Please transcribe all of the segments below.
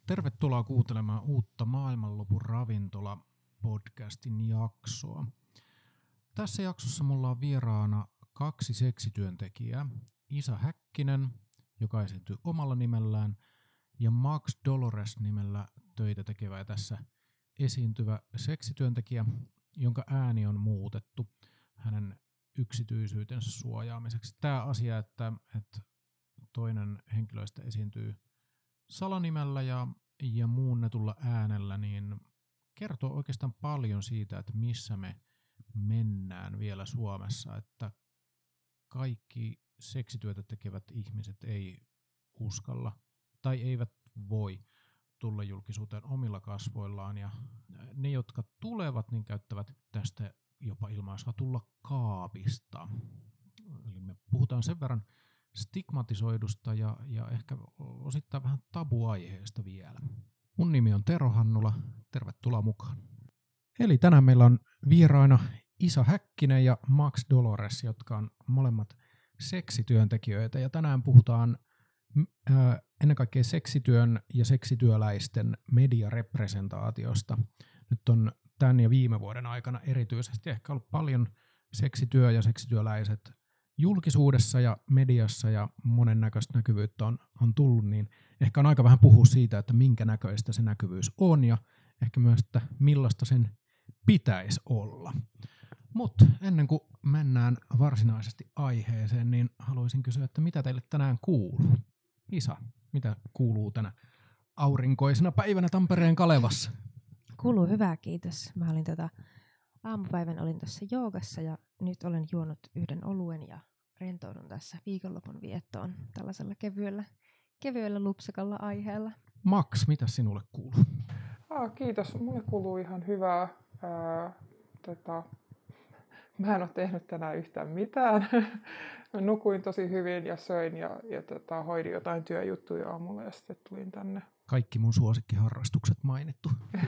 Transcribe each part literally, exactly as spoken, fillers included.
Tervetuloa kuuntelemaan uutta Maailmanlopun ravintola-podcastin jaksoa. Tässä jaksossa mulla on vieraana kaksi seksityöntekijää. Isa Häkkinen, joka esiintyy omalla nimellään, ja Max Dolores nimellä töitä tekevä ja tässä esiintyvä seksityöntekijä, jonka ääni on muutettu hänen yksityisyytensä suojaamiseksi. Tämä asia, että, että toinen henkilöistä esiintyy salanimellä ja, ja muunnetulla äänellä, niin kertoo oikeastaan paljon siitä, että missä me mennään vielä Suomessa, että kaikki seksityötä tekevät ihmiset ei uskalla tai eivät voi tulla julkisuuteen omilla kasvoillaan, ja ne, jotka tulevat, niin käyttävät tästä jopa ilmaisua tulla kaapista. Eli me puhutaan sen verran stigmatisoidusta ja, ja ehkä osittain vähän tabuaiheesta vielä. Mun nimi on Tero Hannula, tervetuloa mukaan. Eli tänään meillä on vieraina Isa Häkkinen ja Max Dolores, jotka on molemmat seksityöntekijöitä, ja tänään puhutaan ää, ennen kaikkea seksityön ja seksityöläisten mediarepresentaatiosta. Nyt on tämän ja viime vuoden aikana erityisesti ehkä ollut paljon seksityö ja seksityöläiset julkisuudessa ja mediassa ja monennäköistä näkyvyyttä on, on tullut, niin ehkä on aika vähän puhua siitä, että minkä näköistä se näkyvyys on ja ehkä myös, että millaista sen pitäisi olla. Mutta ennen kuin mennään varsinaisesti aiheeseen, niin haluaisin kysyä, että mitä teille tänään kuuluu? Isa, mitä kuuluu tänä aurinkoisena päivänä Tampereen Kalevassa? Kuuluu hyvää, kiitos. Mä olin tota, aamupäivän olin tuossa joogassa ja nyt olen juonut yhden oluen ja rentoudun tässä viikonlopun viettoon tällaisella kevyellä, kevyellä lupsakalla aiheella. Max, mitä sinulle kuuluu? Ah, kiitos. Mulle kuuluu ihan hyvää. Ää, tota, mä en ole tehnyt tänään yhtään mitään. Mä nukuin tosi hyvin ja söin ja, ja tota, hoidin jotain työjuttuja aamulla ja sitten tulin tänne. Kaikki mun suosikkiharrastukset mainittu.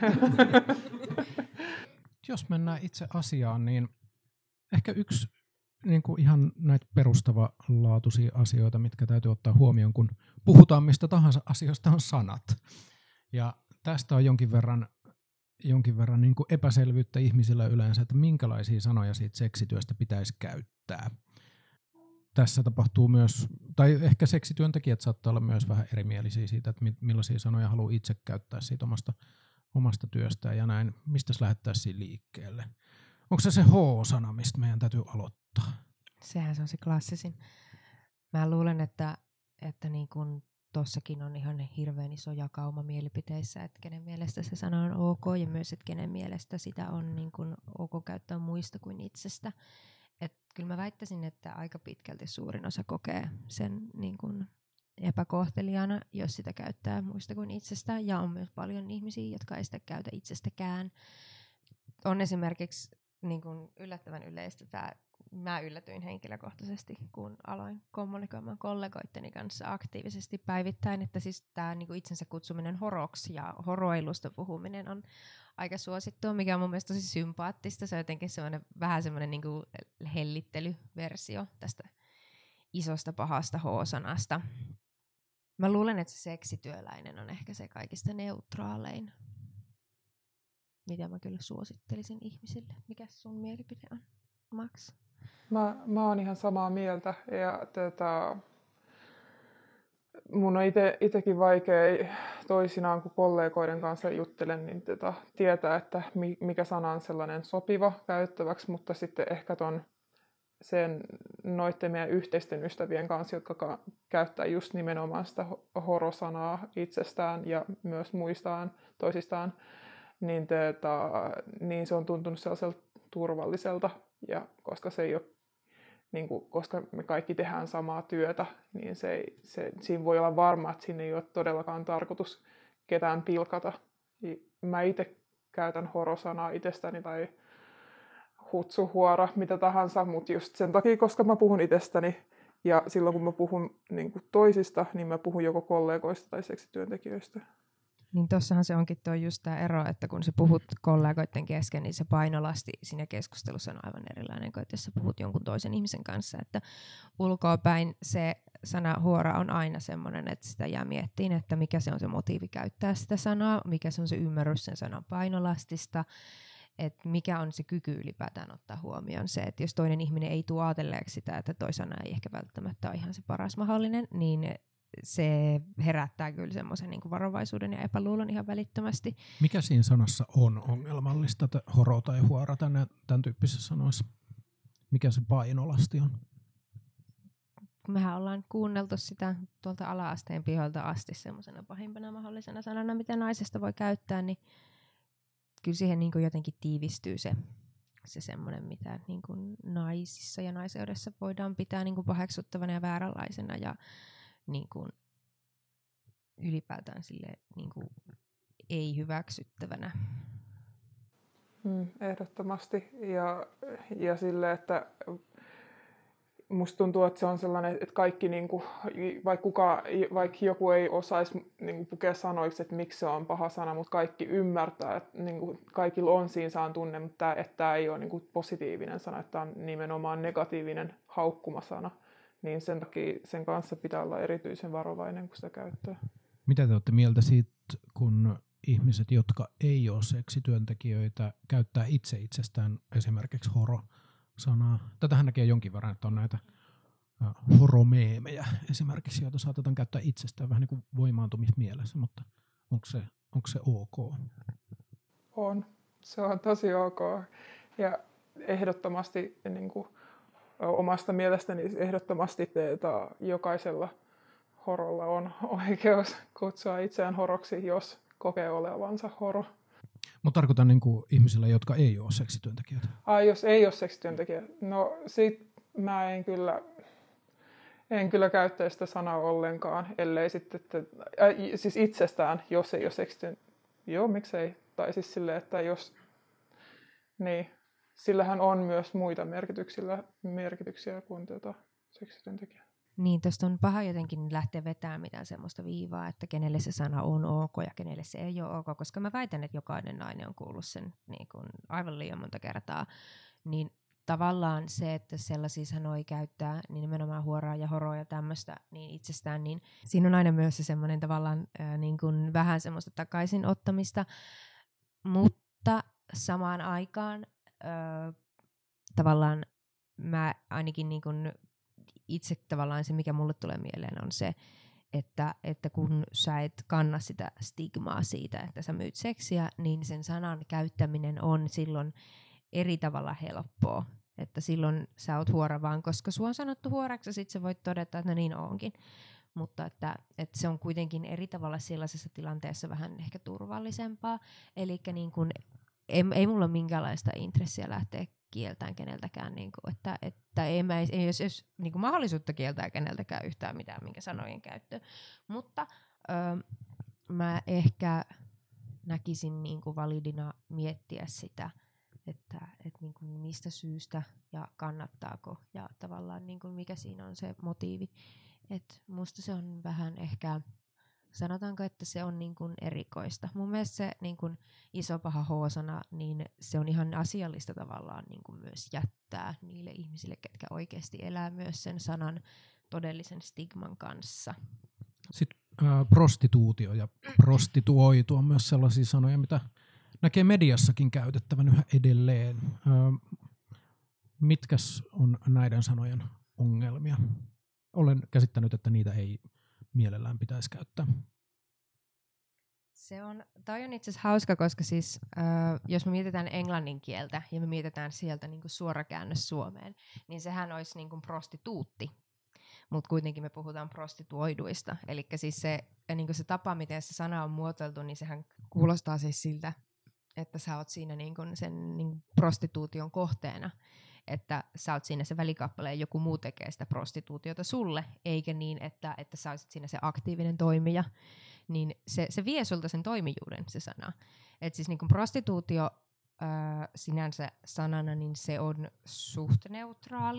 Jos mennään itse asiaan, niin ehkä yksi niin kuin ihan näitä perustavanlaatuisia asioita, mitkä täytyy ottaa huomioon, kun puhutaan mistä tahansa asioista, on sanat. Ja tästä on jonkin verran, jonkin verran niin kuin epäselvyyttä ihmisillä yleensä, että minkälaisia sanoja siitä seksityöstä pitäisi käyttää. Tässä tapahtuu myös, tai ehkä seksityöntekijät saattaa olla myös vähän erimielisiä siitä, että millaisia sanoja haluaa itse käyttää siitä omasta, omasta työstään ja näin. Mistä lähdettäisiin liikkeelle? Onko se se H-sana, mistä meidän täytyy aloittaa? Sehän se on se klassisin. Mä luulen, että, että niin kun tossakin on ihan hirveän iso jakauma mielipiteissä, että kenen mielestä se sana on ok ja myös, että kenen mielestä sitä on niin kun ok käyttää muista kuin itsestä. Et kyllä mä väittäisin, että aika pitkälti suurin osa kokee sen niin kun epäkohteliaana, jos sitä käyttää muista kuin itsestä, ja on myös paljon ihmisiä, jotka ei sitä käytä itsestäkään. On esimerkiksi niin kun yllättävän yleistä tämä, mä yllätyin henkilökohtaisesti, kun aloin kommunikoimaan kollegoitteni kanssa aktiivisesti päivittäin, että siis tämä niin kun itsensä kutsuminen horoksi ja horoilusta puhuminen on aika suosittua, mikä on mun mielestä tosi sympaattista. Se on jotenkin semmoinen, vähän semmoinen niin kuin hellittelyversio tästä isosta pahasta H-sanasta. Mä luulen, että se seksityöläinen on ehkä se kaikista neutraalein, mitä mä kyllä suosittelisin ihmisille. Mikä sun mielipide on, Max? Mä, mä oon ihan samaa mieltä ja tota, mun on ite, itekin vaikea toisinaan, kun kollegoiden kanssa juttelen, niin tota, tietää, että mikä sana on sellainen sopiva käyttäväksi, mutta sitten ehkä ton sen noitten meidän yhteisten ystävien kanssa, jotka ka- käyttää just nimenomaan sitä horosanaa itsestään ja myös muistaan toisistaan, niin, tota, niin se on tuntunut sellaiselta turvalliselta, ja koska se ei ole, niin kuin, koska me kaikki tehdään samaa työtä, niin se ei, se, siinä voi olla varma, että siinä ei ole todellakaan tarkoitus ketään pilkata. Mä itse käytän horosanaa itsestäni tai hutsuhuora, mitä tahansa, mutta just sen takia, koska mä puhun itsestäni, ja silloin kun mä puhun niin kuin toisista, niin mä puhun joko kollegoista tai seksityöntekijöistä. Niin tossahan se onkin tuo just tämä ero, että kun sä puhut kollegoiden kesken, niin se painolasti siinä keskustelussa on aivan erilainen kuin jos sä puhut jonkun toisen ihmisen kanssa. Että ulkoapäin se sana huora on aina semmoinen, että sitä jää miettiin, että mikä se on se motiivi käyttää sitä sanaa, mikä se on se ymmärrys sen sanan painolastista, että mikä on se kyky ylipäätään ottaa huomioon se, että jos toinen ihminen ei tule ajatelleeksi sitä, että toi sana ei ehkä välttämättä ole ihan se paras mahdollinen, niin se herättää kyllä semmoisen niin kuin varovaisuuden ja epäluulon ihan välittömästi. Mikä siinä sanassa on ongelmallista, horo tai huora tämän, tämän tyyppisissä sanoissa? Mikä se painolasti on? Mehän ollaan kuunneltu sitä tuolta ala-asteen pihoilta asti semmoisena pahimpana mahdollisena sanana, mitä naisesta voi käyttää, niin kyllä siihen niin kuin jotenkin tiivistyy se, se semmoinen, mitä niin kuin naisissa ja naiseudessa voidaan pitää niin kuin paheksuttavana ja vääränlaisena ja niin kuin ylipäätään sille niin kuin ei hyväksyttävänä. Mm, ehdottomasti. Ja, ja sille, että musta tuntuu, että se on sellainen, että kaikki, niin kuin, vaikka, kuka, vaikka joku ei osaisi niin kuin pukea sanoiksi, että miksi se on paha sana, mutta kaikki ymmärtää, että niin kuin, kaikilla on siinä saan tunne, mutta että tämä ei ole niin kuin positiivinen sana, että tämä on nimenomaan negatiivinen haukkumasana. Niin sen takia sen kanssa pitää olla erityisen varovainen, kun sitä käyttää. Mitä te olette mieltä siitä, kun ihmiset, jotka ei ole seksityöntekijöitä, käyttää itse itsestään esimerkiksi horo-sanaa? Tätähän näkee jonkin verran, että on näitä horomeemejä esimerkiksi, joita saatetaan käyttää itsestään vähän niin kuin voimaantumismielessä, mutta onko se, onko se ok? On. Se on tosi ok. Ja ehdottomasti niin kuin omasta mielestäni ehdottomasti että jokaisella horolla on oikeus kutsua itseään horoksi, jos kokee olevansa horo. Mutta tarkoitan niin kuin ihmisillä, jotka ei ole seksityöntekijöitä. Ai, jos ei ole seksityöntekijä. No sit mä en kyllä, en kyllä käyttäisi sitä sanaa ollenkaan, ellei sitten, että, äh, siis itsestään, jos ei ole seksityöntekijä. Joo, miksei. Tai siis silleen, että jos, niin. Sillähän on myös muita merkityksiä, merkityksiä kuin tuota seksityöntekijä. Niin, tuosta on paha jotenkin lähteä vetämään mitään semmoista viivaa, että kenelle se sana on ok ja kenelle se ei ole ok, koska mä väitän, että jokainen nainen on kuullut sen niin kuin aivan liian monta kertaa. Niin tavallaan se, että sellaisia sanoja käyttää, niin nimenomaan huoraa ja horoa ja tämmöistä niin itsestään, niin siinä on aina myös se semmoinen tavallaan ää, niin kuin vähän semmoista takaisin ottamista, mutta samaan aikaan Öö, tavallaan mä ainakin niin kun itse tavallaan se, mikä mulle tulee mieleen, on se, että, että kun sä et kanna sitä stigmaa siitä, että sä myyt seksiä, niin sen sanan käyttäminen on silloin eri tavalla helppoa. Että silloin sä oot huora vaan, koska sua on sanottu huoraksi, ja sit sä voit todeta, että no niin onkin. Mutta että, että se on kuitenkin eri tavalla sellaisessa tilanteessa vähän ehkä turvallisempaa. Eli niin kun Ei, ei mulla ole minkäänlaista intressiä lähteä kieltämään keneltäkään, niin kuin, että, että ei, mä, ei jos, jos niin kuin mahdollisuutta kieltää keneltäkään yhtään mitään, minkä sanojen käyttö. Mutta ö, mä ehkä näkisin niin kuin validina miettiä sitä, että, että niin kuin mistä syystä ja kannattaako ja tavallaan niin kuin mikä siinä on se motiivi. Et musta se on vähän ehkä, sanotaanko, että se on niin kuin erikoista. Mun mielestä se niin kuin iso paha H-sana, niin se on ihan asiallista tavallaan niin kuin myös jättää niille ihmisille, ketkä oikeasti elää myös sen sanan todellisen stigman kanssa. Sitten äh, prostituutio ja prostituoitu on myös sellaisia sanoja, mitä näkee mediassakin käytettävän yhä edelleen. Äh, mitkäs on näiden sanojen ongelmia? Olen käsittänyt, että niitä ei mielellään pitäisi käyttää. Se on, toi on itse asiassa hauska, koska siis, äh, jos me mietitään englannin kieltä ja me mietitään sieltä niin kuin suorakäännös Suomeen, niin sehän olisi niin kuin prostituutti, mutta kuitenkin me puhutaan prostituoiduista. Eli siis se, niin kuin se tapa, miten se sana on muotoiltu, niin sehän kuulostaa siis siltä, että sä oot siinä niin kuin sen niin kuin prostituution kohteena. Että sä oot siinä se välikappale ja joku muu tekee sitä prostituutiota sulle, eikä niin, että, että sä olisit siinä se aktiivinen toimija. Niin se, se vie sulta sen toimijuuden, se sana. Että siis niin kuin prostituutio ää, sinänsä sanana, niin se on suht neutraali.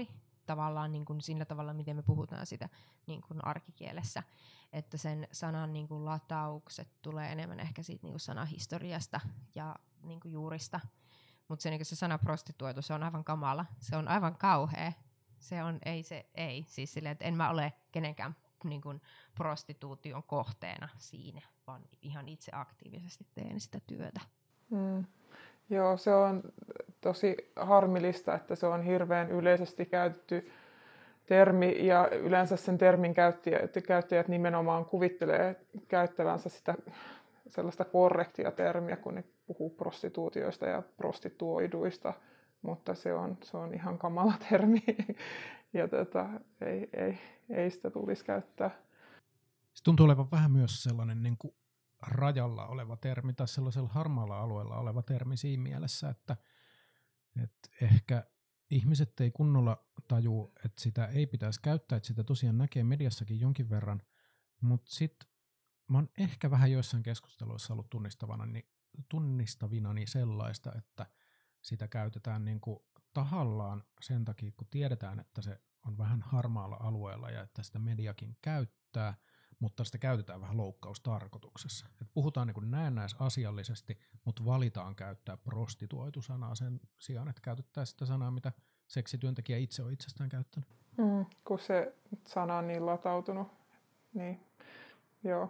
tavallaan niin kuin sillä tavalla, miten me puhutaan sitä niin kuin arkikielessä. Että sen sanan niin kuin lataukset tulee enemmän ehkä siitä niin kuin sanahistoriasta ja niin kuin juurista. Mutta se, niin se sana prostituoitu, se on aivan kamala. Se on aivan kauhea. Se on, ei se, ei. Siis silleen, että en mä ole kenenkään niin kuin prostituution kohteena siinä, vaan ihan itse aktiivisesti teen sitä työtä. Mm. Joo, se on tosi harmillista, että se on hirveän yleisesti käytetty termi, ja yleensä sen termin käyttäjät, käyttäjät nimenomaan kuvittelee käyttävänsä sitä sellaista korrektia termiä, kun ne puhuu prostituutioista ja prostituoiduista, mutta se on, se on ihan kamala termi, ja tota, ei, ei, ei sitä tulisi käyttää. Se tuntuu olevan vähän myös sellainen niin kuin rajalla oleva termi tai sellaisella harmaalla alueella oleva termi siinä mielessä, että, että ehkä ihmiset ei kunnolla taju, että sitä ei pitäisi käyttää, että sitä tosiaan näkee mediassakin jonkin verran, mutta sitten mä oon ehkä vähän joissain keskusteluissa ollut tunnistavana, niin, tunnistavina niin sellaista, että sitä käytetään niin kuin tahallaan sen takia, kun tiedetään, että se on vähän harmaalla alueella ja että sitä mediakin käyttää, mutta sitä käytetään vähän loukkaustarkoituksessa. Et puhutaan niin näennäisasiallisesti, mutta valitaan käyttää prostituoitu-sanaa sen sijaan, että käytettäisiin sitä sanaa, mitä seksityöntekijä itse on itsestään käyttänyt. Mm, kun se sana on niin latautunut, niin joo.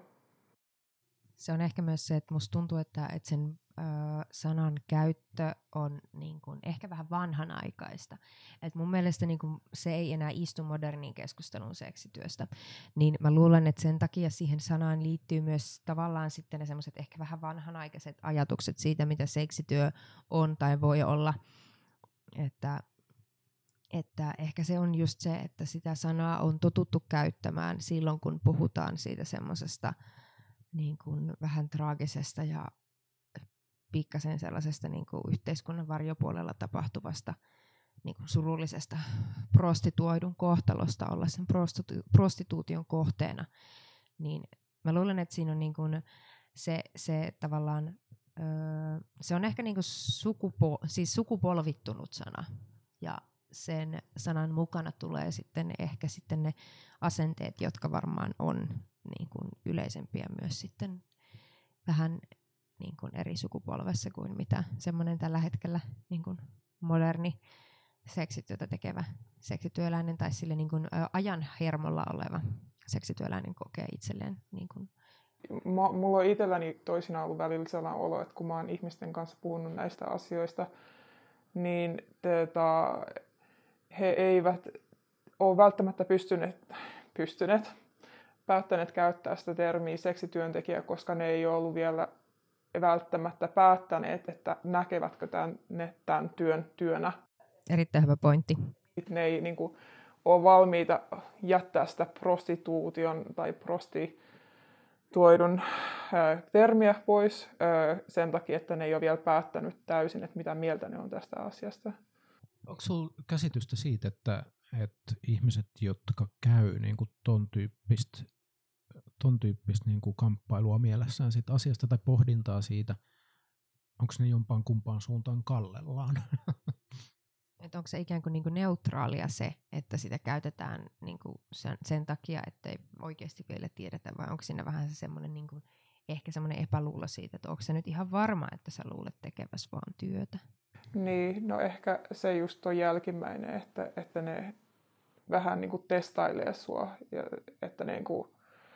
Se on ehkä myös se, että musta tuntuu, että, että sen ö, sanan käyttö on niin kuin, ehkä vähän vanhanaikaista. Et mun mielestä niin kuin, se ei enää istu moderniin keskusteluun seksityöstä. Niin mä luulen, että sen takia siihen sanaan liittyy myös tavallaan sitten ne semmoiset ehkä vähän vanhanaikaiset ajatukset siitä, mitä seksityö on tai voi olla. Että, että ehkä se on just se, että sitä sanaa on totuttu käyttämään silloin, kun puhutaan siitä semmoisesta niin kuin vähän traagisesta ja pikkasen sellaisesta niin kuin yhteiskunnan varjopuolella tapahtuvasta niin kuin surullisesta prostituoidun kohtalosta olla sen prostitu- prostituution kohteena. Niin mä luulen, että siinä on niin kuin se, se tavallaan, öö, se on ehkä niin kuin sukupo- siis sukupolvittunut sana. Ja sen sanan mukana tulee sitten ehkä sitten ne asenteet, jotka varmaan on niin kuin yleisempiä myös sitten vähän niin kuin eri sukupolvessa kuin mitä semmoinen tällä hetkellä niin kuin moderni seksityötä tekevä seksityöläinen tai sille niin kuin ä, ajan hermolla oleva seksityöläinen kokee itselleen. Niin kuin. Mä, mulla on itselläni toisinaan ollut välillä sellainen olo, että kun mä oon ihmisten kanssa puhunut näistä asioista, niin teeta, he eivät ole välttämättä pystyneet, pystyneet päättäneet käyttää sitä termiä seksityöntekijä, koska ne ei ole ollut vielä välttämättä päättäneet, että näkevätkö tämän, ne tämän työn työnä. Erittäin hyvä pointti. Ne ei niin kuin, ole valmiita jättää sitä prostituution tai prostituoidun ää, termiä pois ää, sen takia, että ne ei ole vielä päättänyt täysin, että mitä mieltä ne on tästä asiasta. Onko sinulla käsitystä siitä, että, että ihmiset, jotka käy niin kuin ton tyyppistä ton tyyppistä niin kuin kamppailua mielessään siitä asiasta tai pohdintaa siitä, onko ne jompaan kumpaan suuntaan kallellaan? Että onko se ikään kuin, niin kuin neutraalia se, että sitä käytetään niin kuin sen, sen takia, ettei oikeasti vielä tiedetä, vai onko siinä vähän se semmoinen niin kuin, ehkä semmoinen epäluulo siitä, että onko se nyt ihan varma, että sä luulet tekeväsi vaan työtä? Niin, no ehkä se just on jälkimmäinen, että, että ne vähän niin kuin testailee sua, ja että ne, niin kuin,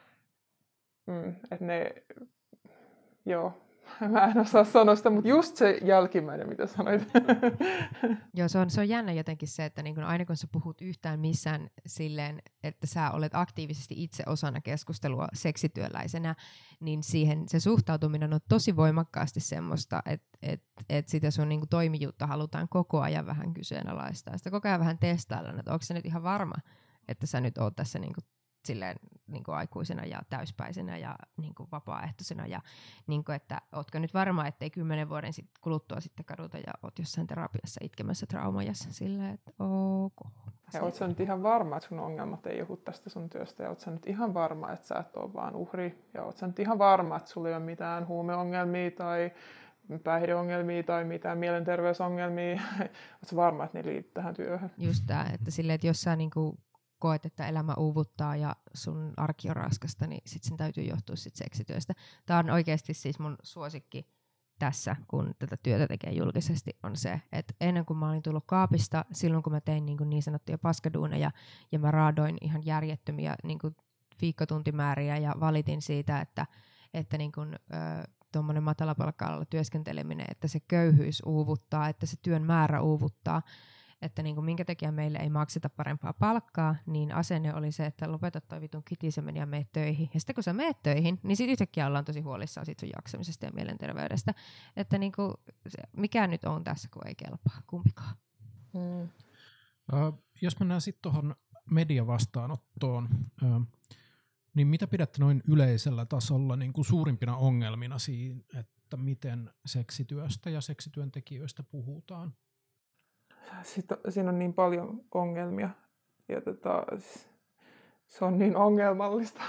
mm, että ne, joo, mä en osaa sanoa sitä, mutta just se jälkimmäinen, mitä sanoit. Joo, se on, se on jännä jotenkin se, että niin kun aina kun sä puhut yhtään missään silleen, että sä olet aktiivisesti itse osana keskustelua seksityöläisenä, niin siihen se suhtautuminen on tosi voimakkaasti semmoista, että et, et sitä sun niin kun toimijuutta halutaan koko ajan vähän kyseenalaistaa. Sitä koko ajan vähän testaillaan, että onko se nyt ihan varma, että sä nyt oot tässä niin kun silleen niin kuin aikuisena ja täyspäisenä ja niin kuin vapaaehtoisena ja niin kuin, että ootko nyt varma, ettei kymmenen vuoden sit kuluttua sitten kaduta ja oot jossain terapiassa itkemässä traumajassa silleen, että ok. Ja oot sä nyt ihan varma, että sun ongelmat ei johdu tästä sun työstä ja oot sä nyt ihan varma, että sä et ole vaan uhri ja oot sä nyt ihan varma, että sulla ei ole mitään huumeongelmia tai päihdeongelmia tai mitään mielenterveysongelmia. Oletko varma, että ne liittyy tähän työhön? Just tämä, että, silleen, että jos sä niinku koet, että elämä uuvuttaa ja sun arki on raskasta, niin sit sen täytyy johtua sit seksityöstä. Tämä on oikeasti siis mun suosikki tässä, kun tätä työtä tekee julkisesti, on se, että ennen kuin mä olin tullut kaapista, silloin kun mä tein niin, niin sanottuja paskaduuneja ja mä raadoin ihan järjettömiä niin kuin viikkotuntimääriä ja valitin siitä, että, että niin kuin, ö, tuommoinen matalapalkka-alalla työskenteleminen, että se köyhyys uuvuttaa, että se työn määrä uuvuttaa, että niin kuin minkä takia meille ei makseta parempaa palkkaa, niin asenne oli se, että lopeta toi vitun kitiseminen ja mene töihin. Ja sitten kun sä meet töihin, niin sit yhtäkkiä ollaan tosi huolissaan sit sun jaksamisesta ja mielenterveydestä. Että niin kuin, mikä nyt on tässä, kun ei kelpaa, kumpikaan. Mm. Ö, jos mennään sitten tuohon mediavastaanottoon, ö, niin mitä pidätte noin yleisellä tasolla niin kuin suurimpina ongelmina siinä, että miten seksityöstä ja seksityöntekijöistä puhutaan? Sitten, siinä on niin paljon ongelmia ja tota, se on niin ongelmallista.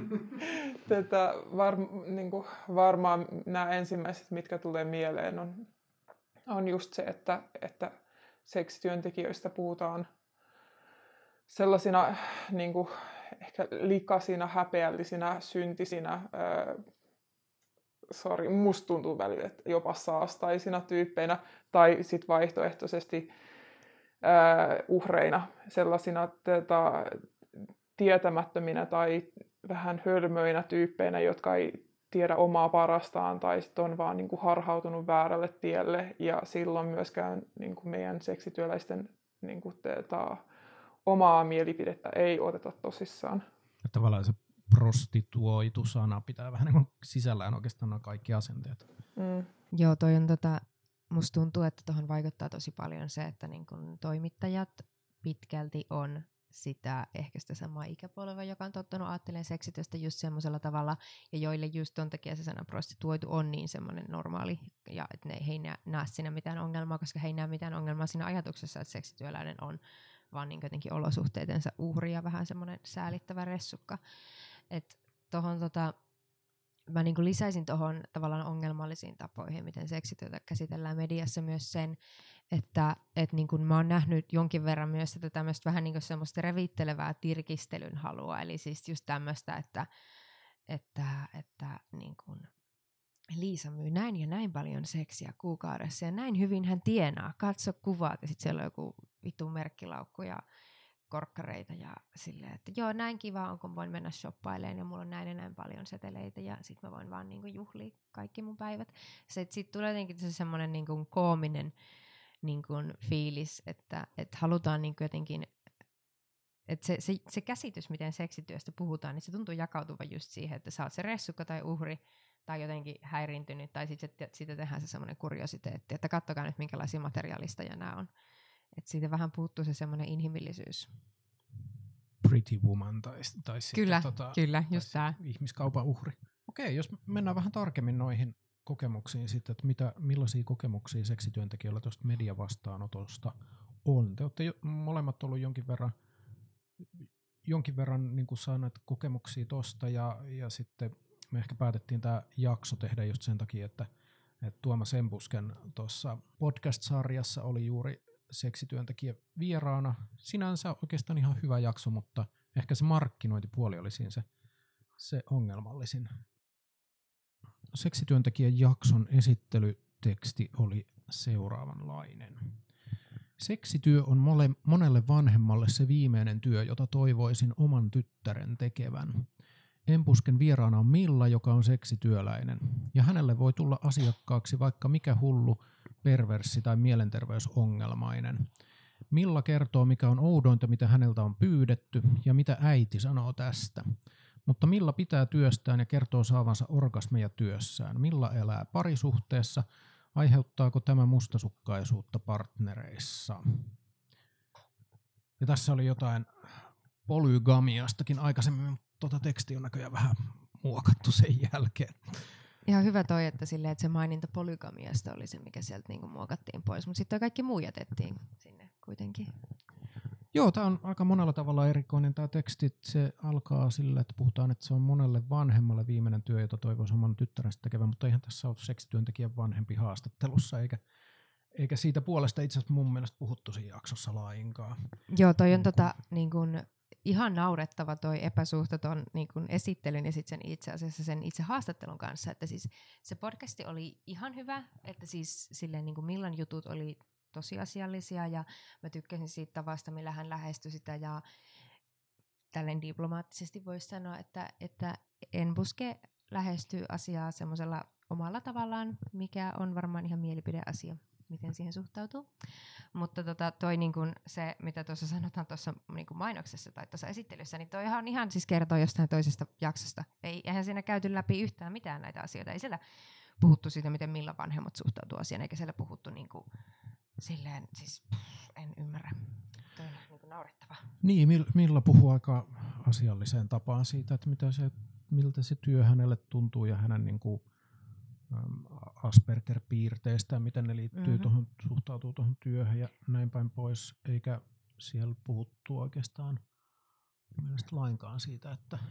Tätä var, niin kuin varmaan nämä ensimmäiset, mitkä tulee mieleen, on, on just se, että, että seksityöntekijöistä puhutaan sellaisina niin kuin, ehkä likaisina, häpeällisinä, syntisinä, ää, sorry, musta tuntuu välillä, että jopa saastaisina tyyppeinä, tai sitten vaihtoehtoisesti ää, uhreina, sellaisina tätä, tietämättöminä tai vähän hölmöinä tyyppeinä, jotka ei tiedä omaa parastaan tai sitten on vaan niin kuin harhautunut väärälle tielle, ja silloin myöskään niin kuin meidän seksityöläisten niin kuin tätä, omaa mielipidettä ei oteta tosissaan. Tavallaan se prostituoitu sana pitää vähän niin kuin sisällään oikeastaan nämä kaikki asenteet. Mm. Joo, toi on tota, musta tuntuu, että tuohon vaikuttaa tosi paljon se, että niin kun toimittajat pitkälti on sitä, ehkä sitä samaa ikäpolvea, joka on tottunut ajattelemaan seksityöstä just semmoisella tavalla, ja joille just ton takia se sana prostituoitu on niin semmoinen normaali, ja että ne, he ei näe siinä mitään ongelmaa, koska he ei näe mitään ongelmaa siinä ajatuksessa, että seksityöläinen on vaan niin jotenkin olosuhteidensa uhri ja vähän semmoinen säälittävä ressukka. Että tohon tota, mä niin lisäisin tuohon tavallaan ongelmallisiin tapoihin, miten seksityötä käsitellään mediassa myös sen, että et niin mä oon nähnyt jonkin verran myös tätä tämmöistä vähän niin semmoista revittelevää tirkistelyn halua, eli siis just tämmöistä, että, että, että niin kuin Liisa myy näin ja näin paljon seksiä kuukaudessa ja näin hyvin hän tienaa, katso kuvat, ja sitten siellä on joku vitun merkkilaukku ja korkkareita ja silleen, että joo, näin kiva on, kun voin mennä shoppailemaan ja mulla on näin ja näin paljon seteleitä ja sit mä voin vaan niinku juhlia kaikki mun päivät. Sitten tulee jotenkin se semmoinen niinku koominen niinku fiilis, että et halutaan niinku jotenkin, että se, se, se käsitys, miten seksityöstä puhutaan, niin se tuntuu jakautuvan just siihen, että sä oot se ressukka tai uhri tai jotenkin häiriintynyt, tai sitten siitä tehdään se semmoinen kuriositeetti, että katsokaa nyt minkälaisia materiaalistoja nämä on. Että siitä vähän puuttuu se semmoinen inhimillisyys. Pretty Woman tai, tai kyllä, sitten tota, kyllä, just tämä. Ihmiskaupan uhri. Okei, jos mennään vähän tarkemmin noihin kokemuksiin sitten, että mitä, millaisia kokemuksia seksityöntekijöillä tuosta mediavastaanotosta on. Te olette jo, molemmat ollut jonkin verran, jonkin verran niin kuin saaneet kokemuksia tuosta ja, ja sitten me ehkä päätettiin tämä jakso tehdä just sen takia, että, että Tuomas Embusken tuossa podcast-sarjassa oli juuri seksityöntekijä vieraana. Sinänsä oikeastaan ihan hyvä jakso, mutta ehkä se markkinointipuoli oli siinä se, se ongelmallisin. Seksityöntekijän jakson esittelyteksti oli seuraavanlainen. Seksityö on mole, monelle vanhemmalle se viimeinen työ, jota toivoisin oman tyttären tekevän. Embusken vieraana on Milla, joka on seksityöläinen, ja hänelle voi tulla asiakkaaksi vaikka mikä hullu, perverssi tai mielenterveysongelmainen. Milla kertoo, mikä on oudointa, mitä häneltä on pyydetty, ja mitä äiti sanoo tästä. Mutta Milla pitää työstään ja kertoo saavansa orgasmeja työssään. Milla elää parisuhteessa. Aiheuttaako tämä mustasukkaisuutta partnereissa? Ja tässä oli jotain polygamiastakin aikaisemmin, mutta tota teksti on näköjään vähän muokattu sen jälkeen. Ihan hyvä toi, että, silleen, että se maininta polygamiasta oli se, mikä sieltä niinku muokattiin pois, mutta sitten kaikki muu jätettiin sinne kuitenkin. Joo, tämä on aika monella tavalla erikoinen tämä teksti. Se alkaa sillä, että puhutaan, että se on monelle vanhemmalle viimeinen työ, jota toivoisi oman tyttärensä tekevän, mutta eihän tässä ole seksityöntekijän vanhempi haastattelussa, eikä, eikä siitä puolesta itse asiassa mun mielestä puhuttu siinä jaksossa lainkaan. Joo, toi on niin tota, niin kun, ihan naurettava toi epäsuhta ton niin kun esittelyn ja sitten sen itse asiassa sen itse haastattelun kanssa. Että siis se podcasti oli ihan hyvä, että siis silleen niin kun Millan jutut oli tosiasiallisia ja mä tykkäsin siitä tavasta, millä hän lähestyi sitä ja tälleen diplomaattisesti voisi sanoa, että, että Enbuske lähestyy asiaa semmoisella omalla tavallaan, mikä on varmaan ihan mielipideasia, miten siihen suhtautuu. Mutta tota, toi niin kun se, mitä tuossa sanotaan tuossa niin kun mainoksessa tai tuossa esittelyssä, niin toi on ihan siis kertoo jostain toisesta jaksosta. Ei, eihän siinä käyty läpi yhtään mitään näitä asioita. Ei siellä puhuttu siitä, miten Millan vanhemmat suhtautuu asiaan, eikä siellä puhuttu niin kuin silleen, siis pff, en ymmärrä. Toi on niin kuin naurettava. Niin, Milla puhuu aika asialliseen tapaan siitä, että mitä se, miltä se työ hänelle tuntuu ja hänen niin kuin, äm, Asperger-piirteistä ja miten ne liittyy mm-hmm. tuohon, suhtautuu tuohon työhön ja näin päin pois, eikä siellä puhuttu oikeastaan mielestäni lainkaan siitä, että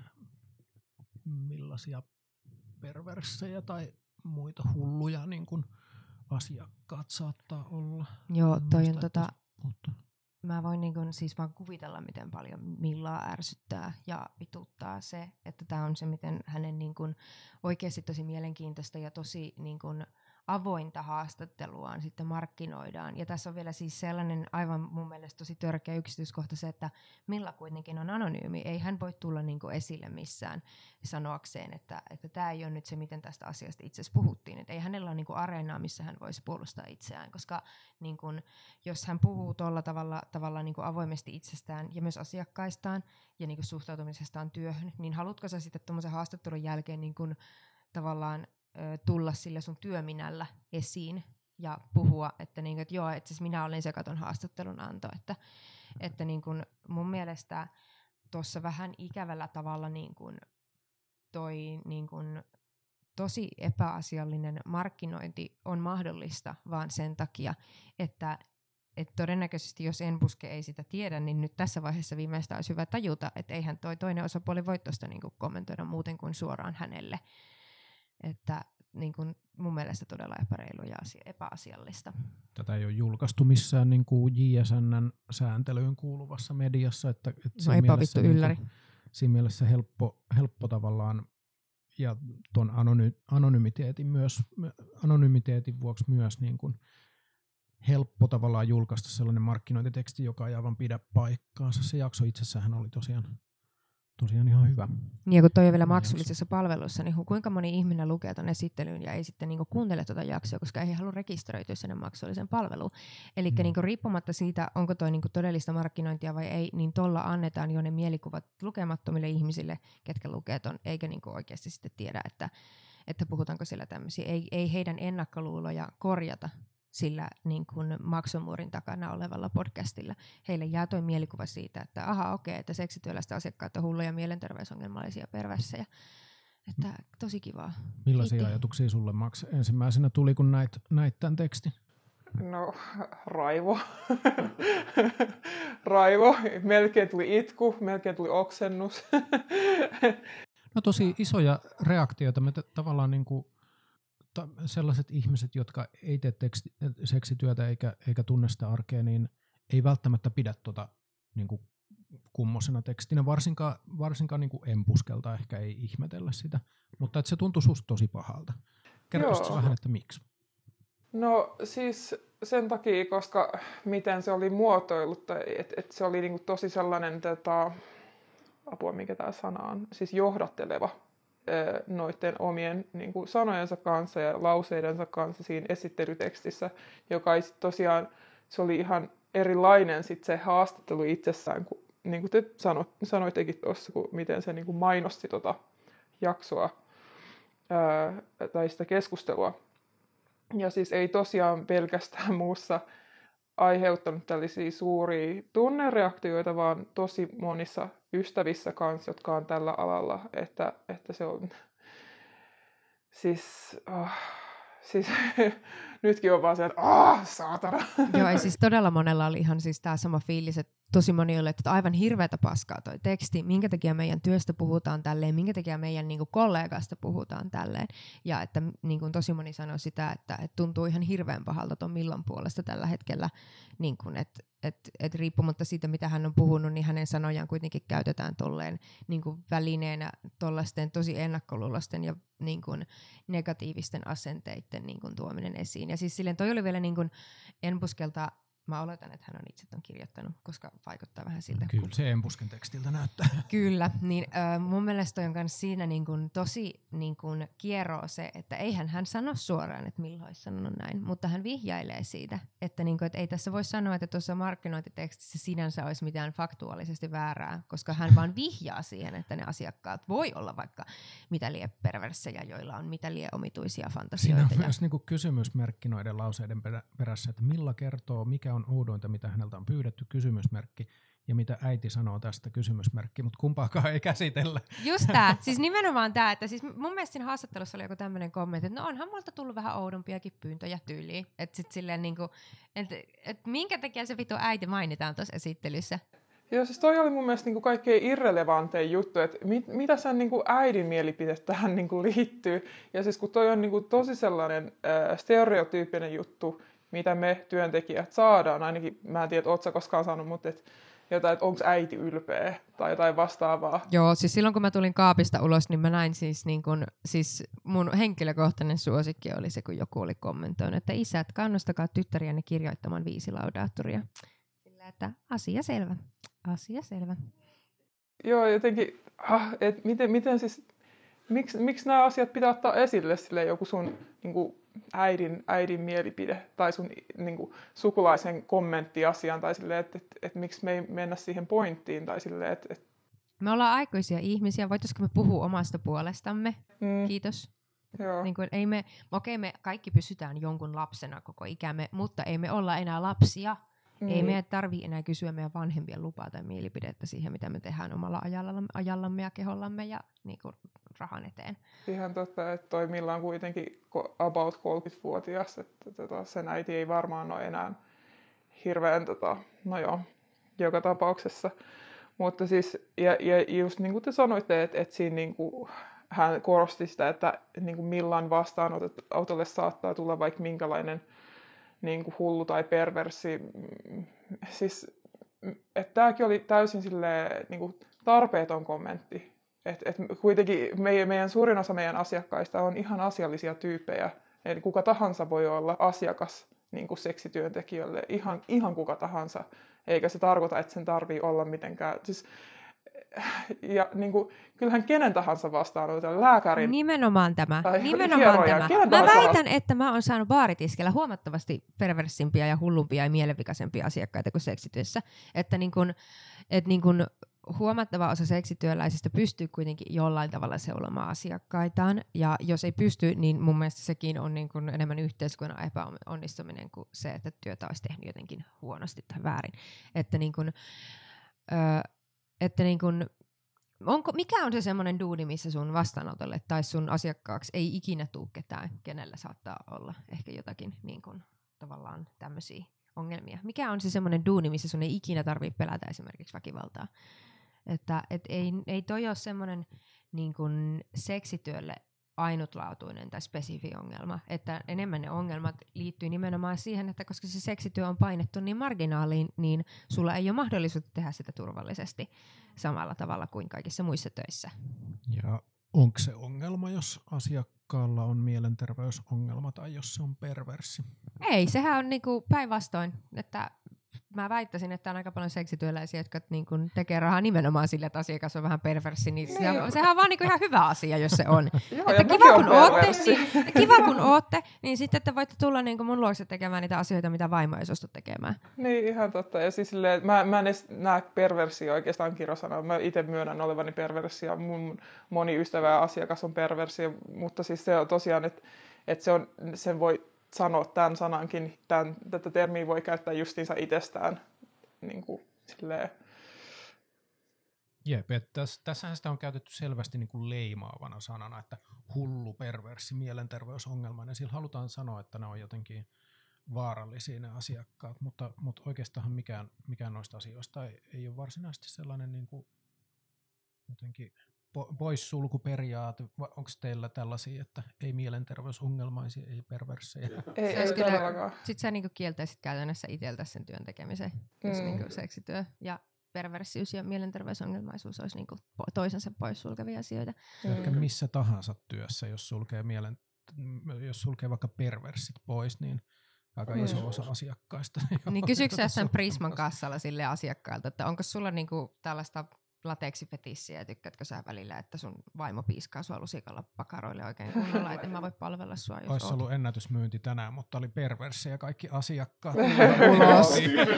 millaisia perverssejä tai muita hulluja niin kuin asiakkaat saattaa olla. Joo, toi on tota, puhuttu. Mä voin niin kun siis vaan kuvitella, miten paljon Millaa ärsyttää ja vituttaa se, että tää on se, miten hänen niin kun oikeasti tosi mielenkiintoista ja tosi niin kun avointa haastatteluaan sitten markkinoidaan. Ja tässä on vielä siis sellainen aivan mun mielestä tosi törkeä yksityiskohta se, että Milla kuitenkin on anonyymi. Ei hän voi tulla niinku esille missään sanoakseen, että että tämä ei ole nyt se, miten tästä asiasta itse asiassa puhuttiin. Et ei hänellä ole niinku areenaa, missä hän voisi puolustaa itseään, koska niinku, jos hän puhuu tuolla tavalla, tavalla niinku avoimesti itsestään ja myös asiakkaistaan ja niinku suhtautumisestaan työhön, niin haluatko sä sitten tuommoisen haastattelun jälkeen niinku, tavallaan tulla sillä sun työminällä esiin ja puhua, että, niinku, että joo, että siis minä olen se katon haastattelun anto. Että, että niinku mun mielestä tuossa vähän ikävällä tavalla niinku toi niinku tosi epäasiallinen markkinointi on mahdollista vaan sen takia, että et todennäköisesti jos Enbuske ei sitä tiedä, niin nyt tässä vaiheessa viimeistään olisi hyvä tajuta, että eihän toi toinen osapuoli voi tuosta niinku kommentoida muuten kuin suoraan hänelle. Että niin kuin mun mielestä todella epäreilu ja asia, epäasiallista. Tätä ei ole julkaistu missään niin kuin J S N-sääntelyyn kuuluvassa mediassa. Että, että no eipä vittu ylläri. Niin siinä mielessä helppo, helppo tavallaan, ja tuon anony, anonymiteetin, myös, anonymiteetin vuoksi myös niin kuin helppo tavallaan julkaista sellainen markkinointiteksti, joka ei aivan pidä paikkaansa. Se jakso itsessään oli tosiaan Tosiaan ihan hyvä. Ja kun toi on vielä maksullisessa palvelussa, niin kuinka moni ihminen lukee ton esittelyyn ja ei sitten niinku kuuntele tuota jaksoa, koska ei halua rekisteröityä sinne maksulliseen palveluun. Eli mm. niinku riippumatta siitä, onko toi niinku todellista markkinointia vai ei, niin tuolla annetaan jo ne mielikuvat lukemattomille ihmisille, ketkä lukee ton, eikä niinku oikeasti sitten tiedä, että, että puhutaanko siellä tämmöisiä. Ei, ei heidän ennakkoluuloja korjata sillä niin kuin maksumuurin takana olevalla podcastilla. Heille jää toi mielikuva siitä, että aha okei, okay, että seksityöläistä asiakkaat on hulluja mielenterveysongelmallisia perverssejä. Että tosi kivaa. Millaisia Kiitti. ajatuksia sulle, Max, ensimmäisenä tuli, kun näit, näit tämän tekstin? No, raivo. raivo. Melkein tuli itku, melkein tuli oksennus. No tosi isoja reaktioita. Me t- tavallaan niin kuin sellaiset ihmiset, jotka ei tee teksti, seksityötä eikä, eikä tunne sitä arkea, niin ei välttämättä pidä tuota niin kuin kummosena tekstinä, varsinkaan, varsinkaan niin kuin Enbuskelta ehkä ei ihmetellä sitä, mutta että se tuntui susta tosi pahalta. Kertoisitko vähän, että miksi? No siis sen takia, koska miten se oli muotoillut, että et se oli niinku tosi sellainen, tota, apua mikä tämä sana on, siis johdatteleva noiden omien niin kuin sanojensa kanssa ja lauseidensa kanssa siinä esittelytekstissä, joka ei sit tosiaan, se oli ihan erilainen sit se haastattelu itsessään, kun, niin kuin te sanoit, sanoittekin tuossa, miten se niin kuin mainosti tota jaksoa ää, tai sitä keskustelua. Ja siis ei tosiaan pelkästään muussa aiheuttanut tällaisia suuria tunnereaktioita, vaan tosi monissa ystävissä kanssa, jotka on tällä alalla, että, että se on siis, oh, siis nytkin on vaan se, että ah, saatana. Joo, ei siis todella monella oli ihan siis tämä sama fiilis, että tosi moni oli, että aivan hirveätä paskaa toi teksti, minkä takia meidän työstä puhutaan tälleen, minkä takia meidän niin kuin kollegasta puhutaan tälleen. Ja että niin kuin tosi moni sanoi sitä, että, että tuntuu ihan hirveän pahalta ton Millan puolesta tällä hetkellä, niin kuin, että et, et riippumatta siitä, mitä hän on puhunut, niin hänen sanojaan kuitenkin käytetään tolleen niin kuin välineenä tollaisten tosi ennakkoluulosten ja niin kuin negatiivisten asenteiden niin kuin tuominen esiin. Ja siis silleen toi oli vielä niin kuin Enbuskelta. Mä oletan, että hän on itse ton kirjoittanut, koska vaikuttaa vähän siltä. Kyllä kun... se Embusken tekstiltä näyttää. Kyllä, niin äh, mun mielestä on myös siinä niin kun, tosi niin kun, kieroo se, että eihän hän sano suoraan, että milloin olisi sanonut näin, mutta hän vihjailee siitä, että, niin kun, että ei tässä voi sanoa, että tuossa markkinointitekstissä sinänsä olisi mitään faktuaalisesti väärää, koska hän vaan vihjaa siihen, että ne asiakkaat voi olla vaikka mitä lie perverssejä, joilla on mitä lie omituisia fantasioita. Siinä on ja... myös niin kuin kysymysmerkki noiden lauseiden perässä, että Milla kertoo, mikä on oudointa, mitä häneltä on pyydetty, kysymysmerkki, ja mitä äiti sanoo tästä, kysymysmerkki, mutta kumpaakaan ei käsitellä. Just tää, siis nimenomaan tää, että siis mun mielestä siinä haastattelussa oli joku tämmönen kommentti, että no onhan multa tullut vähän oudompiakin pyyntöjä tyyliin, että sit silleen niinku, että et minkä takia se vitu äiti mainitaan tuossa esittelyssä. Joo, siis toi oli mun mielestä niinku kaikkein irrelevantein juttu, että mit, mitä sen niinku äidin mielipide tähän niinku liittyy. Ja siis kun toi on niinku tosi sellainen äh, stereotyyppinen juttu, mitä me työntekijät saadaan, ainakin mä en tiedä, ootko sä koskaan saanut, mutta et, jotain, että onko äiti ylpeä tai jotain vastaavaa. Joo, siis silloin kun mä tulin kaapista ulos, niin mä näin siis, niin kun, siis mun henkilökohtainen suosikki oli se, kun joku oli kommentoinut, että isät, kannustakaa tyttäriänne kirjoittamaan viisi laudaattoria. Sillä, että asia selvä, asia selvä. Joo, jotenkin, ah, et miten, miten siis, miksi, miksi nämä asiat pitää ottaa esille, sille joku sun niin kuin, äidin, äidin mielipide tai sun niin kuin, sukulaisen kommentti asiaan tai silleen, että et, et, miksi me ei mennä siihen pointtiin tai silleen, että et... Me ollaan aikuisia ihmisiä, voitaisiko me puhua omasta puolestamme? Mm. Kiitos. Joo. Niin kuin, ei me, okei, me kaikki pysytään jonkun lapsena koko ikämme, mutta ei me olla enää lapsia. Mm. Ei meidän tarvitse enää kysyä meidän vanhempien lupaa tai mielipidettä siihen, mitä me tehdään omalla ajallamme, ajallamme ja kehollamme ja niin kuin, rahan eteen. Ihan totta, että toi Milla on kuitenkin about kolmekymmentävuotias, että tota, sen äiti ei varmaan ole enää hirveän, tota, no joo, joka tapauksessa. Mutta siis, ja, ja just niin kuin te sanoitte, että, että siinä niin kuin, hän korosti sitä, että niin kuin Millan vastaanotolle saattaa tulla vaikka minkälainen niin kuin hullu tai perversi. Siis, että tämäkin oli täysin silleen, niin kuin tarpeeton kommentti. Että et kuitenkin meidän, meidän suurin osa meidän asiakkaista on ihan asiallisia tyyppejä. Eli kuka tahansa voi olla asiakas niin kuin seksityöntekijöille, ihan, ihan kuka tahansa. Eikä se tarkoita, että sen tarvii olla mitenkään. Siis, ja niin kuin, kyllähän kenen tahansa vastaanotolle, lääkärin. Nimenomaan tämä. Nimenomaan tämä. Mä väitän, että mä oon saanut baaritiskellä huomattavasti perversimpia ja hullumpia ja mielenvikaisempia asiakkaita kuin seksityössä. Että niin kun, et niin kun huomattava osa seksityöläisistä pystyy kuitenkin jollain tavalla seulomaan asiakkaitaan. Ja jos ei pysty, niin mun mielestä sekin on niin kun enemmän yhteiskunnan epäonnistuminen kuin se, että työtä olisi tehnyt jotenkin huonosti tai väärin. Että niin kun, öö, Että niin kun, onko, mikä on se semmoinen duuni, missä sun vastaanotolle tai sun asiakkaaksi ei ikinä tule ketään, kenellä saattaa olla ehkä jotakin niin kun, tavallaan tämmöisiä ongelmia? Mikä on se semmoinen duuni, missä sun ei ikinä tarvitse pelätä esimerkiksi väkivaltaa? Että et ei, ei toi ole semmoinen niin kun seksityölle ainutlaatuinen tai spesifi ongelma, että enemmän ne ongelmat liittyy nimenomaan siihen, että koska se seksityö on painettu niin marginaaliin, niin sulla ei ole mahdollisuutta tehdä sitä turvallisesti samalla tavalla kuin kaikissa muissa töissä. Ja onko se ongelma, jos asiakkaalla on mielenterveysongelma tai jos se on perverssi? Ei, sehän on niinku päinvastoin, että mä väittäisin, että on aika paljon seksityöläisiä, jotka niinku tekee rahaa nimenomaan sillä, että asiakas on vähän perverssi, niin se on, sehän on vaan niinku ihan hyvä asia, jos se on. Joo, että kiva, kun ootte, niin, kiva kun ootte, niin sitten te voitte tulla niinku mun luokse tekemään niitä asioita, mitä vaimo ei suostu tekemään. Niin, ihan totta. Ja siis silleen, mä, mä en edes näe perversiä oikeastaan kirosana. Mä itse myönnän olevani perversiä. Mun moni ystävä ja asiakas on perversiä, mutta siis se on tosiaan, että, että se on, sen voi sanoa tämän sanankin, tämän, tätä termiä voi käyttää justiinsa itsestään. Niin kuin, silleen. Jep, että täs, tässähän sitä on käytetty selvästi niin kuin leimaavana sanana, että hullu, perverssi, mielenterveysongelma, ja sillä halutaan sanoa, että ne on jotenkin vaarallisia ne asiakkaat, mutta, mutta oikeastaan mikään, mikään noista asioista ei, ei ole varsinaisesti sellainen niin kuin jotenkin po, poissulkuperiaate. Onko teillä tällaisia, että ei mielenterveysongelmaisia, ei perversejä? Ei, ei todellakaan. Sitten sä niinku kieltäisit käytännössä itseltäsi sen työn tekemisen, mm. jos niinku seksityö ja perversiys ja mielenterveysongelmaisuus olisi niinku toisensa poissulkevia asioita. Mm. Ehkä missä tahansa työssä, jos sulkee, mielen, jos sulkee vaikka perversit pois, niin aika mm. iso osa asiakkaista. Niin kysyykö sä jossain Prisman kassalla sille asiakkailta, että onko sulla niinku tällaista lateksifetissiä ja tykkäätkö sä välillä, että sun vaimo piiskaa sua lusikalla pakaroille oikein kunnolla, että en mä voi palvella sua, jos Olisi oot. ollut ennätysmyynti tänään, mutta oli perversi ja kaikki asiakkaat ulos.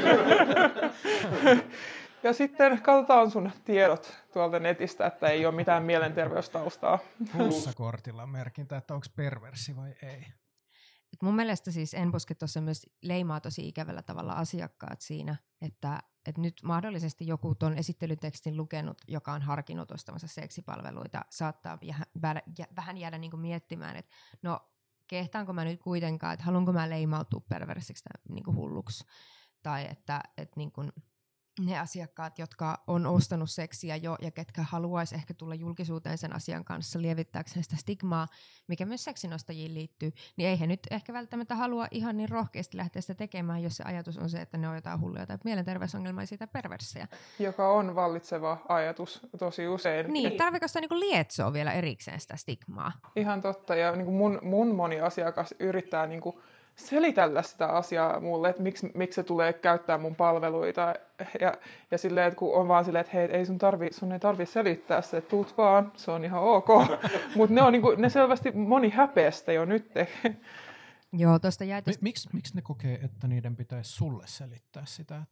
Ja sitten katsotaan sun tiedot tuolta netistä, että ei ole mitään mielenterveystaustaa. Plussakortilla merkintä, että onko perversi vai ei. Et mun mielestä siis Enbuske tuossa myös leimaa tosi ikävällä tavalla asiakkaat siinä, että et nyt mahdollisesti joku tuon esittelytekstin lukenut, joka on harkinnut ostamansa seksipalveluita, saattaa vähän jäädä niinku miettimään, että no kehtaanko mä nyt kuitenkaan, että haluanko mä leimautua perversiksi tai niinku hulluksi, tai että et niinku ne asiakkaat, jotka on ostanut seksiä jo ja ketkä haluaisi ehkä tulla julkisuuteen sen asian kanssa lievittääkseen sitä stigmaa, mikä myös seksinostajiin liittyy, niin ei he nyt ehkä välttämättä halua ihan niin rohkeasti lähteä sitä tekemään, jos se ajatus on se, että ne on jotain hulluja tai mielenterveysongelmaisia tai perverssejä. Joka on vallitseva ajatus tosi usein. Niin, tarviiko sitä niinku lietsoa vielä erikseen sitä stigmaa? Ihan totta, ja niinku mun, mun moni asiakas yrittää niinku selitellä sitä asiaa mulle, että miksi, miksi se tulee käyttää mun palveluita. Ja, ja silleen, että kun on vaan silleen, että hei, ei sun, tarvi, sun ei tarvi selittää se, että tuut vaan, se on ihan ok. Mutta ne, niinku, ne selvästi moni häpeästä jo nyt. Joo, tosta jäi tosta... Miksi miks ne kokee, että niiden pitäisi sulle selittää sitä?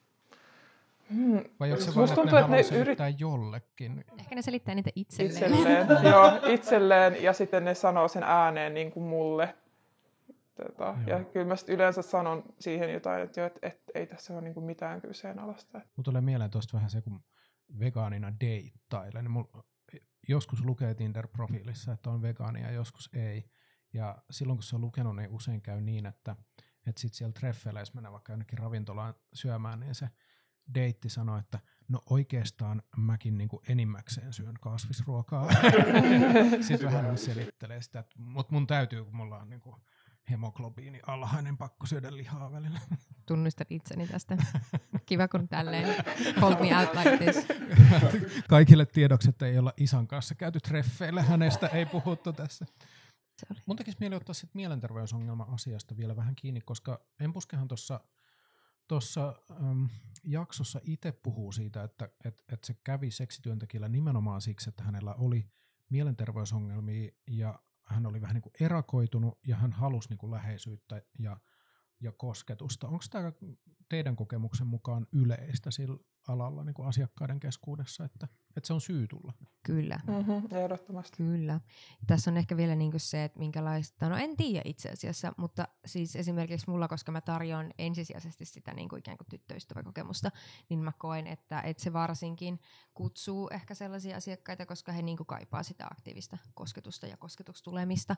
Hmm. Vai onko se vaan, että ne haluaa selittää yrit... jollekin? Ehkä ne selittää niitä itselleen. Itselleen, joo, itselleen, ja sitten ne sanoo sen ääneen niin kuin mulle. Tota, ja kyllä mä yleensä sanon siihen jotain, että, jo, että, että ei tässä ole niinku mitään kyseenalaista. Mulla tulee mieleen tuosta vähän se, kun vegaanina deittailen. Niin mulla joskus lukee Tinder-profiilissa, että on vegaania ja joskus ei. Ja silloin kun se on lukenut, niin usein käy niin, että, että sit siellä treffeillä, jos mennään vaikka jonnekin ravintolaan syömään, niin se deitti sanoo, että no oikeastaan mäkin niinku enimmäkseen syön kasvisruokaa. Sitten vähän selittelee sitä, mutta mun täytyy, kun mulla on niinku hemoglobiini alhainen, pakko syödä lihaa välillä. Tunnistan itseni tästä. Kiva kun tälleen. Hold me out like this. Kaikille tiedoksi, että ei olla isän kanssa käyty treffeillä. Hänestä ei puhuttu tässä. Mun tekisi mieli ottaa sit mielenterveysongelma-asiasta vielä vähän kiinni, koska Enbuskehan tuossa Tuossa ähm, jaksossa itse puhuu siitä, että et, et se kävi seksityöntekijällä nimenomaan siksi, että hänellä oli mielenterveysongelmia ja hän oli vähän niin kuin erakoitunut ja hän halusi niin kuin läheisyyttä ja, ja kosketusta. Onko tämä teidän kokemuksen mukaan yleistä sillä alalla niin kuin asiakkaiden keskuudessa, että, että se on syy tulla? Kyllä. Mm-hmm, ehdottomasti. Kyllä. Tässä on ehkä vielä niin kuin se, että minkälaista, no en tiedä itse asiassa, mutta siis esimerkiksi mulla, koska mä tarjoan ensisijaisesti sitä niin kuin ikään kuin tyttöystäväkokemusta, niin mä koen, että, että se varsinkin kutsuu ehkä sellaisia asiakkaita, koska he niin kuin kaipaa sitä aktiivista kosketusta ja kosketuksi tulemista.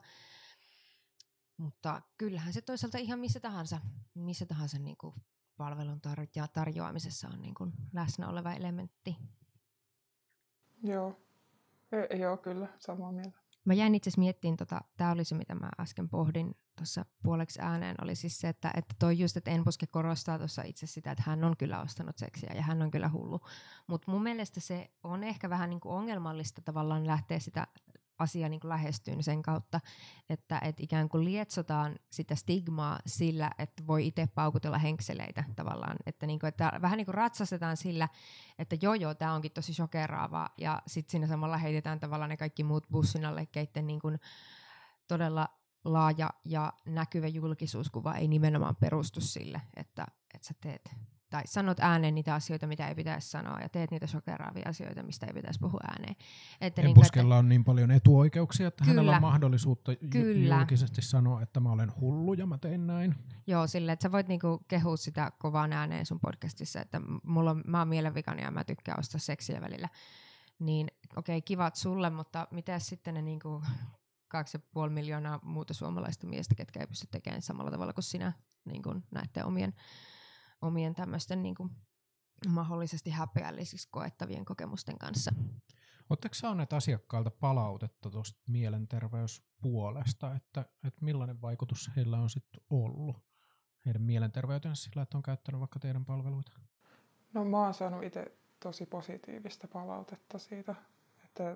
Mutta kyllähän se toisaalta ihan missä tahansa, missä tahansa niin kuin palvelun tarjo- tarjoamisessa on niin kuin läsnä oleva elementti. Joo. E- joo, kyllä, samaa mieltä. Mä jäin itse asiassa miettimään, tota, tämä oli se, mitä mä äsken pohdin tuossa puoleksi ääneen, oli siis se, että, että toi just, että Enbuske korostaa tuossa itse sitä, että hän on kyllä ostanut seksiä ja hän on kyllä hullu. Mutta mun mielestä se on ehkä vähän niin kuin ongelmallista tavallaan lähteä sitä asia niin kuin lähestyyn sen kautta, että et ikään kuin lietsotaan sitä stigmaa sillä, että voi itse paukutella henkseleitä tavallaan, että, niin kuin, että vähän niin kuin ratsastetaan sillä, että joo joo, tämä onkin tosi shokeraavaa, ja sitten siinä samalla heitetään tavallaan ne kaikki muut bussin alle, keitten niin kuin todella laaja ja näkyvä julkisuuskuva ei nimenomaan perustu sille, että, että sä teet tai sanot ääneen niitä asioita, mitä ei pitäisi sanoa, ja teet niitä shokeraavia asioita, mistä ei pitäisi puhua ääneen. Enbuskella on niin paljon etuoikeuksia, että kyllä, hänellä on mahdollisuutta kyllä. julkisesti sanoa, että mä olen hullu ja mä tein näin. Joo, silleen, että sä voit niinku kehua sitä kovaan ääneen sun podcastissa, että mulla on, mä oon mielenvikani ja mä tykkään ostaa seksiä välillä. Niin okei, okay, kivat sulle, mutta mitä sitten ne niinku kaksi ja puoli miljoonaa muuta suomalaista miestä, ketkä ei pysty tekemään samalla tavalla kuin sinä niin kuin näiden omien, omien tämmöisten niin kuin mahdollisesti häpeällisiksi koettavien kokemusten kanssa. Oletteko saaneet asiakkailta palautetta tuosta mielenterveyspuolesta, että, että millainen vaikutus heillä on sitten ollut heidän mielenterveytensä sillä, että on käyttänyt vaikka teidän palveluita? No mä oon saanut itse tosi positiivista palautetta siitä, että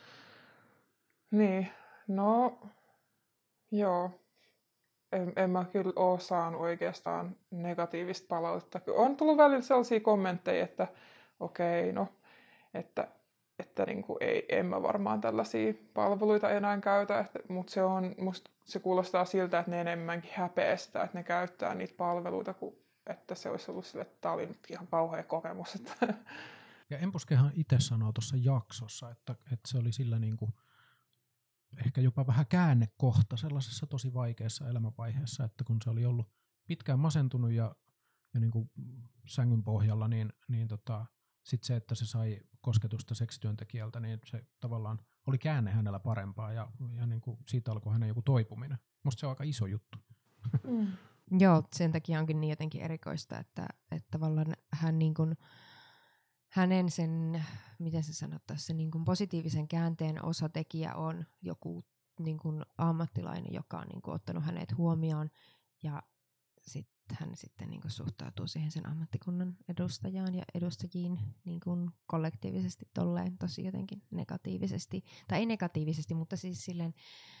niin, no joo, en, en mä kyllä ole saanut oikeastaan negatiivista palautetta. On tullut välillä sellaisia kommentteja, että okei, okay, no, että, että niin kuin ei, en mä varmaan tällaisia palveluita enää käytä, mutta se, on, musta se kuulostaa siltä, että ne enemmänkin häpeää sitä, että ne käyttää niitä palveluita, kuin että se olisi ollut sille, että tämä oli nyt ihan kauhea kokemus. Että. Ja Embuskehan itse sanoo tuossa jaksossa, että, että se oli sillä niin kuin ehkä jopa vähän käännekohta sellaisessa tosi vaikeassa elämänvaiheessa, että kun se oli ollut pitkään masentunut ja, ja niin kuin sängyn pohjalla, niin, niin tota, sitten se, että se sai kosketusta seksityöntekijältä, niin se tavallaan oli käänne hänellä parempaa ja, ja niin kuin siitä alkoi hänen joku toipuminen. Musta se on aika iso juttu. Mm. Joo, sen takia onkin niin jotenkin erikoista, että, että tavallaan hän niin kuin, hänen sen, miten se sanottaisiin, se niin kuin positiivisen käänteen osatekijä on joku niin kuin ammattilainen, joka on niin kuin ottanut hänet huomioon ja sitten hän sitten niin kuin suhtautuu siihen sen ammattikunnan edustajaan ja edustajiin niin kuin kollektiivisesti tolleen tosi jotenkin negatiivisesti. Tai ei negatiivisesti, mutta siis silleen,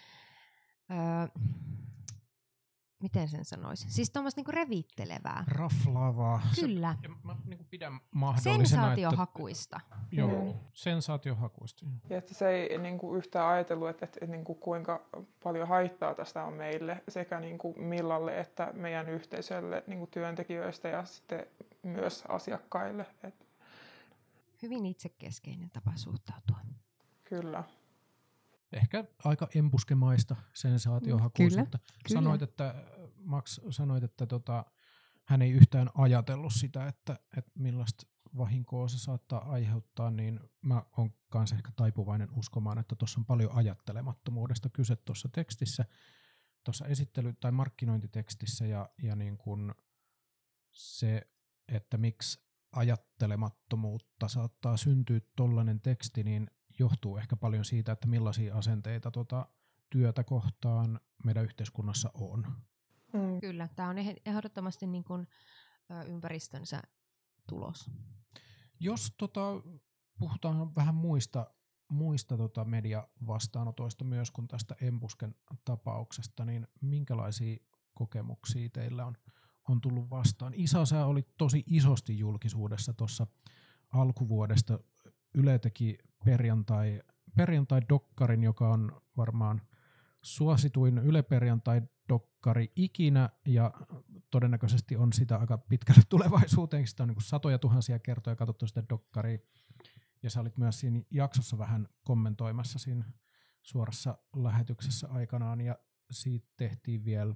öö, miten sen sanoisi? Siis tuommoista niinku revittelevää. Raflaavaa. Kyllä. Se, mä niinku pidän mahdollisena, sensaatiohakuista. Että, joo, sensaatiohakuista. Ja että se ei niinku yhtään ajatellut, että, että, että niinku kuinka paljon haittaa tästä on meille sekä niinku Millalle että meidän yhteisölle niinku työntekijöistä ja sitten myös asiakkaille. Et. Hyvin itsekeskeinen tapa suhtautua. Kyllä. Ehkä aika embuskemaista sensaatiohakuisuutta. Kyllä, kyllä. Sanoit, että Max sanoit, että tota, hän ei yhtään ajatellut sitä, että, että millaista vahinkoa se saattaa aiheuttaa, niin mä oon kanssa ehkä taipuvainen uskomaan, että tuossa on paljon ajattelemattomuudesta kyse tuossa tekstissä, tuossa esittely- tai markkinointitekstissä ja, ja niin kun se, että miksi ajattelemattomuutta saattaa syntyä tollainen teksti, niin johtuu ehkä paljon siitä, että millaisia asenteita tota työtä kohtaan meidän yhteiskunnassa on. Mm. Kyllä, tämä on ehdottomasti niin kuin, ö, ympäristönsä tulos. Jos tota, puhutaan vähän muista, muista tota mediavastaanotoista myös kuin tästä Embusken tapauksesta, niin minkälaisia kokemuksia teillä on, on tullut vastaan? Isa, sä olit tosi isosti julkisuudessa tuossa alkuvuodesta. Yle teki perjantai, perjantai-dokkarin, joka on varmaan suosituin Yle perjantai-dokkari ikinä ja todennäköisesti on sitä aika pitkälle tulevaisuuteen. Sitä on niin kuin satoja tuhansia kertoja katsottu sitä dokkaria. Ja sä olit myös siinä jaksossa vähän kommentoimassa siinä suorassa lähetyksessä aikanaan ja siitä tehtiin vielä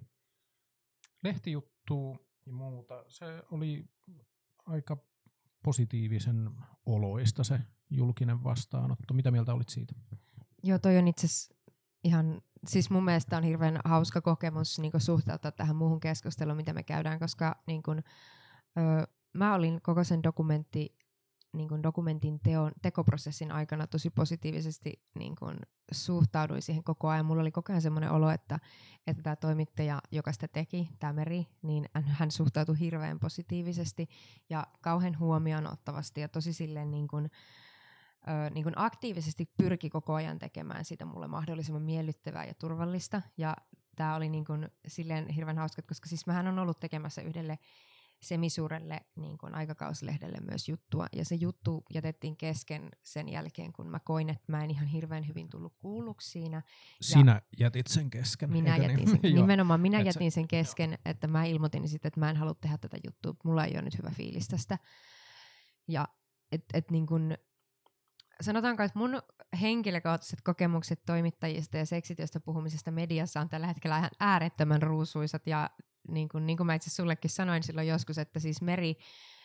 lehtijuttua ja muuta. Se oli aika positiivisen oloista se julkinen vastaanotto. Mitä mieltä olit siitä? Joo, toi on itse asiassa ihan, siis mun mielestä on hirveän hauska kokemus niin suhtautua tähän muuhun keskusteluun, mitä me käydään, koska niin kun, ö, mä olin koko sen dokumentti, niin kun dokumentin teon, tekoprosessin aikana tosi positiivisesti niin kun suhtauduin siihen koko ajan. Mulla oli koko ajan semmoinen olo, että, että tämä toimittaja, joka sitä teki, tämä Meri, niin hän suhtautui hirveän positiivisesti ja kauhean huomioon ottavasti ja tosi silleen niin kun, ö, niin kun aktiivisesti pyrki koko ajan tekemään siitä mulle mahdollisimman miellyttävää ja turvallista. Ja tämä oli niin kun silleen hirveän hauska, koska siis mähän on ollut tekemässä yhdelle semisuurelle niin kuin aikakauslehdelle myös juttua, ja se juttu jätettiin kesken sen jälkeen, kun mä koin, että mä en ihan hirveän hyvin tullut kuulluksi siinä. Sinä ja jätit sen kesken. Minä jätin sen, nimenomaan minä Et jätin se, sen kesken, jo. että mä ilmoitin sitten, että mä en halua tehdä tätä juttua, mulla ei ole nyt hyvä fiilis tästä. Ja et, et niin kun, sanotaanko, että mun henkilökohtaiset kokemukset toimittajista ja seksityöstä puhumisesta mediassa on tällä hetkellä ihan äärettömän ruusuisat ja niin kuin, niin kuin mä itse sullekin sanoin silloin joskus, että siis Meri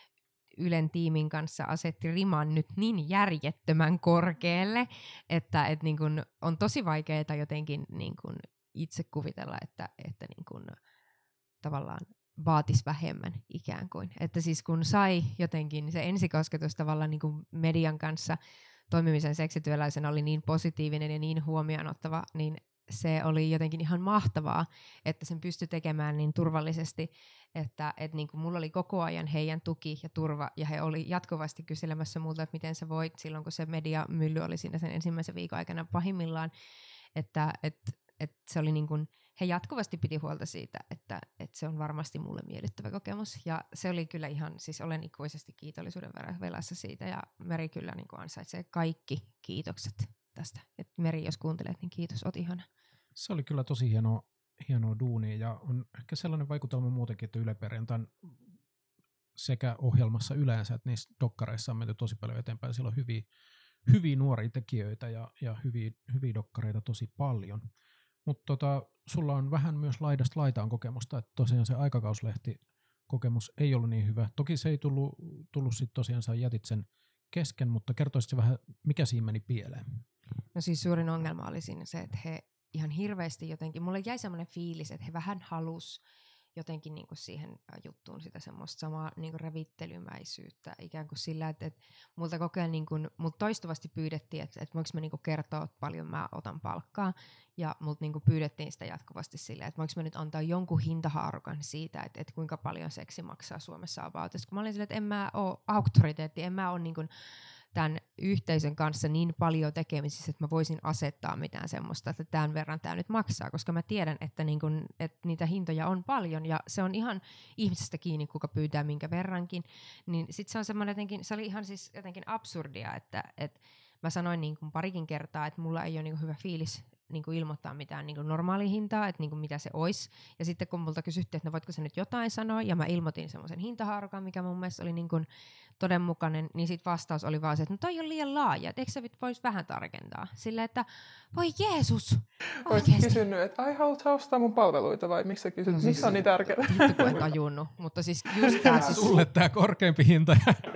Ylen tiimin kanssa asetti riman nyt niin järjettömän korkealle, että et niin kun on tosi vaikeaa jotenkin niin kun itse kuvitella, että, että niin kun tavallaan vaatisi vähemmän ikään kuin. Että siis kun sai jotenkin se ensikosketus tavallaan niin kuin median kanssa toimimisen seksityöläisenä oli niin positiivinen ja niin huomioon-ottava, niin se oli jotenkin ihan mahtavaa, että sen pystyi tekemään niin turvallisesti, että et niin kuin mulla oli koko ajan heidän tuki ja turva, ja he oli jatkuvasti kyselemässä multa, että miten sä voit silloin, kun se mediamylly oli siinä sen ensimmäisen viikon aikana pahimmillaan, että et, et se oli niin kuin, he jatkuvasti piti huolta siitä, että, että se on varmasti mulle miellyttävä kokemus, ja se oli kyllä ihan, siis olen ikuisesti kiitollisuuden velassa siitä, ja Meri kyllä niin kuin ansaitsee kaikki kiitokset tästä. Et Meri, jos kuuntelet, niin kiitos, oot ihana. Se oli kyllä tosi hienoa, hienoa duunia, ja on ehkä sellainen vaikutelma muutenkin, että Yle Perjantain sekä ohjelmassa yleensä, että niissä dokkareissa on menty tosi paljon eteenpäin. Siellä on hyviä, hyviä nuoria tekijöitä ja, ja hyviä, hyviä dokkareita tosi paljon. Mutta tota, sulla on vähän myös laidasta laitaan kokemusta, että tosiaan se aikakauslehti kokemus ei ollut niin hyvä. Toki se ei tullut, tullut sitten tosiaan, sä jätit sen kesken, mutta kertoisitko vähän, mikä siinä meni pieleen? No siis suurin ongelma oli siinä se, että he ihan hirveästi jotenkin, mulle jäi semmoinen fiilis, että he vähän halus jotenkin niinku siihen juttuun sitä semmoista samaa niinku revittelymäisyyttä ikään kuin sillä, että, että multa koko ajan niinku, multa toistuvasti pyydettiin, että, että voinko mä niinku kertoa, että paljon mä otan palkkaa, ja multa niinku pyydettiin sitä jatkuvasti sillä, että voinko mä nyt antaa jonkun hintahaarukan siitä, että, että kuinka paljon seksi maksaa Suomessa about. Kun mä olin sillä, että en mä ole auktoriteetti, en mä ole niinku tämän yhteisön kanssa niin paljon tekemisissä, että mä voisin asettaa mitään semmoista, että tämän verran tämä nyt maksaa, koska mä tiedän, että, niin kun, että niitä hintoja on paljon, ja se on ihan ihmisestä kiinni, kuka pyytää minkä verrankin, niin sit se on semmoinen jotenkin, se oli ihan siis jotenkin absurdia, että, että mä sanoin niin kuin parikin kertaa, että mulla ei ole niin kuin hyvä fiilis niin kuin ilmoittaa mitään niin kuin normaalia hintaa, että niin kuin mitä se olisi. Ja sitten kun multa kysyttiin, että no voitko sä nyt jotain sanoa, ja mä ilmoitin semmoisen hintahaarukan, mikä mun mielestä oli niin kuin todenmukainen, niin sitten vastaus oli vaan se, että no toi on liian laaja, että eikö sä vois vähän tarkentaa? Silleen, että voi Jeesus, oikeesti. Olet kysynyt, että ai haluatko ostaa mun palveluita vai miksi sä kysyt, no, siis, missä on niin tärkeää? Vittu kun en tajunnut, mutta siis just tää siis... Sulle tää korkeampi hinta.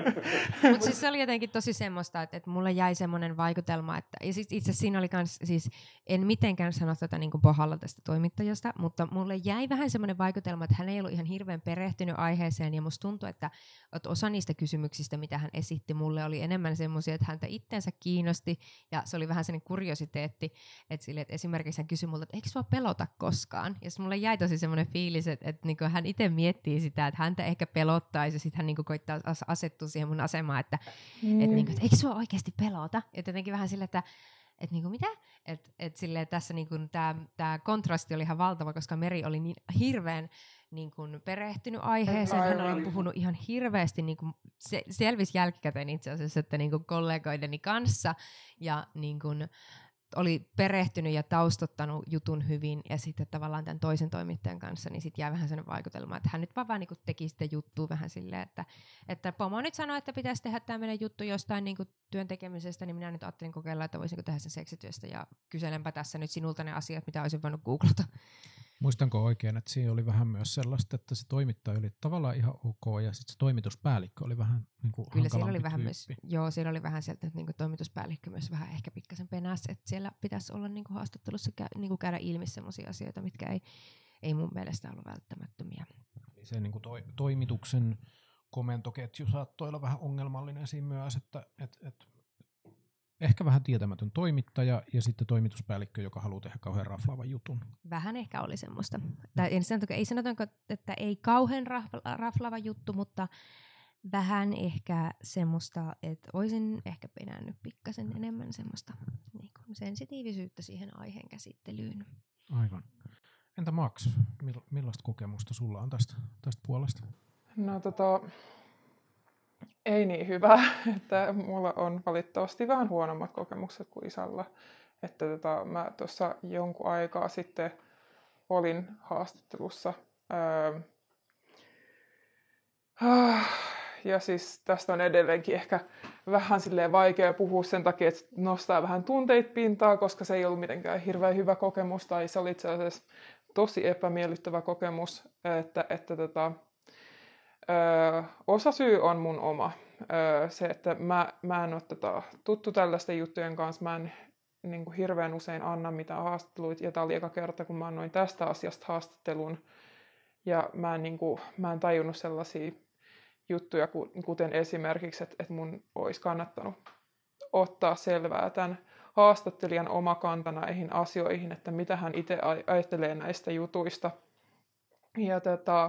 Mutta siis se oli jotenkin tosi semmoista, että, että mulle jäi semmoinen vaikutelma, että ja siis itse siinä oli kans, siis en mitenkään sano tätä niin kuin pohalla tästä toimittajasta, mutta mulle jäi vähän semmoinen vaikutelma, että hän ei ollut ihan hirveän perehtynyt aiheeseen, ja musta tuntui, että, että osa niistä kysymyksistä, mitä hän esitti mulle, oli enemmän semmoisia, että häntä itteensä kiinnosti, ja se oli vähän sellainen kuriositeetti, että, sille, että esimerkiksi hän kysyi multa, että eikö sua pelota koskaan? Ja mulle jäi tosi semmoinen fiilis, että, että niin hän itse miettii sitä, että häntä ehkä pelottaisi, ja sitten hän niin koittaa asettua siihen mun asemaan, että, mm. että, niin kuin, että eikö sua oikeasti pelota? Että jotenkin vähän sille, että että niinku mitä? Että et silleen tässä niinku tämä kontrasti oli ihan valtava, koska Meri oli niin hirveän niinku perehtynyt aiheeseen. Hän oli puhunut ihan hirveästi, niinku, se, selvisi jälkikäteen itse asiassa, että niinku kollegoideni kanssa. Ja niinku, oli perehtynyt ja taustottanut jutun hyvin, ja sitten tavallaan tämän toisen toimittajan kanssa, niin sitten jää vähän sellainen vaikutelma, että hän nyt vaan, vaan niin kuin teki sitä juttua vähän silleen, että, että Pomo nyt sanoi, että pitäisi tehdä tämmöinen juttu jostain niin kuin työn tekemisestä, niin minä nyt ajattelin kokeilla, että voisinko tehdä sen seksityöstä, ja kyselenpä tässä nyt sinulta ne asiat, mitä olisin voinut googlata. Muistanko oikein, että siinä oli vähän myös sellaista, että se toimittaja oli tavallaan ihan ok, ja sitten se toimituspäällikkö oli vähän niin kuin Kyllä siellä oli vähän myös, joo, siellä oli vähän sieltä, että niin kuin toimituspäällikkö myös vähän ehkä pikkasen penässä, että siellä pitäisi olla niin kuin haastattelussa kä- niin kuin käydä ilmi sellaisia asioita, mitkä ei, ei mun mielestä ollut välttämättömiä. Se niin kuin toi, toimituksen komentoketju saattoi olla vähän ongelmallinen siinä myös, että et, et ehkä vähän tietämätön toimittaja ja sitten toimituspäällikkö, joka haluaa tehdä kauhean raflaavan jutun. Vähän ehkä oli semmoista. Tai en sanotaanko, ei sanotaanko, että ei kauhean raflaava juttu, mutta vähän ehkä semmoista, että olisin ehkä penännyt pikkasen enemmän semmoista niin kuin sensitiivisyyttä siihen aiheen käsittelyyn. Aivan. Entä Max, millaista kokemusta sulla on tästä, tästä puolesta? No tota, ei niin hyvä, että mulla on valitettavasti vähän huonommat kokemukset kuin isällä. Että tota, mä tuossa jonkun aikaa sitten olin haastattelussa. Öö, ja siis tästä on edelleenkin ehkä vähän silleen vaikea puhua sen takia, että nostaa vähän tunteita pintaa, koska se ei ollut mitenkään hirveän hyvä kokemus, tai se oli itse asiassa tosi epämiellyttävä kokemus, että, että tota, Öö, osasyy on mun oma. Öö, se, että mä, mä en ole tota, tuttu tällaisten juttujen kanssa. Mä en niin kuin hirveän usein anna mitään haastatteluita. Ja tää oli eka kerta, kun mä annoin tästä asiasta haastattelun. Ja mä en, niin kuin, mä en tajunnut sellaisia juttuja, kuten esimerkiksi, että, että mun olisi kannattanut ottaa selvää tämän haastattelijan oma kanta näihin asioihin, että mitä hän itse ajattelee näistä jutuista. Ja, tota,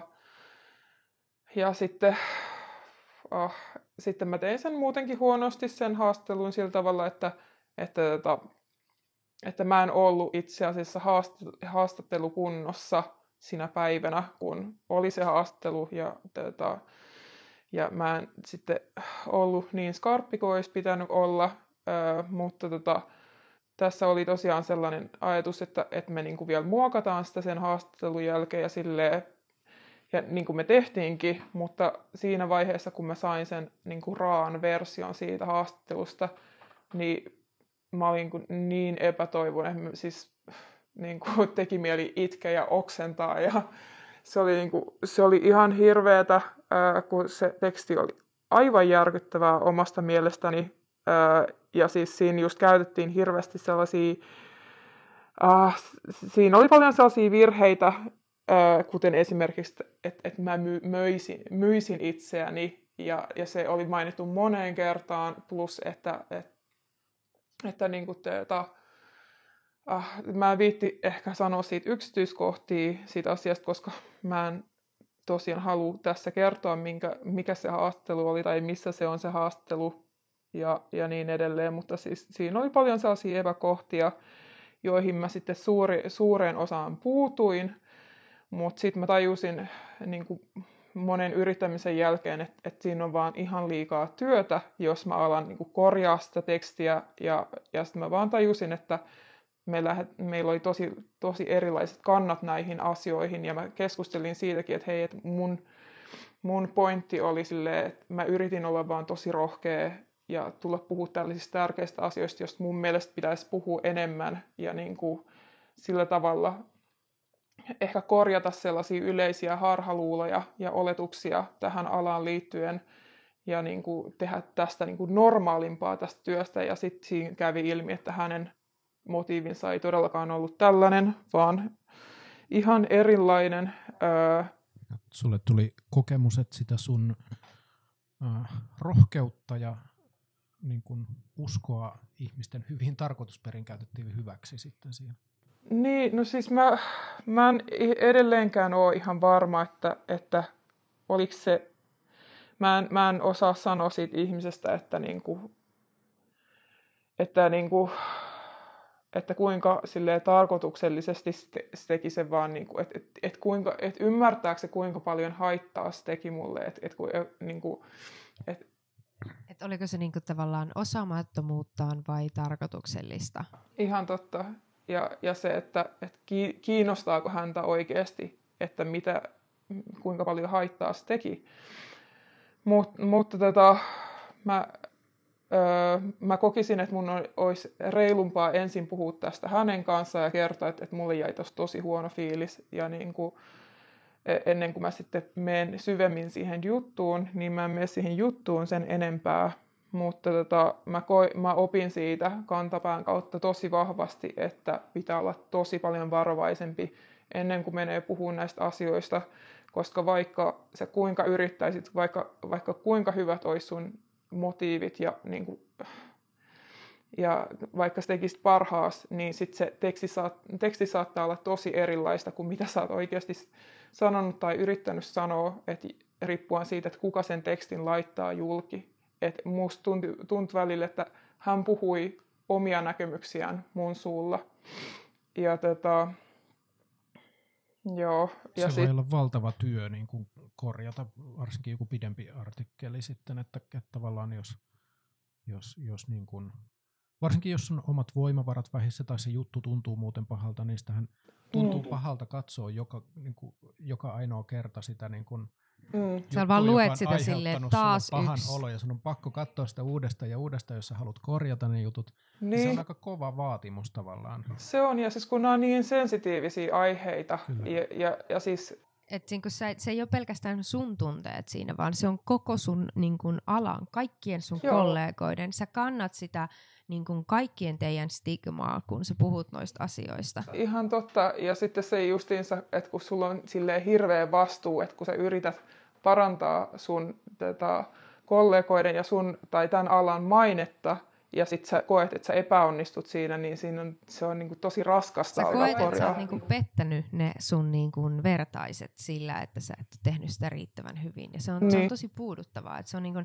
ja sitten, oh, sitten mä tein sen muutenkin huonosti sen haastattelun sillä tavalla, että, että, että, että mä en ollut itse asiassa haastattelukunnossa sinä päivänä, kun oli se haastattelu. Ja, tota, ja mä en sitten ollut niin skarppi kuin olisi pitänyt olla, öö, mutta tota, tässä oli tosiaan sellainen ajatus, että, että me niinku vielä muokataan sitä sen haastattelun jälkeen ja silleen, ja niin kuin me tehtiinkin, mutta siinä vaiheessa, kun mä sain sen niin kuin raan version siitä haastattelusta, niin mä olin niin epätoivoinen, siis niin kuin teki mieli itkeä ja oksentaa, ja se oli, niin kuin, se oli ihan hirveetä, ää, kun se teksti oli aivan järkyttävää omasta mielestäni, ää, ja siis siinä just käytettiin hirveästi sellaisia, ää, siinä oli paljon sellaisia virheitä, kuten esimerkiksi, että et mä myisin, myisin itseäni, ja, ja se oli mainittu moneen kertaan, plus että, et, että niin kuin teeta, äh, mä en viitti ehkä sanoa siitä yksityiskohtia siitä asiasta, koska mä en tosiaan halua tässä kertoa, minkä, mikä se haastattelu oli, tai missä se on se haastattelu, ja, ja niin edelleen, mutta siis siinä oli paljon sellaisia epäkohtia, joihin mä sitten suuri, suureen osaan puutuin. Mutta sitten mä tajusin niin kuin monen yrittämisen jälkeen, että et siinä on vaan ihan liikaa työtä, jos mä alan niin kuin korjaa sitä tekstiä. Ja, ja sitten mä vaan tajusin, että me lähet, meillä oli tosi, tosi erilaiset kannat näihin asioihin. Ja mä keskustelin siitäkin, että hei, et mun, mun pointti oli silleen, että mä yritin olla vaan tosi rohkea ja tulla puhua tällaisista tärkeistä asioista, joista mun mielestä pitäisi puhua enemmän. Ja niin kuin sillä tavalla ehkä korjata sellaisia yleisiä harhaluuloja ja oletuksia tähän alaan liittyen ja niin kuin tehdä tästä niin kuin normaalimpaa tästä työstä. Ja sitten siinä kävi ilmi, että hänen motiivinsa ei todellakaan ollut tällainen, vaan ihan erilainen. Öö... Sulle tuli kokemus, että sitä sun äh, rohkeutta ja niin kuin uskoa ihmisten hyviin tarkoitusperin käytettiin hyväksi sitten siinä. Niin, no siis mä, mä en edelleenkään ole ihan varma, että, että oliko se, mä en, mä en osaa sanoa siitä ihmisestä, että, niinku, että, niinku, että kuinka silleen tarkoituksellisesti se teki sen vaan, niinku, että et, et kuinka, et ymmärtääkö se kuinka paljon haittaa se teki mulle, että et, niinku, et, et oliko se niinku tavallaan osaamattomuuttaan vai tarkoituksellista? Ihan totta. Ja, ja se, että, että kiinnostaako häntä oikeasti, että mitä, kuinka paljon haittaa se teki. Mut, mutta tota, mä, öö, mä kokisin, että mun olisi reilumpaa ensin puhua tästä hänen kanssaan ja kertoa, että, että mulle jäi tossa tosi huono fiilis. Ja niin kuin, ennen kuin mä sitten menen syvemmin siihen juttuun, niin mä en mene siihen juttuun sen enempää. Mutta tota, mä, koi, mä opin siitä kantapään kautta tosi vahvasti, että pitää olla tosi paljon varovaisempi ennen kuin menee puhumaan näistä asioista, koska vaikka sä kuinka yrittäisit, vaikka, vaikka kuinka hyvät olisi sun motiivit ja, niin kuin, ja vaikka sä tekisit parhaas, niin sit se teksti, saat, teksti saattaa olla tosi erilaista kuin mitä sä oot oikeasti sanonut tai yrittänyt sanoa, et riippuen siitä, että kuka sen tekstin laittaa julki. Että musta tuntui, tuntui välillä, että hän puhui omia näkemyksiään mun suulla. Ja tota, joo. Ja se sit... voi olla valtava työ niin kuin korjata, varsinkin joku pidempi artikkeli sitten, että, että tavallaan jos, jos, jos niin kuin, varsinkin jos on omat voimavarat vähissä tai se juttu tuntuu muuten pahalta, niin sitähän tuntuu mm. pahalta katsoa joka, niin kuin, joka ainoa kerta sitä niin kuin Mm. Sä vaan luet sitä silleen taas pahan yksi. olo ja sun on pakko katsoa sitä uudestaan ja uudestaan, jos sä haluat korjata ne jutut. Niin. Se on aika kova vaatimus tavallaan. Se on, ja siis kun nämä on niin sensitiivisiä aiheita, ja, ja, ja siis et niinku se, se ei ole pelkästään sun tunteet siinä, vaan se on koko sun niinku alan, kaikkien sun Joo. kollegoiden. Sä kannat sitä niinku kaikkien teidän stigmaa, kun sä puhut noista asioista. Ihan totta. Ja sitten se justiinsa, että kun sulla on silleen hirveä vastuu, että kun sä yrität parantaa sun tätä kollegoiden ja sun tai tämän alan mainetta, ja sit sä koet, että sä epäonnistut siinä, niin siinä on, se on niinku tosi raskasta Sä alkaa koet, että sä korjaa. oot niinku pettänyt ne sun niinku vertaiset sillä, että sä et tehnyt sitä riittävän hyvin. Ja se on, niin. se on tosi puuduttavaa. Että se on niinku,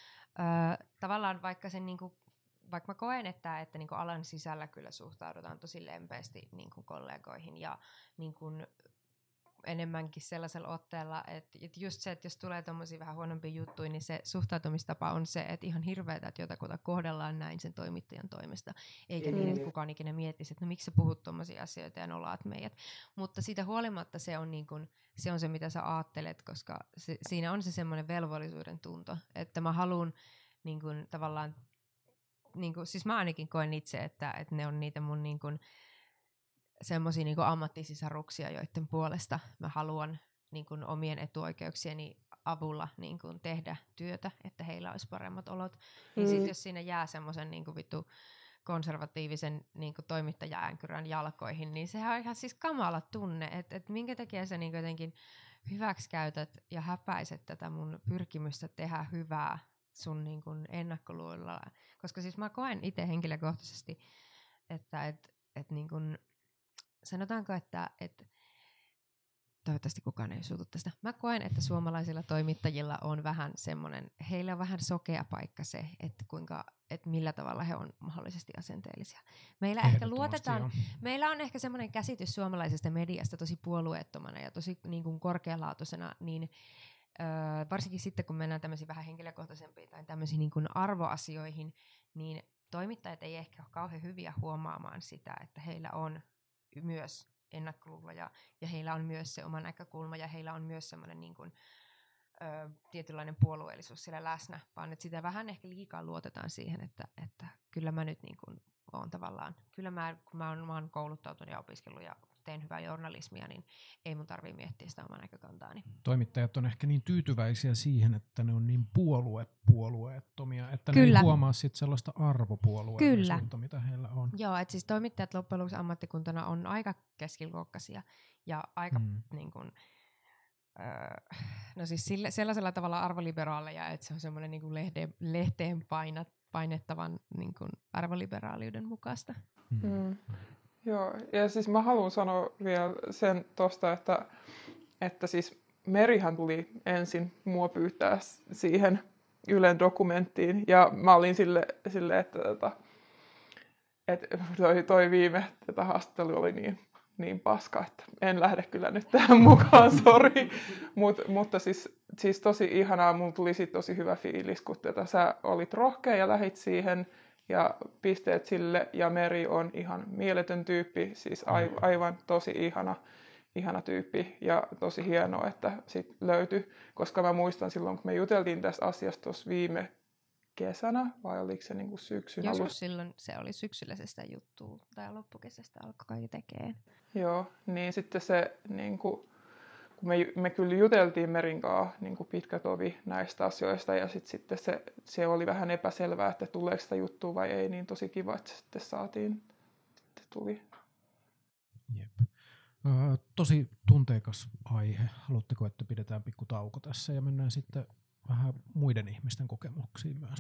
äh, tavallaan vaikka sen niinku, vaikka mä koen, että, että niinku alan sisällä kyllä suhtaudutaan tosi lempeästi niinku kollegoihin ja niinku enemmänkin sellaisella otteella, että, että just se, että jos tulee tommosia vähän huonompia juttuja, niin se suhtautumistapa on se, että ihan hirveetä, että jotakuta kohdellaan näin sen toimittajan toimesta, eikä mm. niin, että kukaan ikinä miettisi, että no miksi sä puhut tommosia asioita ja nolaat meidät. Mutta siitä huolimatta se on, niin kun, se, on se, mitä sä aattelet, koska se, siinä on se semmoinen velvollisuuden tunto, että mä haluan niin kun, tavallaan, niin kun, siis mä ainakin koen itse, että, että ne on niitä mun niin kun, semmoisia niinku ammattisisaruksia, joiden puolesta mä haluan niinku omien etuoikeuksieni avulla niinku tehdä työtä, että heillä olisi paremmat olot. Mm. Niin sit jos siinä jää semmoisen niinku vittu konservatiivisen niinku toimittaja-äänkyrän jalkoihin, niin sehän on ihan siis kamala tunne, että et minkä takia sä niinku jotenkin hyväksikäytät ja häpäiset tätä mun pyrkimystä tehdä hyvää sun niinku ennakkoluulla. Koska siis mä koen itse henkilökohtaisesti, että et, et niinku sanotaanko, että, että toivottavasti kukaan ei suutu tästä. Mä koen, että suomalaisilla toimittajilla on vähän semmoinen, heillä on vähän sokea paikka se, että, kuinka, että millä tavalla he on mahdollisesti asenteellisia. Meillä ehkä luotetaan, jo. meillä on ehkä semmoinen käsitys suomalaisesta mediasta tosi puolueettomana ja tosi niin kuin korkealaatuisena, niin öö, varsinkin sitten kun mennään tämmöisiin vähän henkilökohtaisempiin tai tämmöisiin niin kuin arvoasioihin, niin toimittajat ei ehkä ole kauhean hyviä huomaamaan sitä, että heillä on myös ennakkoluuloja ja heillä on myös se oma näkökulma ja heillä on myös semmoinen niin kuin, ö, tietynlainen puolueellisuus siellä läsnä, vaan että sitä vähän ehkä liikaa luotetaan siihen, että, että kyllä mä nyt niin kuin oon tavallaan, kyllä mä, kun mä oon, mä oon kouluttautunut ja opiskellut ja teen hyvää journalismia, niin ei mun tarvii miettiä sitä omaa näkökantaani. Toimittajat on ehkä niin tyytyväisiä siihen, että ne on niin puoluepuolueettomia, että Kyllä. ne ei huomaa sit sellaista arvopuolueellisuutta, mitä heillä on. Joo, että siis toimittajat loppujen lopuksi ammattikuntana on aika keskiluokkaisia ja aika mm. niin kuin, öö, no siis sille, sellaisella tavalla arvoliberaaleja, että se on semmoinen niin kuin lehde, lehteen painat, painettavan niin kuin arvoliberaaliuden mukaista. Mm. Mm. Joo, ja siis mä haluan sanoa vielä sen tosta, että, että siis Merihan tuli ensin mua pyytää siihen Ylen dokumenttiin, ja mä olin sille, sille että, että, että toi, toi viime tätä haastattelu oli niin, niin paska, että en lähde kyllä nyt tähän mukaan, sori. Mut, mutta siis, siis tosi ihanaa, mun tuli sit tosi hyvä fiilis, kun tätä sä olit rohkea ja lähit siihen, ja pisteet sille, ja Meri on ihan mieletön tyyppi, siis aivan tosi ihana, ihana tyyppi, ja tosi hienoa, että sit löytyi, koska mä muistan silloin, kun me juteltiin tästä asiasta tuossa viime kesänä, vai oliko se niinku syksyn Joskus alussa? silloin se oli syksyllä sitä juttua, tai loppukesästä alkoi kaikki tekemään. Joo, niin sitten se, niinku, kun me, me kyllä juteltiin Merin kanssa niinku pitkä tovi näistä asioista, ja sit, sitten se, se oli vähän epäselvää, että tuleeko sitä juttua vai ei, niin tosi kiva, että se sitten saatiin, sitten tuli. Jep. Ö, tosi tunteikas aihe. Haluatteko, että pidetään pikku tauko tässä ja mennään sitten vähän muiden ihmisten kokemuksiin myös?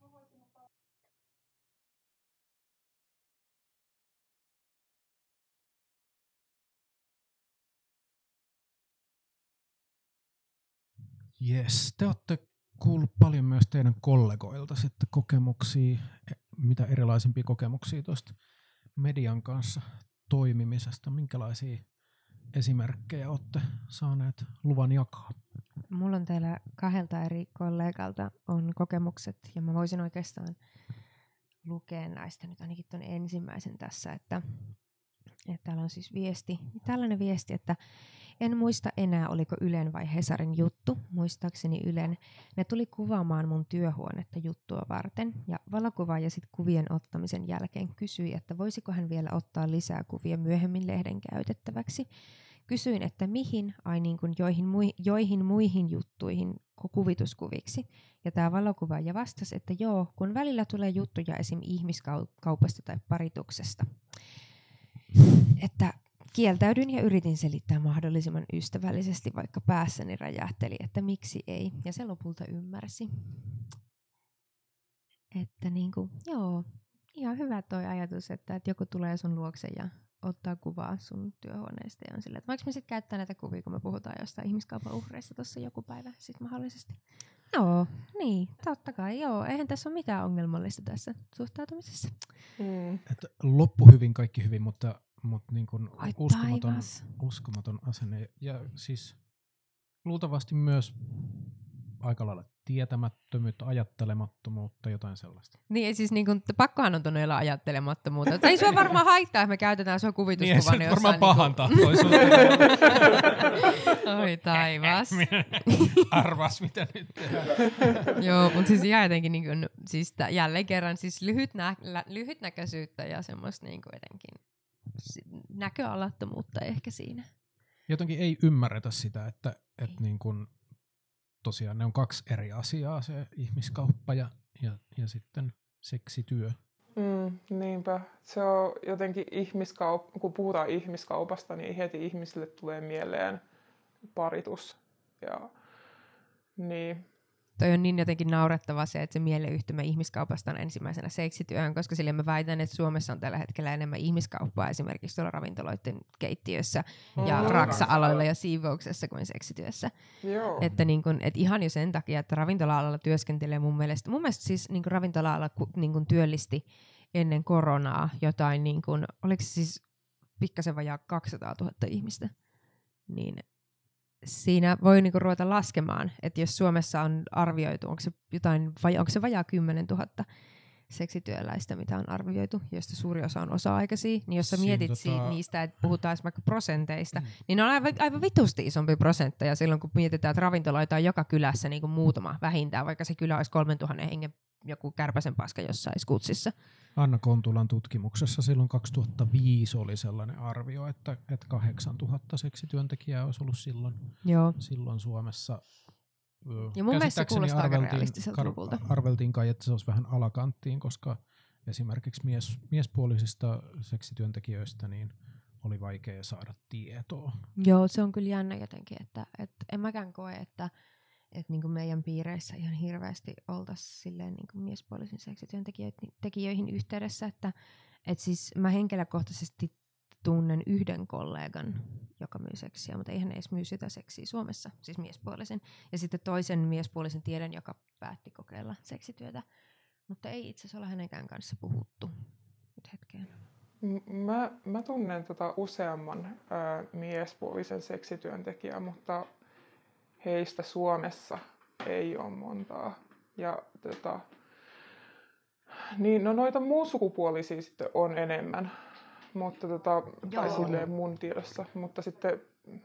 Jes, te olette kuullut paljon myös teidän kollegoilta sitten kokemuksia, mitä erilaisimpia kokemuksia tuosta median kanssa toimimisesta. Minkälaisia esimerkkejä olette saaneet luvan jakaa? Mulla on täällä kahdelta eri kollegalta on kokemukset, ja mä voisin oikeastaan lukea näistä nyt ainakin tuon ensimmäisen tässä, että, että täällä on siis viesti, tällainen viesti, että en muista enää, oliko Ylen vai Hesarin juttu, muistaakseni Ylen. Ne tuli kuvaamaan mun työhuonetta juttua varten, ja valokuvaaja sit kuvien ottamisen jälkeen kysyi, että voisiko hän vielä ottaa lisää kuvia myöhemmin lehden käytettäväksi. Kysyin, että mihin, ai niin kuin joihin, mui, joihin muihin juttuihin kuvituskuviksi. Ja tämä valokuvaaja vastasi, että joo, kun välillä tulee juttuja esim. Ihmiskaupasta tai parituksesta. Että kieltäydyin ja yritin selittää mahdollisimman ystävällisesti, vaikka päässäni räjähteli, että miksi ei. Ja se lopulta ymmärsi. Että niinku, joo, ihan hyvä toi ajatus, että, että joku tulee sun luokse ja ottaa kuvaa sun työhuoneesta ja on silleen, että voiko me sitten käyttää näitä kuvia, kun me puhutaan jostain ihmiskaupan uhreista tuossa joku päivä sitten mahdollisesti. Joo, niin, totta kai, joo. Eihän tässä ole mitään ongelmallista tässä suhtautumisessa. Mm. Et loppu hyvin, kaikki hyvin, mutta, mutta niin kuin uskomaton, uskomaton asenne. Ja siis luultavasti myös aika lailla tietämättömyyttä, ajattelemattomuutta, jotain sellaista. Niin, siis niin kuin, pakkohan on todella ajattelemattomuutta. Ei sua varmaan haittaa, että me käytetään sua kuvituskuvana. Niin, varmaan pahan niin tahtoisuutta. Oi taivas. Arvas, mitä nyt tehdään. Joo, mutta siis ihan jotenkin niin kuin, siis t- jälleen kerran siis lyhyt nä- lä- lyhytnäköisyyttä ja semmoista niin kuin jotenkin näköalattomuutta ehkä siinä. Jotenkin ei ymmärretä sitä, että, että niin kuin tosiaan ne on kaksi eri asiaa, se ihmiskauppa ja, ja, ja sitten seksityö. Mm, niinpä. Se on jotenkin ihmiskaup- kun puhutaan ihmiskaupasta, niin heti ihmisille tulee mieleen paritus. Ja, niin. Toi on niin jotenkin naurettava se, että se mieleyhtymä ihmiskaupasta on ensimmäisenä seksityöhön, koska sillä mä väitän, että Suomessa on tällä hetkellä enemmän ihmiskauppaa esimerkiksi tuolla ravintoloiden keittiössä mm. ja raksa-aloilla ja siivouksessa kuin seksityössä. Joo. Että niin kun, et ihan jo sen takia, että ravintola-alalla työskentelee mun mielestä, mun mielestä siis niin kun ravintola-alalla niin kun työllisti ennen koronaa jotain, niin kun, oliko se siis pikkasen vajaa kaksisataatuhatta ihmistä, niin siinä voi niinku ruveta laskemaan, että jos Suomessa on arvioitu, onko se, jotain, vai, onko se vajaa kymmenen tuhatta seksityöläistä, mitä on arvioitu, josta suuri osa on osa-aikaisia, niin jos sä Siin mietit tota... si- niistä, että puhutaan vaikka prosenteista, mm. niin ne on aivan, aivan vitusti isompi prosentteja silloin, kun mietitään, että ravintoloita on joka kylässä niin kuin muutama vähintään, vaikka se kylä olisi kolmentuhannen hengen joku Kärpäsen paska jossain Skutsissa. Anna Kontulan tutkimuksessa silloin kaksituhattaviisi oli sellainen arvio, että, että kahdeksantuhatta seksityöntekijää olisi ollut silloin, Joo. silloin Suomessa. Ja mun mielestä se kuulostaa aika realistiselta kar- lopulta. Arveltiin kai, että se olisi vähän alakanttiin, koska esimerkiksi mies, miespuolisista seksityöntekijöistä niin oli vaikea saada tietoa. Joo, se on kyllä jännä jotenkin, että, että en mäkään koe, että että niinku meidän piireissä ihan hirveästi oltaisiin silleen niinku miespuolisiin seksityöntekijöihin yhteydessä, että et siis mä henkilökohtaisesti tunnen yhden kollegan, joka myy seksiä, mutta eihän edes myy sitä seksiä Suomessa, siis miespuolisen. Ja sitten toisen miespuolisen tiedän, joka päätti kokeilla seksityötä, mutta ei itse asiassa ole hänenkään kanssa puhuttu. Nyt hetkeen. Mä, mä tunnen tota useamman ää, miespuolisen seksityöntekijää, mutta heistä Suomessa ei ole montaa. Ja tota, niin, no noita muunsukupuolisia sitten on enemmän, mutta tota, tai silleen mun tiedossa, mutta sitten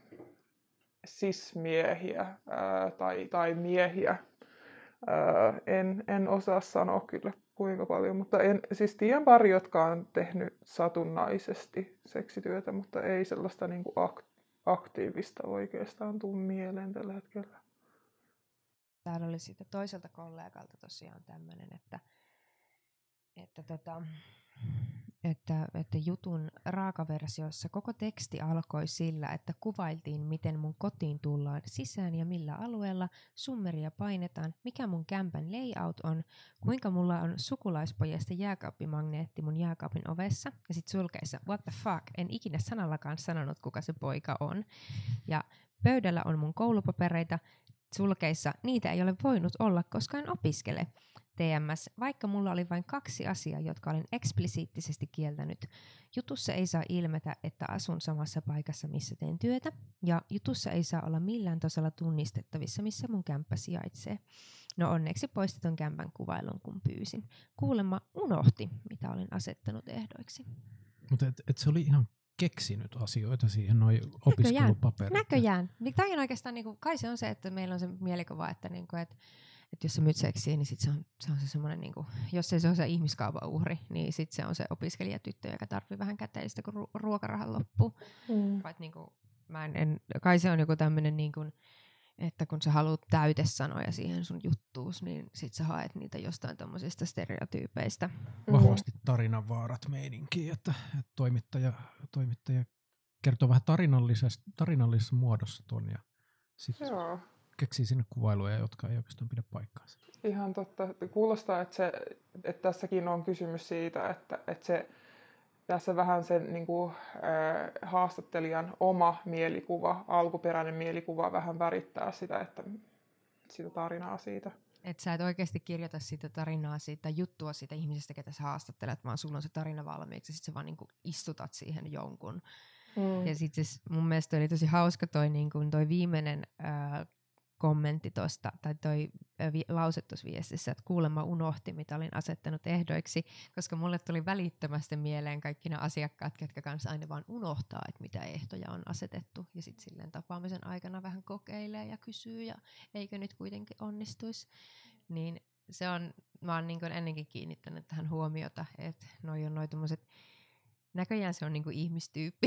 cis-miehiä ää, tai, tai miehiä ää, en, en osaa sanoa kyllä kuinka paljon, mutta en, siis tiedän pari, jotka on tehnyt satunnaisesti seksityötä, mutta ei sellaista niinku ak- aktiivista oikeastaan tuu mieleen tällä hetkellä. Täällä oli sitten toiselta kollegalta tosiaan tämmöinen, että, että, tota, että, että jutun raakaversiossa koko teksti alkoi sillä, että kuvailtiin, miten mun kotiin tullaan sisään ja millä alueella, summeria painetaan, mikä mun kämpän layout on, kuinka mulla on sukulaispojasta jääkaappimagneetti mun jääkaapin ovessa, ja sit sulkeissa, what the fuck, en ikinä sanallakaan sanonut, kuka se poika on. Ja pöydällä on mun koulupapereita, sulkeissa, niitä ei ole voinut olla, koska en opiskele. T M S, vaikka mulla oli vain kaksi asiaa, jotka olen eksplisiittisesti kieltänyt. Jutussa ei saa ilmetä, että asun samassa paikassa, missä teen työtä, ja jutussa ei saa olla millään tasolla tunnistettavissa, missä mun kämppä sijaitsee. No onneksi poistetun kämpän kuvailun, kun pyysin. Kuulemma unohti, mitä olin asettanut ehdoiksi. Mutta et, et se oli ihan keksinyt asioita siihen, noi opiskelupaperit. Näköjään. Tämä on oikeastaan, niin kuin, kai se on se, että meillä on se mielikuva, että, niin kuin, että, että jos sä myyt seksiä, niin sit se on se, on se semmoinen, niin kuin, jos ei se ole se ihmiskaupan uhri, niin sit se on se opiskelijatyttö, joka tarvitsee vähän käteistä, kun ru- ruokarahan loppuu. Mm. Vai, niin kuin, mä en, en, kai se on joku tämmönen niin kuin, että kun sä haluat täytesanoja siihen sun juttuus, niin sit sä haet niitä jostain tommosista stereotyypeistä. Vahvasti tarinanvaarat meininkiä, että, että toimittaja, toimittaja kertoo vähän tarinallisessa, tarinallisessa muodossa ton ja sitten keksii sinne kuvailuja, jotka ei oikeastaan pidä paikkaansa. Ihan totta. Kuulostaa, että, se, että tässäkin on kysymys siitä, että, että se, tässä vähän sen niin kuin, äh, haastattelijan oma mielikuva, alkuperäinen mielikuva vähän värittää sitä, että, sitä tarinaa siitä. Että sä et oikeasti kirjoita sitä tarinaa siitä, juttua siitä ihmisestä, ketä sä haastattelet, vaan sulla on se tarina valmiiksi ja sit sä vaan niin kuin istutat siihen jonkun. Mm. Ja sit siis mun mielestä oli tosi hauska toi, niin kuin toi viimeinen äh, kommentti tosta, tai toi äh, vi- lause tuossa viestissä, että kuulemma unohti, mitä olin asettanut ehdoiksi, koska mulle tuli välittömästi mieleen kaikki ne asiakkaat, ketkä kanssa aina vaan unohtaa, että mitä ehtoja on asetettu, ja sitten silleen tapaamisen aikana vähän kokeilee ja kysyy, ja eikö nyt kuitenkin onnistuisi. Niin se on, mä oon niin kuin ennenkin kiinnittänyt tähän huomiota, että noi on noi tommoset, näköjään se on niinku ihmistyyppi.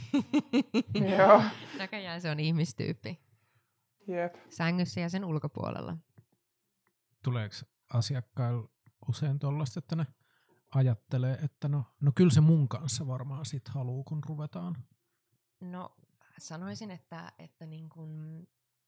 Joo. Näköjään se on ihmistyyppi. Jep. Sängyssä ja sen ulkopuolella. Tuleeko asiakkailla usein tollaista, että ne ajattelee, että no, no kyllä se mun kanssa varmaan sit haluu, kun ruvetaan? No sanoisin, että, että niin kuin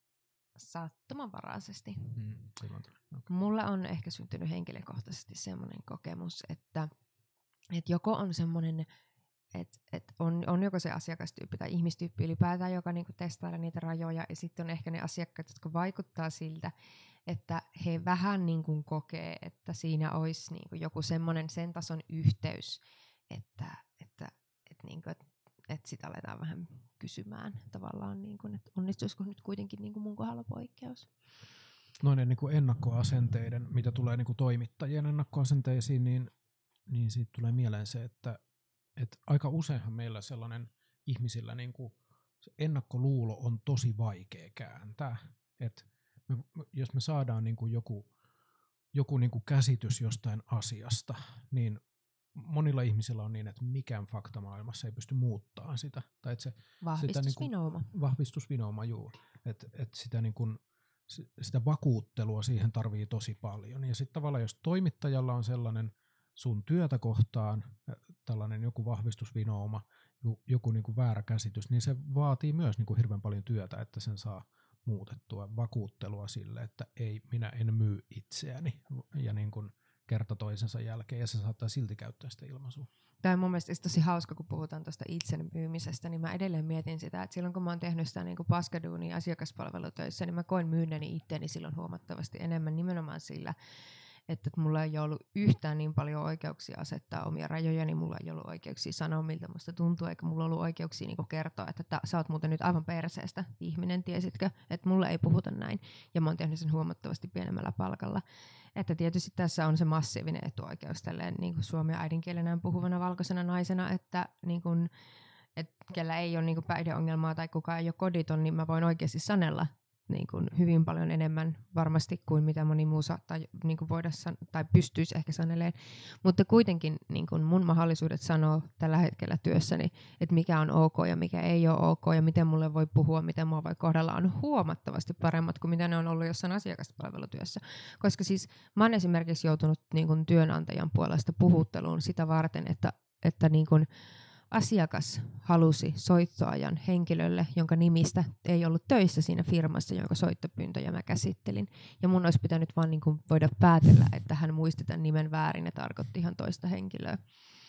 sattumanvaraisesti. Hmm, okay. Mulla on ehkä syntynyt henkilökohtaisesti semmoinen kokemus, että, että joko on semmoinen, että, että on, on joko se asiakastyyppi tai ihmistyyppi ylipäätään, joka niinku testailee niitä rajoja, ja sitten on ehkä ne asiakkaat, jotka vaikuttaa siltä, että he vähän niinku kokee, että siinä olisi niinku joku semmoinen sen tason yhteys, että, että, että, niinku, että, että sitä aletaan vähän kysymään tavallaan, niinku, että onnistuisiko nyt kuitenkin niinku mun kohdalla poikkeus. Noiden niin kuin ennakkoasenteiden, mitä tulee niin kuin toimittajien ennakkoasenteisiin, niin, niin siitä tulee mieleen se, että, että aika useinhan meillä sellainen ihmisillä niin kuin se ennakkoluulo on tosi vaikea kääntää. Että me, jos me saadaan niin kuin joku, joku niin kuin käsitys jostain asiasta, niin monilla ihmisillä on niin, että mikään fakta maailmassa ei pysty muuttamaan sitä. Tai että se, vahvistusvinooma. Sitä, niin kuin, vahvistusvinooma, juu. Että et sitä niin kuin sitä vakuuttelua siihen tarvii tosi paljon. Ja sitten tavallaan, jos toimittajalla on sellainen sun työtä kohtaan, tällainen joku vahvistusvinooma, joku niin kuin väärä käsitys, niin se vaatii myös niin kuin hirveän paljon työtä, että sen saa muutettua, vakuuttelua sille, että ei, minä en myy itseäni, ja niin kuin kerta toisensa jälkeen, ja se saattaa silti käyttää sitä ilmaisua. Tämä on mun mielestä tosi hauska, kun puhutaan tuosta itsen myymisestä, niin mä edelleen mietin sitä, että silloin kun mä oon tehnyt sitä niin kuin paskaduunia asiakaspalvelutöissä, niin mä koin myynneeni itteeni silloin huomattavasti enemmän nimenomaan sillä, että mulla ei ollut yhtään niin paljon oikeuksia asettaa omia rajoja, niin mulla ei ollut oikeuksia sanoa, miltä musta tuntuu, eikä mulla ollut oikeuksia niin kuin kertoa, että ta, sä oot muuten nyt aivan perseestä ihminen, tiesitkö, että mulle ei puhuta näin, ja mä oon tehnyt sen huomattavasti pienemmällä palkalla. Että tietysti tässä on se massiivinen etuoikeus tälleen niin kuin suomen äidinkielenään puhuvana valkoisena naisena, että niin kuin, et kellä ei ole niin kuin päihdeongelmaa tai kukaan ei ole koditon, niin mä voin oikeasti sanella niin kuin hyvin paljon enemmän varmasti kuin mitä moni muu saattaa niin kuin voida san- tai pystyisi ehkä saneleen. Mutta kuitenkin niin kuin mun mahdollisuudet sanoa tällä hetkellä työssäni, että mikä on ok ja mikä ei ole ok ja miten mulle voi puhua, miten mua voi kohdella, on huomattavasti paremmat kuin mitä ne on ollut jossain asiakaspalvelutyössä. Koska siis mä oon esimerkiksi joutunut niin kuin työnantajan puolesta puhutteluun sitä varten, että, että niin kuin asiakas halusi soittoajan henkilölle, jonka nimistä ei ollut töissä siinä firmassa, jonka soittopyyntöjä mä käsittelin. Ja mun olisi pitänyt vaan niin kuin voida päätellä, että hän muisti tämän nimen väärin ja tarkoitti ihan toista henkilöä.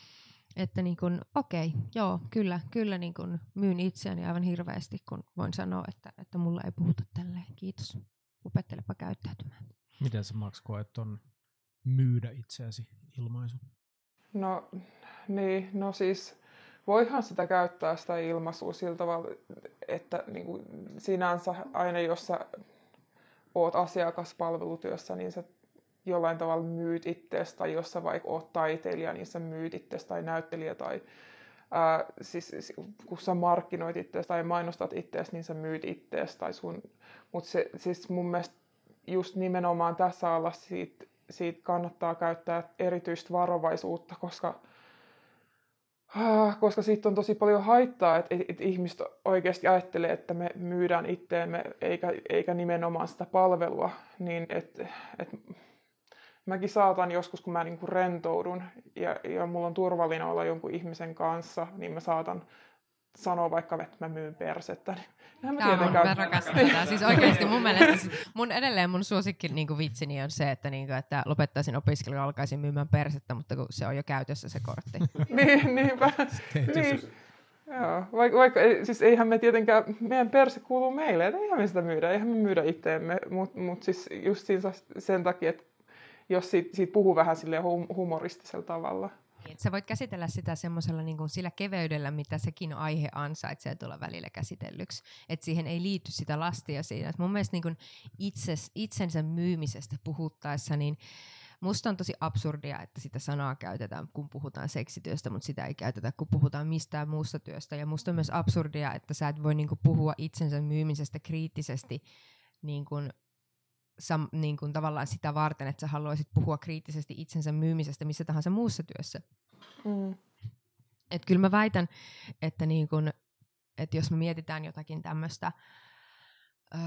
Että niin kuin, okei, joo, kyllä, kyllä niin kuin myyn itseäni aivan hirveästi, kun voin sanoa, että, että mulla ei puhuta tälleen. Kiitos. Opettelepa käyttäytymään. Miten sä, Max, koet on myydä itseäsi ilmaisu? No, niin, no siis voihan sitä käyttää sitä ilmaisua sillä tavalla, että niin kuin sinänsä aina jos sä oot asiakaspalvelutyössä, niin sä jollain tavalla myyt itseäsi, tai jos sä vaikka oot taiteilija, niin sä myyt itseäsi, tai näyttelijä, tai ää, siis, kun sä markkinoit itseäsi tai mainostat itseäsi, niin sä myyt itseäsi, tai sun, mutta se, siis mun mielestä just nimenomaan tässä alassa siitä, siitä kannattaa käyttää erityistä varovaisuutta, koska koska siitä on tosi paljon haittaa, että, että ihmiset oikeasti ajattelee, että me myydään itteemme eikä, eikä nimenomaan sitä palvelua, niin että, että mäkin saatan joskus, kun mä niin kuin rentoudun ja, ja mulla on turvallinen olla jonkun ihmisen kanssa, niin mä saatan sanoa vaikka, että mä myyn persettä. Tämä on, mä rakastan tätä. Siis oikeasti mun mielestä, siis mun edelleen mun suosikki niin kuin vitsini on se, että, niin kuin, että lopettaisin opiskelu ja alkaisin myymään persettä, mutta kun se on jo käytössä se kortti. niin, niinpä. niin. Joo. Vaikka, vaikka, siis eihän me tietenkään, meidän perse kuuluu meille, että eihän me sitä myydä, eihän me myydä itseemme, mutta mut siis just siinä sen takia, että jos siitä, siitä puhuu vähän silleen humoristisella tavalla. Et sä voit käsitellä sitä semmoisella niin kuin sillä keveydellä, mitä sekin aihe ansaitsee tulla välillä käsitellyksi. Että siihen ei liity sitä lastia siinä. Et mun mielestä niin kuin itses, itsensä myymisestä puhuttaessa, niin musta on tosi absurdia, että sitä sanaa käytetään, kun puhutaan seksityöstä, mutta sitä ei käytetä, kun puhutaan mistään muusta työstä. Ja musta on myös absurdia, että sä et voi niin kuin puhua itsensä myymisestä kriittisesti niin kuin Sam, niin kuin tavallaan sitä varten, että sä haluaisit puhua kriittisesti itsensä myymisestä missä tahansa muussa työssä. Mm. Et kyllä mä väitän, että, niin kun, että jos me mietitään jotakin tämmöistä, öö,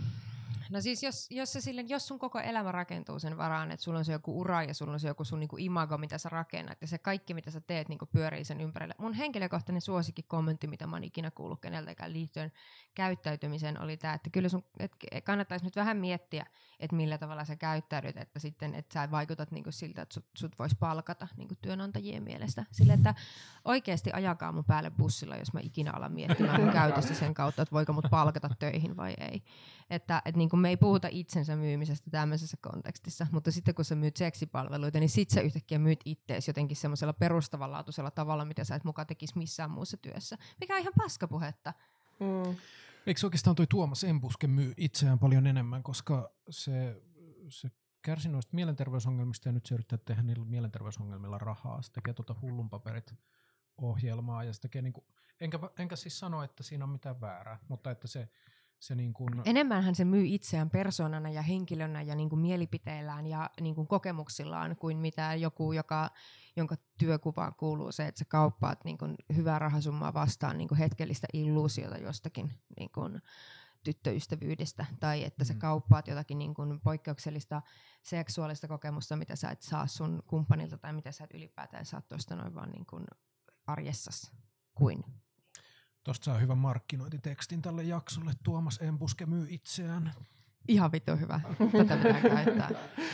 no siis jos, jos, sille, jos sun koko elämä rakentuu sen varaan, että sulla on se joku ura ja sulla on se joku sun niinku imago, mitä sä rakennat, ja se kaikki, mitä sä teet, niinku pyörii sen ympärille. Mun henkilökohtainen suosikki kommentti, mitä mä oon ikinä kuullut keneltäkään liittyen käyttäytymiseen, oli tämä, että kyllä sun et kannattaisi nyt vähän miettiä, että millä tavalla sä käyttäydyt, että sitten että sä vaikutat niinku siltä, että sut, sut vois palkata niinku työnantajien mielestä. Sille, että oikeasti ajakaa mun päälle bussilla, jos mä ikinä alan miettimään mun käytöstä sen kautta, että voiko mut palkata töihin vai ei. Että et niinku me ei puhuta itsensä myymisestä tämmöisessä kontekstissa, mutta sitten kun sä myyt seksipalveluita, niin sit sä yhtäkkiä myyt ittees jotenkin semmoisella perustavanlaatuisella tavalla, mitä sä et muka tekisi missään muussa työssä. Mikä on ihan paskapuhetta. Mm. Eikö oikeastaan toi Tuomas Enbuske myy itseään paljon enemmän, koska se, se kärsi noista mielenterveysongelmista ja nyt se yrittää tehdä niillä mielenterveysongelmilla rahaa. Se tekee tuota hullunpaperit ohjelmaa ja se tekee niinku, enkä, enkä siis sano, että siinä on mitään väärää, mutta että se Se niin kun enemmänhän se myy itseään persoonana ja henkilönä ja niin kuin mielipiteillään ja niin kuin kokemuksillaan kuin mitä joku, joka, jonka työkuvaan kuuluu se, että sä kauppaat niin kuin hyvää rahasummaa vastaan niin kuin hetkellistä illuusiota jostakin niin kuin tyttöystävyydestä tai että sä kauppaat jotakin niin kuin poikkeuksellista seksuaalista kokemusta, mitä sä et saa sun kumppanilta tai mitä sä et ylipäätään saa tuosta noin vaan niin kuin arjessasi kuin. Tuosta saa hyvän markkinointitekstin tälle jaksolle. Tuomas Enbuske myy itseään. Ihan vittu hyvä. Tätä pitää käyttää.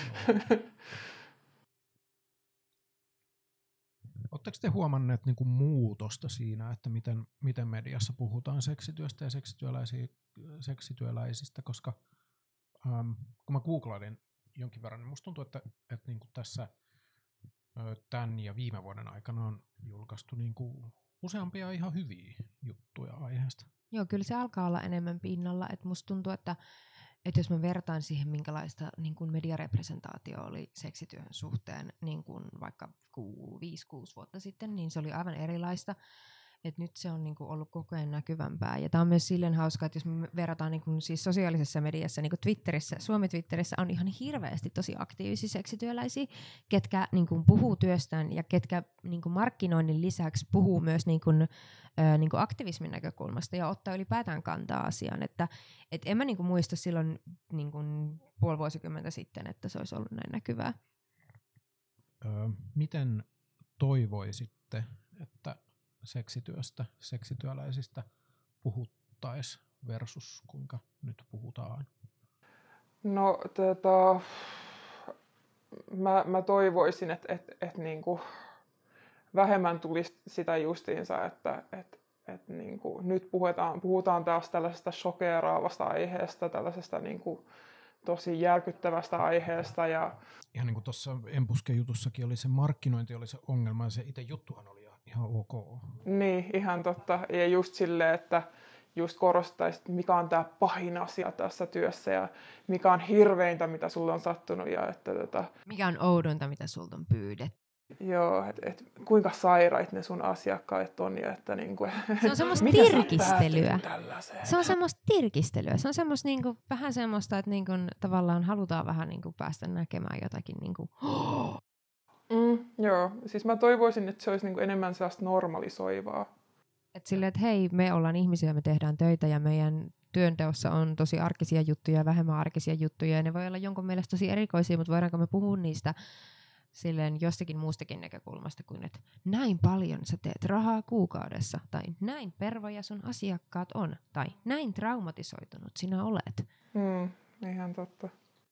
Oletteko te huomanneet niinku muutosta siinä, että miten, miten mediassa puhutaan seksityöstä ja seksityöläisistä? Koska ähm, kun mä googlailin jonkin verran, niin musta tuntuu, että, että niinku tässä ö, tämän ja viime vuoden aikana on julkaistu niinku useampia ihan hyviä juttuja aiheesta. Joo, kyllä se alkaa olla enemmän pinnalla. Et musta tuntuu, että, että jos mä vertaan siihen, minkälaista niin kuin mediarepresentaatio oli seksityön suhteen niin kuin vaikka viisi kuusi vuotta sitten, niin se oli aivan erilaista. Et nyt se on niin kuin ollut koko ajan näkyvämpää. Ja tämä on myös silleen hauska, että jos me verrataan niin kuin siis sosiaalisessa mediassa, niin kuin Twitterissä, Suomi-Twitterissä on ihan hirveästi tosi aktiivisia seksityöläisiä, ketkä niin kuin puhuu työstään ja ketkä niin kuin markkinoinnin lisäksi puhuu myös niin kuin, ö, niin kuin aktivismin näkökulmasta ja ottaa ylipäätään kantaa asiaan. Että et en mä niin kuin muista silloin niin kuin puoli vuosikymmentä sitten, että se olisi ollut näin näkyvää. Öö, miten toivoisitte, että seksityöstä, seksityöläisistä puhuttaisiin versus kuinka nyt puhutaan? No tota, mä, mä toivoisin, että et, et niinku vähemmän tulisi sitä justiinsa, että et, et niinku nyt puhutaan, puhutaan taas tällaisesta shokeeraavasta aiheesta, tällaisesta niinku tosi järkyttävästä aiheesta. Ja ihan niin kuin tuossa Enbusken jutussakin oli se markkinointi oli se ongelma ja se itse juttuhan oli ihan ok. Niin, ihan totta. Ja just silleen, että just korostaisi, mikä on tämä pahin asia tässä työssä ja mikä on hirveintä, mitä sulle on sattunut. Ja että, tota, mikä on oudointa, mitä sulta on pyydetty. Joo, että et, kuinka sairaat ne sun asiakkaat on. Ja että, niinku, se on semmoista tirkistelyä. Se on semmoista tirkistelyä. Se on semmoista niinku, vähän semmoista, että niinku, tavallaan halutaan vähän niinku, päästä näkemään jotakin. Niinku, Mm, joo, siis mä toivoisin, että se olisi niinku enemmän sellaista normalisoivaa. Et silleen, että hei, me ollaan ihmisiä, me tehdään töitä ja meidän työnteossa on tosi arkisia juttuja ja vähemmän arkisia juttuja. Ja ne voi olla jonkun mielestä tosi erikoisia, mutta voidaanko me puhua niistä silleen jostakin muustakin näkökulmasta kuin, että näin paljon sä teet rahaa kuukaudessa, tai näin pervoja sun asiakkaat on, tai näin traumatisoitunut sinä olet. Mm, ihan totta.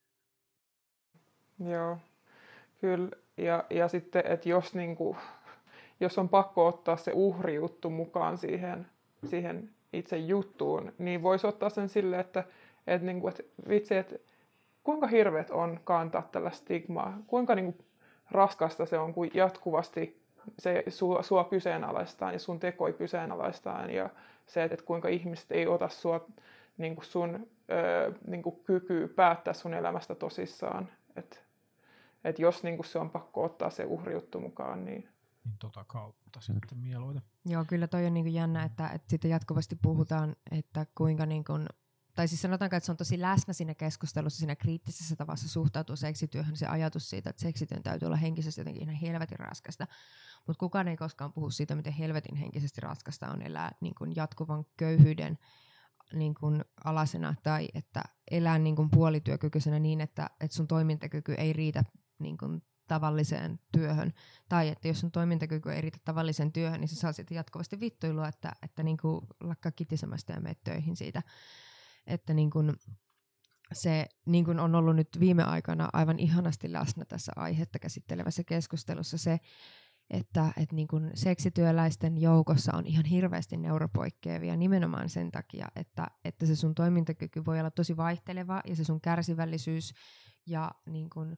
Joo, kyllä. Ja, ja sitten, että jos, niinku, jos on pakko ottaa se uhrijuttu mukaan siihen, siihen itse juttuun, niin voisi ottaa sen silleen, että, että, niinku, että vitsi, että kuinka hirveät on kantaa tällä stigmaa, kuinka niinku, raskasta se on, kun jatkuvasti se sua, sua kyseenalaistaan ja sun tekoi kyseenalaistaan ja se, että kuinka ihmiset ei ota sua niinku sun ö, niinku kykyä päättää sun elämästä tosissaan. Että et jos niinku se on pakko ottaa se uhrijuttu mukaan, niin... Niin tota kautta sitten mieluiten. Joo, kyllä toi on niinku jännä, että, että sitten jatkuvasti puhutaan, että kuinka niinku, tai siis sanotaanko, että se on tosi läsnä siinä keskustelussa, siinä kriittisessä tavassa suhtautuu seksityöhön, se ajatus siitä, että seksityön täytyy olla henkisesti jotenkin ihan helvetin raskasta. Mutta kukaan ei koskaan puhu siitä, miten helvetin henkisesti raskasta on elää niin kuin jatkuvan köyhyyden niin kuin alasena, tai että elää niin kuin puolityökykyisenä niin, että, että sun toimintakyky ei riitä niin kuin tavalliseen työhön. Tai että jos sun toimintakyky ei riitä tavalliseen työhön, niin sä saa sitten jatkuvasti vittuilua, että, että niin kuin lakkaa kitisemästä ja meet töihin siitä. Että niin kun se niin kun on ollut nyt viime aikana aivan ihanasti läsnä tässä aihetta käsittelevässä keskustelussa se, että et niin kun seksityöläisten joukossa on ihan hirveästi neuropoikkeavia nimenomaan sen takia, että, että se sun toimintakyky voi olla tosi vaihteleva ja se sun kärsivällisyys ja niin kun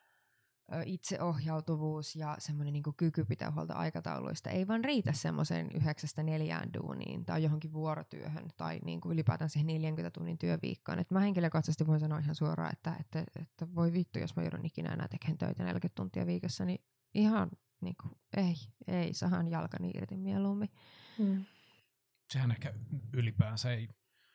itseohjautuvuus ja semmoinen niin kuin kyky pitää huolta aikatauluista ei vaan riitä semmoiseen yhdeksästä neljään duuniin tai johonkin vuorotyöhön tai niin kuin ylipäätään siihen neljänkymmenen tunnin työviikkoon. Et mä henkilökohtaisesti voin sanoa ihan suoraan, että, että, että voi vittu, jos mä joudun ikinä enää tekemään töitä neljäkymmentä tuntia viikossa, niin ihan niin kuin, ei, ei, sahan jalkani irti mieluummin. Mm. Sehän ehkä ylipäänsä ei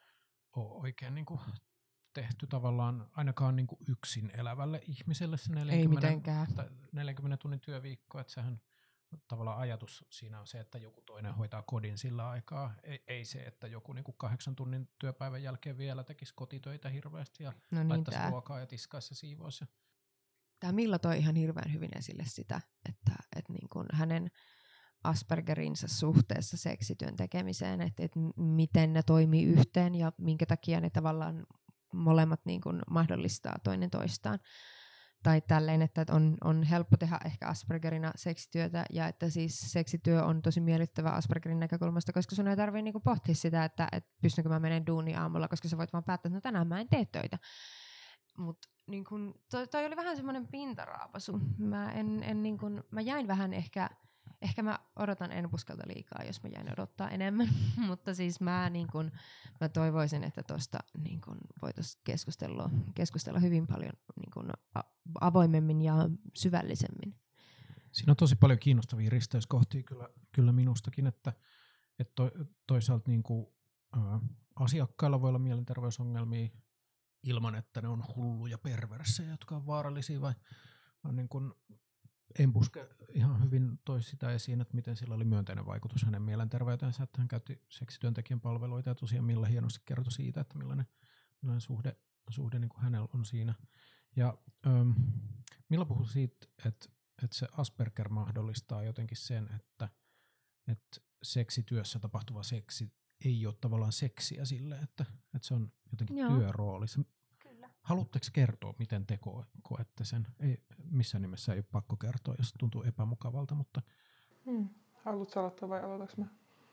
ole oikein niin kuin tehty tavallaan ainakaan niin kuin yksin elävälle ihmiselle se neljänkymmenen, neljänkymmenen tunnin työviikko, että sehän tavallaan ajatus siinä on se, että joku toinen hoitaa kodin sillä aikaa, ei, ei se, että joku niin kuin kahdeksan tunnin työpäivän jälkeen vielä tekisi kotitöitä hirveästi ja no niin, laittaisi tää. ruokaa ja tiskaisi ja siivoisi. Tämä Milla toi ihan hirveän hyvin esille sitä, että, että niin kuin hänen Aspergerinsa suhteessa seksityön tekemiseen, että, että miten ne toimii yhteen ja minkä takia ne tavallaan molemmat niin kuin mahdollistaa toinen toistaan. Tai tälleen, että on, on helppo tehdä ehkä Aspergerina seksityötä ja että siis seksityö on tosi miellyttävä Aspergerin näkökulmasta, koska sun ei tarvitse niinku pohtia sitä, että et pystynkö mä menen duuniin aamulla, koska sä voit vaan päättää, että no tänään mä en tee töitä. Mutta niin kun, toi, toi oli vähän semmoinen pintaraapasu. Mä, en, en, niin kun, mä jäin vähän ehkä, ehkä mä odotan enpuskelta liikaa, jos mä jäin odottaa enemmän. Mutta siis mä, niin kun, mä toivoisin, että tuosta niin kun voitaisiin keskustella, keskustella hyvin paljon niin kun, avoimemmin ja syvällisemmin. Siinä on tosi paljon kiinnostavia risteyskohtia kyllä, kyllä minustakin, että, että to, toisaalta niin kuin, ää, asiakkailla voi olla mielenterveysongelmia ilman, että ne on hulluja perversejä, jotka on vaarallisia, vai, vai niin kuin Empuske ihan hyvin toi sitä esiin, että miten sillä oli myönteinen vaikutus hänen mielenterveyteensä, että hän käytti seksityöntekijän palveluita ja tosiaan Milla hienosti kertoi siitä, että millainen, millainen suhde, suhde niin kuin hänellä on siinä. Ja ähm, Milla puhui siitä, että, että se Asperger mahdollistaa jotenkin sen, että, että seksityössä tapahtuva seksi ei ole tavallaan seksiä sille, että, että se on jotenkin Joo. työrooli. Kyllä. Haluatteko kertoa, miten te koette sen? Ei, missään nimessä ei ole pakko kertoa, jos tuntuu epämukavalta, mutta... Hmm. Haluatko aloittaa vai aloitaks mä?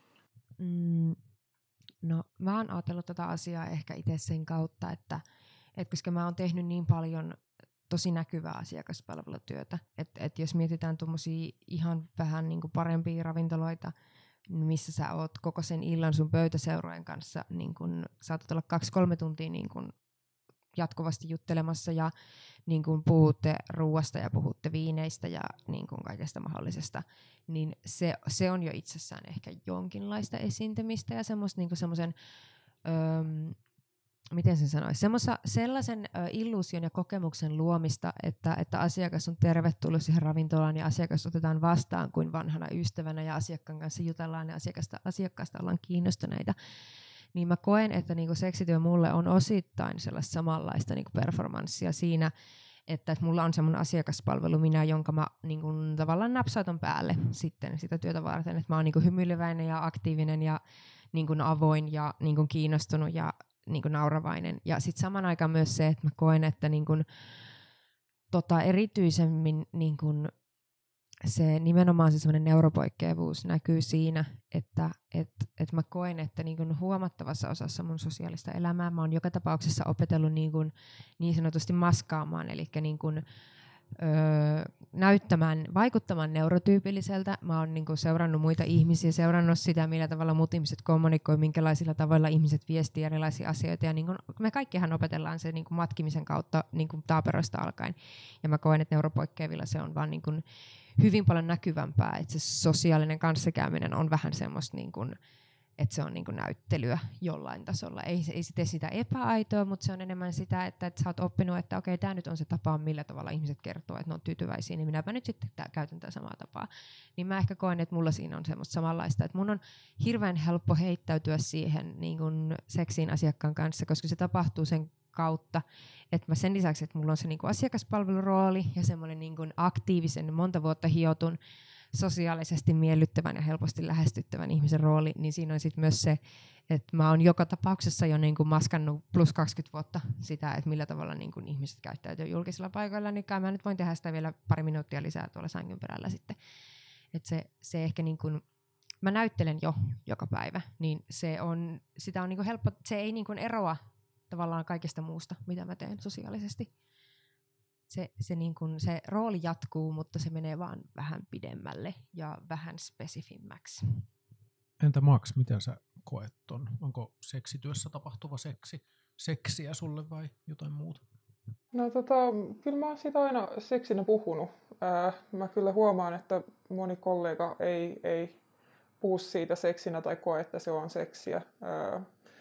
Mm, no, mä oon ajatellut tätä asiaa ehkä itse sen kautta, että, että koska mä oon tehnyt niin paljon tosi näkyvää asiakaspalvelutyötä, että, että jos mietitään tuommoisia ihan vähän niin kuin parempia ravintoloita, missä sä oot koko sen illan sun pöytäseurojen kanssa, niin kun saatat olla kaksi-kolme tuntia niin kun jatkuvasti juttelemassa ja niin kun puhutte ruuasta ja puhutte viineistä ja niin kun kaikesta mahdollisesta, niin se, se on jo itsessään ehkä jonkinlaista esiintymistä ja semmoista niin kun semmoisen öö, miten sen sanoisi, semmoisa, sellaisen ö, illuusion ja kokemuksen luomista, että, että asiakas on tervetullut siihen ravintolaan ja asiakas otetaan vastaan kuin vanhana ystävänä ja asiakkaan kanssa jutellaan ja asiakasta, asiakkaasta ollaan kiinnostuneita. Niin mä koen, että niinku seksityö mulle on osittain sellaista samanlaista niinku performanssia siinä, että, että mulla on semmoinen asiakaspalvelu minä, jonka mä niinku tavallaan napsautan päälle sitten sitä työtä varten, että mä oon niinku hymyileväinen ja aktiivinen ja niinku avoin ja niinku kiinnostunut ja niinku nauravainen. Ja sitten saman aikaan myös se, että mä koen, että niinku, tota, erityisemmin niinku, se nimenomaan se semmoinen neuropoikkeavuus näkyy siinä, että et, et mä koen, että niin kuin huomattavassa osassa mun sosiaalista elämää mä oon joka tapauksessa opetellut niin, kuin, niin sanotusti maskaamaan, eli niin kuin, öö, näyttämään, vaikuttamaan neurotyypilliseltä. Mä oon niin kuin seurannut muita ihmisiä, seurannut sitä, millä tavalla muut ihmiset kommunikoi, minkälaisilla tavalla ihmiset viestii erilaisia asioita. Ja niin kuin, me kaikkihan opetellaan se niin kuin matkimisen kautta niin kuin taaperoista alkaen. Ja mä koen, että neuropoikkeavilla se on vaan niin kuin hyvin paljon näkyvämpää, että se sosiaalinen kanssakäyminen on vähän semmoista, niin kuin, että se on niin kuin näyttelyä jollain tasolla. Ei, ei se tee sitä epäaitoa, mutta se on enemmän sitä, että, että sä oot oppinut, että okei, tämä nyt on se tapa, millä tavalla ihmiset kertoo, että ne on tyytyväisiä, niin minäpä nyt sitten tää, käytän tätä samaa tapaa. Niin mä ehkä koen, että mulla siinä on semmoista samanlaista, että mun on hirveän helppo heittäytyä siihen niin kuin seksiin asiakkaan kanssa, koska se tapahtuu sen kautta, että mä sen lisäksi, että mulla on se niinku asiakaspalvelurooli ja semmoinen niinku aktiivisen, monta vuotta hiotun, sosiaalisesti miellyttävän ja helposti lähestyttävän ihmisen rooli, niin siinä on sitten myös se, että mä oon joka tapauksessa jo niinku maskannut plus kaksikymmentä vuotta sitä, että millä tavalla niinku ihmiset käyttäytyy julkisilla paikoilla, niin kai mä nyt voin tehdä sitä vielä pari minuuttia lisää tuolla sängyn perällä sitten. Että se, se ehkä niinku, mä näyttelen jo joka päivä, niin se on, sitä on niinku helppo, se ei niinku eroa tavallaan kaikesta muusta, mitä mä teen sosiaalisesti. Se, se, niin kun, se rooli jatkuu, mutta se menee vaan vähän pidemmälle ja vähän spesifimmäksi. Entä Max, miten sä koet ton? Onko seksityössä tapahtuva seksi seksiä sulle vai jotain muuta? No tota, kyllä mä oon siitä aina seksinä puhunut. Ää, mä kyllä huomaan, että moni kollega ei, ei puhu siitä seksinä tai koe, että se on seksiä. Ää,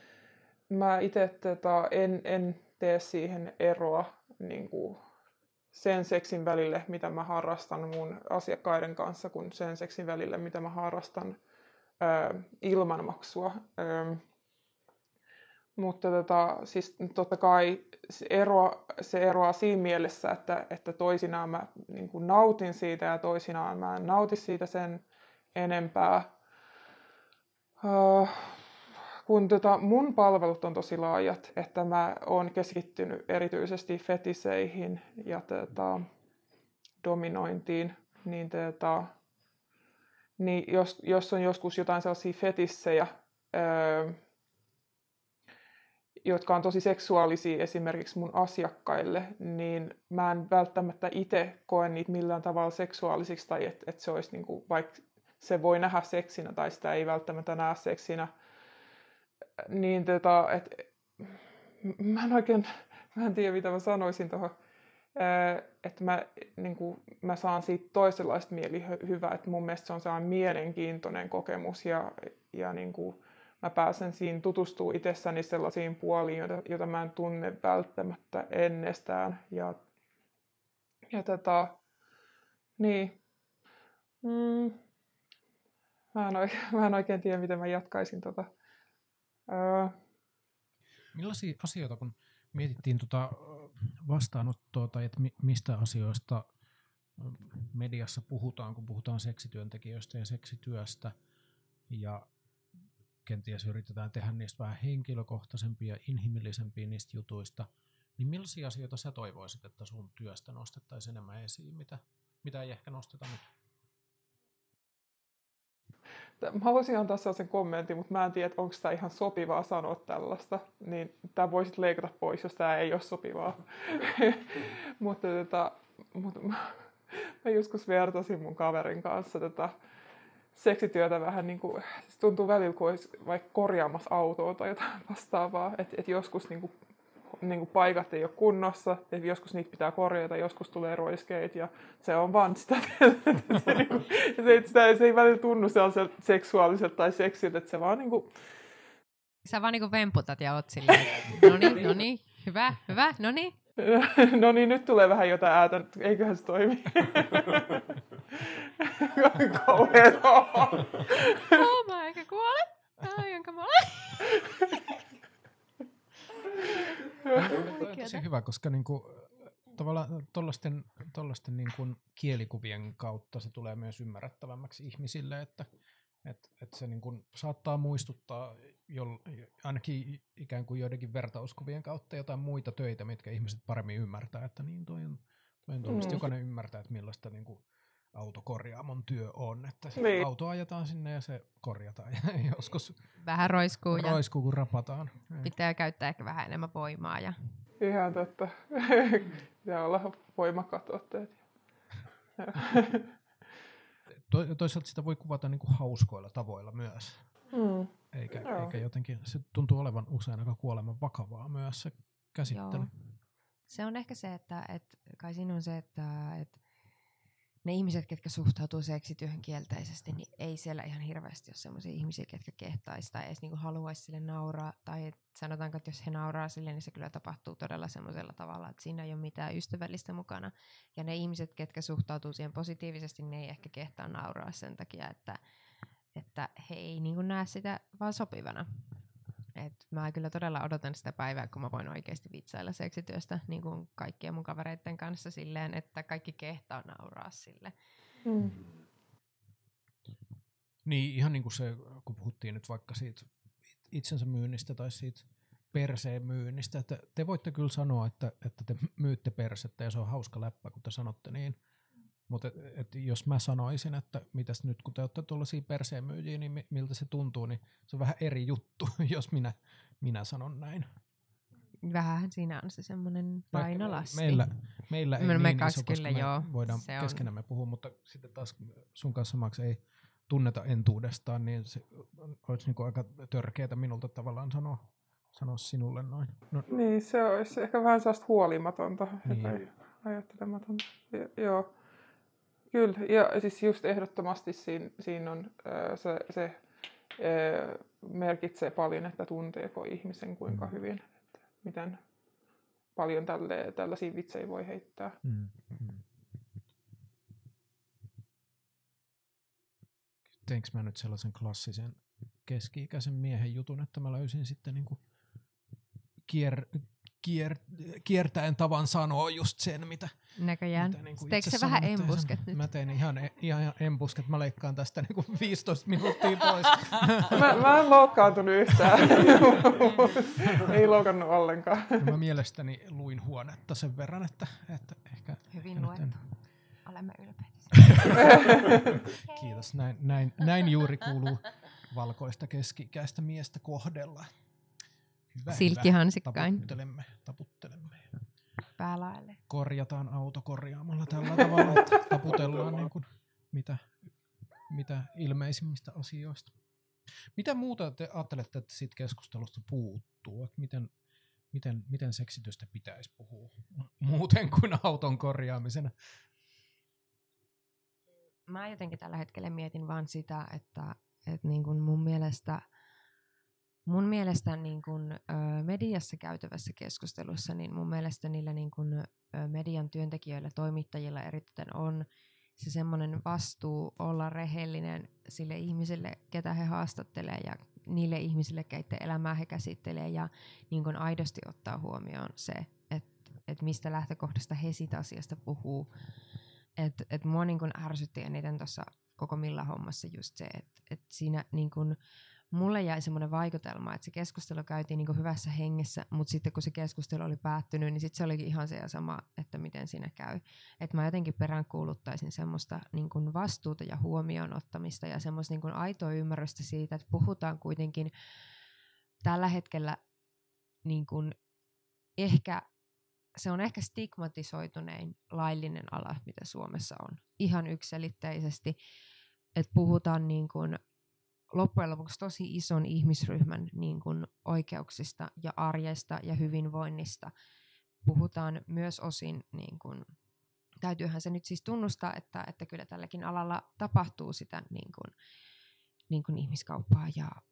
Mä itse tota, en, en tee siihen eroa niin kuin sen seksin välille, mitä mä harrastan mun asiakkaiden kanssa, kuin sen seksin välille, mitä mä harrastan ää, ilman maksua. Ää, mutta tota, siis totta kai se, eroa, se eroaa siinä mielessä, että, että toisinaan mä niin kuin nautin siitä ja toisinaan mä en nauti siitä sen enempää. Ää, Kun tota, mun palvelut on tosi laajat, että mä oon keskittynyt erityisesti fetiseihin ja tota, dominointiin, niin, tota, niin jos, jos on joskus jotain sellaisia fetissejä, öö, jotka on tosi seksuaalisia esimerkiksi mun asiakkaille, niin mä en välttämättä itse koe niitä millään tavalla seksuaalisiksi, tai että et se olisi niinku, vaikka se voi nähdä seksinä tai sitä ei välttämättä näe seksinä. Niin tota, et, mä en oikein, mä en tiedä mitä mä sanoisin tuohon, että mä, niinku, mä saan siitä toisenlaista mielihyvää, että mun mielestä se on sellainen mielenkiintoinen kokemus ja, ja niinku, mä pääsen siinä tutustumaan itsessäni sellaisiin puoliin, joita, joita mä en tunne välttämättä ennestään ja, ja tota, niin, mm, mä, en oikein, mä en oikein tiedä miten mä jatkaisin tota. Öö. Millaisia asioita, kun mietittiin tuota vastaanottoa tai että mistä asioista mediassa puhutaan, kun puhutaan seksityöntekijöistä ja seksityöstä ja kenties yritetään tehdä niistä vähän henkilökohtaisempia ja inhimillisempiä niistä jutuista, niin millaisia asioita sä toivoisit, että sun työstä nostettaisiin enemmän esiin, mitä, mitä ei ehkä nosteta nyt? Mä haluaisin antaa sellaisen kommentin, mutta mä en tiedä, onko tämä ihan sopivaa sanoa tällaista. Niin tämä voisit leikata pois, jos tämä ei ole sopivaa. mutta tota, mutta mä, mä joskus vertasin mun kaverin kanssa tätä seksityötä vähän niin kuin, se tuntuu välillä, kun olisi vaikka korjaamassa autoa tai jotain vastaavaa. Että et joskus niin kuin, niin kuin paikat ei ole kunnossa, että joskus niitä pitää korjata, joskus tulee roiskeet ja se on vaan sitä, että se, niin kuin, se, sitä, se ei välillä tunnu sellaiselta seksuaaliselta tai seksiltä, että se vaan niin kuin, Sä vaan niinku vemputat ja oot silleen, noniin, noniin, hyvä, hyvä, noniin. No niin, nyt tulee vähän jotain äätä, eiköhän se toimi. Kauheeta. Oh, mä eikä kuole. Ai, jonka mä olen. On tosi hyvä, koska niinku, tavallaan tollaisten, tollaisten niinku kielikuvien kautta se tulee myös ymmärrettävämmäksi ihmisille, että et, et se niinku saattaa muistuttaa jo, ainakin ikään kuin joidenkin vertauskuvien kautta jotain muita töitä, mitkä ihmiset paremmin ymmärtää, että niin toi on, toi on tuollaista. Mm. Jokainen ymmärtää, että millaista niinku autokorjaamon työ on, että niin. Auto ajetaan sinne ja se korjataan ja joskus vähän roiskuu, roiskuu kun rapataan. Pitää käyttää ehkä vähän enemmän voimaa. Ja... Ihan totta. Pitää olla voimakatotteet. To, toisaalta sitä voi kuvata niinku hauskoilla tavoilla myös. Mm. Eikä, eikä jotenkin, se tuntuu olevan usein aika kuoleman vakavaa myös se käsittely. Joo. Se on ehkä se, että et, kai siinä on se, että et ne ihmiset, ketkä suhtautuu seksityöhön kielteisesti, niin ei siellä ihan hirveästi ole sellaisia ihmisiä, ketkä kehtaisi tai edes niinku haluaisi sille nauraa. Tai et sanotaanko, että jos he nauraa sille, niin se kyllä tapahtuu todella semmoisella tavalla, että siinä ei ole mitään ystävällistä mukana. Ja ne ihmiset, ketkä suhtautuu siihen positiivisesti, ne ei ehkä kehtaa nauraa sen takia, että, että he ei niinku näe sitä vaan sopivana. Et mä kyllä todella odotan sitä päivää, kun mä voin oikeasti vitsailla seksityöstä niin kuin kaikkien mun kavereiden kanssa silleen, että kaikki kehtaa nauraa sille. Mm. Niin, ihan niin kuin se, kun puhuttiin nyt vaikka siitä itsensä myynnistä tai siitä perseen myynnistä, että te voitte kyllä sanoa, että, että te myytte persettä ja se on hauska läppä, kun te sanotte niin. Mutta et, et jos mä sanoisin, että mitäs nyt kun te olette tuollaisia perseen myyjiä, niin miltä se tuntuu, niin se on vähän eri juttu, jos minä, minä sanon näin. Vähähän siinä on se semmoinen painolasti. Meillä, meillä ei me niin iso, koska kyllä, me joo, voidaan keskenämme puhua, mutta sitten taas sun kanssa Max ei tunneta entuudestaan, niin se olisi niinku aika törkeätä minulta tavallaan sanoa, sanoa sinulle noin. No. Niin, se olisi ehkä vähän sellaista huolimatonta, niin. ajattelematonta. Ja, joo. Kyllä, ja siis just ehdottomasti siinä, siinä on äh, se, se äh, merkitsee paljon, että tunteeko ihmisen kuinka hyvin, että miten paljon tälle, tällaisia vitsejä voi heittää. Mm. Mm. Teinkö mä nyt sellaisen klassisen keski-ikäisen miehen jutun, että mä löysin sitten niinku kier, kier, kiertäen tavan sanoa just sen, mitä... Näköjään. Mitä niinku Teekö se vähän sanon, embusket sen, nyt? Mä tein ihan, ihan embusket, mä leikkaan tästä niinku viisitoista minuuttia pois. mä, mä en loukkaantunut yhtään. Ei loukannut ollenkaan. No mä mielestäni luin huonetta sen verran, että, että ehkä... Hyvin ehkä luettu. en... Olemme ylpeitä. Kiitos. Näin, näin, näin juuri kuuluu valkoista keski-ikäistä miestä kohdella. Hyvä, silkkihansikkain. Taputtelemme, taputtelemme. Päälaelle. Korjataan auto korjaamalla tällä tavalla, että taputellaan niin kuin mitä, mitä ilmeisimmistä asioista. Mitä muuta te ajattelette, että siitä keskustelusta puuttuu? Että miten, miten, miten seksitystä pitäisi puhua muuten kuin auton korjaamisena? Mä jotenkin tällä hetkellä mietin vaan sitä, että, että niin kuin mun mielestä Mun mielestä niin kun, ö, mediassa käytävässä keskustelussa, niin mun mielestä niillä niin kun, ö, median työntekijöillä, toimittajilla eritoten on se semmoinen vastuu olla rehellinen sille ihmiselle, ketä he haastattelee ja niille ihmisille, keitä elämää he käsittelee ja niin kun aidosti ottaa huomioon se, että et mistä lähtökohdasta he siitä asiasta puhuu. Että et mua niin kun ärsytti eniten tuossa koko Milla-hommassa just se, että et siinä niin kun mulle jäi semmoinen vaikutelma, että se keskustelu käytiin niin kuin hyvässä hengessä, mutta sitten kun se keskustelu oli päättynyt, niin sitten se olikin ihan se ja sama, että miten siinä käy. Että mä jotenkin peräänkuuluttaisin semmoista niin kuin vastuuta ja huomioon ottamista ja semmoista niin kuin aitoa ymmärrystä siitä, että puhutaan kuitenkin tällä hetkellä niin kuin ehkä, se on ehkä stigmatisoitunein laillinen ala, mitä Suomessa on. Ihan yksiselitteisesti, että puhutaan niin kuin loppujen lopuksi tosi ison ihmisryhmän niin kuin oikeuksista ja arjesta ja hyvinvoinnista. Puhutaan myös osin, niin kuin, täytyyhän se nyt siis tunnustaa, että, että kyllä tälläkin alalla tapahtuu sitä niin kuin, niin kuin ihmiskauppaa ja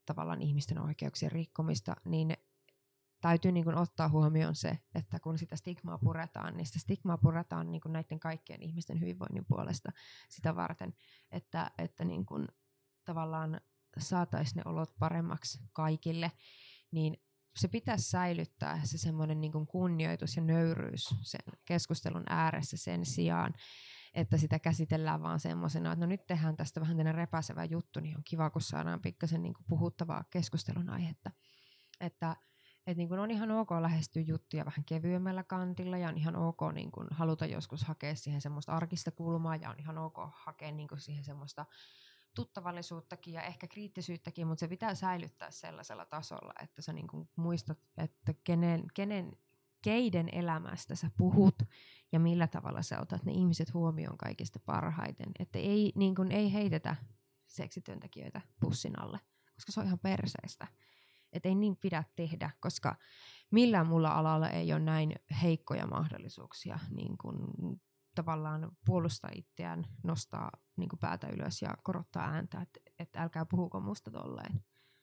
tavallaan ihmisten oikeuksien rikkomista, niin täytyy niin kuin ottaa huomioon se, että kun sitä stigmaa puretaan, niin sitä stigmaa puretaan niin kuin näiden kaikkien ihmisten hyvinvoinnin puolesta sitä varten, että, että niin kuin tavallaan saataisiin ne olot paremmaksi kaikille, niin se pitäisi säilyttää se semmoinen niin kuin kunnioitus ja nöyryys sen keskustelun ääressä sen sijaan, että sitä käsitellään vaan semmoisena, että no nyt tehdään tästä vähän tämmöinen repäsevä juttu, niin on kiva, kun saadaan pikkasen niin kuin puhuttavaa keskustelun aihetta. Että et niin kuin on ihan ok lähestyä juttuja vähän kevyemmällä kantilla ja on ihan ok niin kuin haluta joskus hakea siihen semmoista arkista kulmaa ja on ihan ok hakea niin kuin siihen semmoista tuttavallisuuttakin ja ehkä kriittisyyttäkin, mutta se pitää säilyttää sellaisella tasolla, että sä niin kuin muistat, että kenen, kenen, keiden elämästä sä puhut ja millä tavalla sä otat ne ihmiset huomioon kaikista parhaiten. Että ei, niin kuin, ei heitetä seksityöntekijöitä pussin alle, koska se on ihan perseestä. Että ei niin pidä tehdä, koska millään muulla alalla ei ole näin heikkoja mahdollisuuksia niin kuin tavallaan puolustaa itseään, nostaa niin kuin päätä ylös ja korottaa ääntä, että et älkää puhuko musta tolleen.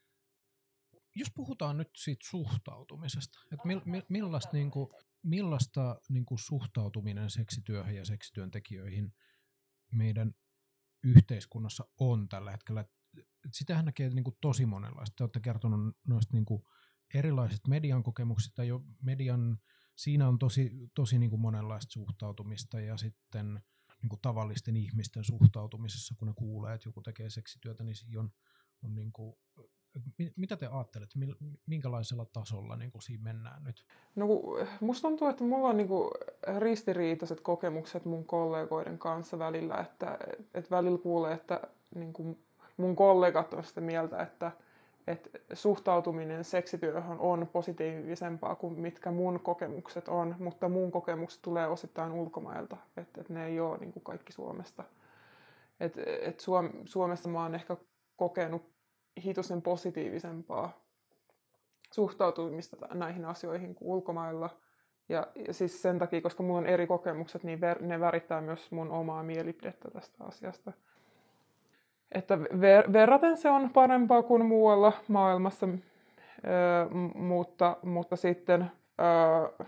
Jos puhutaan nyt siitä suhtautumisesta, että mil, mil, millaista, niin kuin, millaista niin kuin suhtautuminen seksityöhön ja seksityöntekijöihin meidän yhteiskunnassa on tällä hetkellä. Sitähän näkee niin kuin tosi monenlaista. Te olette kertonut noista niin kuin erilaisista median kokemuksista. Jo median, siinä on tosi, tosi niin kuin monenlaista suhtautumista ja sitten niin kuin tavallisten ihmisten suhtautumisessa, kun ne kuulee, että joku tekee seksityötä, niin siinä on, on niin kuin, mitä te ajattelette, minkälaisella tasolla niin kuin siinä mennään nyt? No, musta tuntuu, että mulla on niin kuin ristiriitaiset kokemukset mun kollegoiden kanssa välillä, että, että välillä kuulee, että niin kuin mun kollegat on sitä mieltä, että, että suhtautuminen seksityöhön on positiivisempaa kuin mitkä mun kokemukset on, mutta mun kokemukset tulee osittain ulkomailta, että, että ne ei ole niin kuin kaikki Suomesta. Et, et Suom, Suomessa mä oon ehkä kokenut hitusen positiivisempaa suhtautumista näihin asioihin kuin ulkomailla. Ja, ja siis sen takia, koska mulla on eri kokemukset, niin ver, ne värittää myös mun omaa mielipidettä tästä asiasta. Että ver, verraten se on parempaa kuin muualla maailmassa, öö, mutta, mutta sitten öö,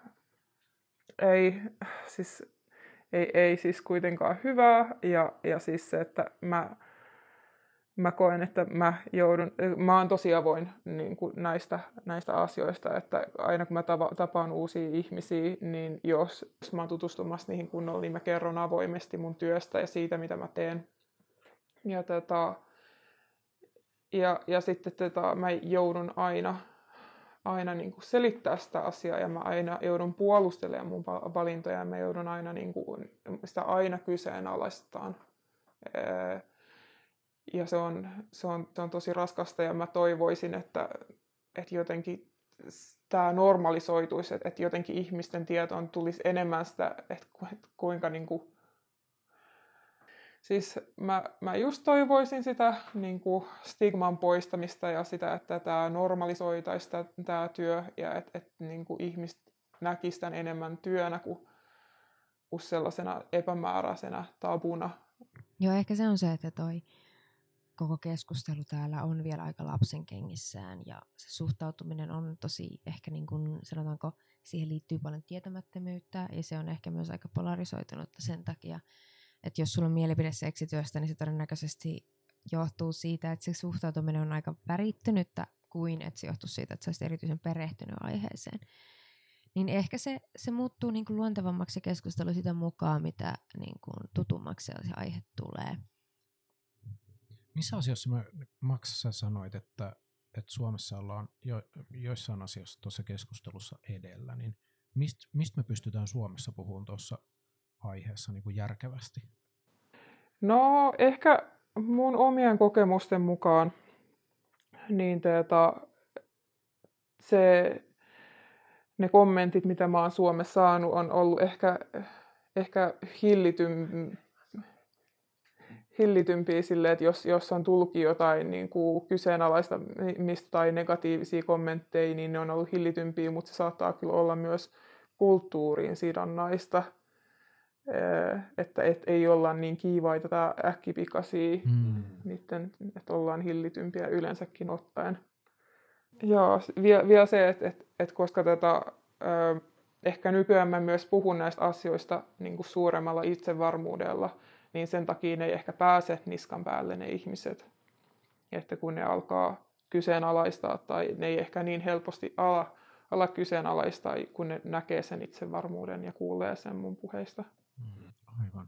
ei, siis, ei, ei siis kuitenkaan hyvää. Ja, ja siis se, että mä, mä koen, että mä joudun, mä oon tosi avoin niin kuin näistä, näistä asioista, että aina kun mä tapaan uusia ihmisiä, niin jos, jos mä oon tutustumassa niihin kunnolla, niin mä kerron avoimesti mun työstä ja siitä, mitä mä teen. Ja, tota, ja, ja sitten tota, mä joudun aina, aina niin kuin selittää sitä asiaa ja mä aina joudun puolustelemaan mun valintoja ja mä joudun aina niin kuin, sitä aina kyseenalaistamaan. Ja se on, se, on, se on tosi raskasta ja mä toivoisin, että, että jotenkin tämä normalisoituisi, että, että jotenkin ihmisten tietoon tulisi enemmän sitä, että kuinka niin kuin, siis mä, mä just toivoisin sitä niin kuin stigman poistamista ja sitä, että tämä normalisoitaisi tämä työ ja että et, niin kuin ihmiset näkisivät tämän enemmän työnä kuin, kuin sellaisena epämääräisenä tabuna. Joo, ehkä se on se, että toi koko keskustelu täällä on vielä aika lapsen kengissään ja se suhtautuminen on tosi ehkä niin kuin sanotaanko, siihen liittyy paljon tietämättömyyttä ja se on ehkä myös aika polarisoitunutta sen takia, että jos sulla on mielipide seksityöstä, niin se todennäköisesti johtuu siitä, että se suhtautuminen on aika värittynyttä kuin että se johtuu siitä, että sä olisit erityisen perehtynyt aiheeseen. Niin ehkä se, se muuttuu niin kuin luontevammaksi keskustelu sitä mukaan, mitä niin kuin tutummaksi se aihe tulee. Missä asioissa mä, Max, sä sanoit, että, että Suomessa ollaan jo, joissain asioissa tuossa keskustelussa edellä, niin mistä mist me pystytään Suomessa puhumaan tuossa aiheessa niin kuin järkevästi? No ehkä mun omien kokemusten mukaan niin teeta, se, ne kommentit, mitä mä oon Suomessa saanut, on ollut ehkä, ehkä hillityn, hillitympiä silleen, että jos, jos on tullutkin jotain niin kuin kyseenalaista mistä tai negatiivisia kommentteja, niin ne on ollut hillitympiä, mutta se saattaa kyllä olla myös kulttuuriin sidonnaista. että et ei olla niin kiivaita tai äkkipikaisia, Mm. niiden, että ollaan hillitympiä yleensäkin ottaen. Joo, vielä, vielä se, että et, et koska tätä, ö, ehkä nykyään mä myös puhun näistä asioista niin kuin suuremmalla itsevarmuudella, niin sen takia ne ei ehkä pääse niskan päälle ne ihmiset. Että kun ne alkaa kyseenalaistaa tai ne ei ehkä niin helposti ala, ala kyseenalaistaa, kun ne näkee sen itsevarmuuden ja kuulee sen mun puheista. Mm, aivan.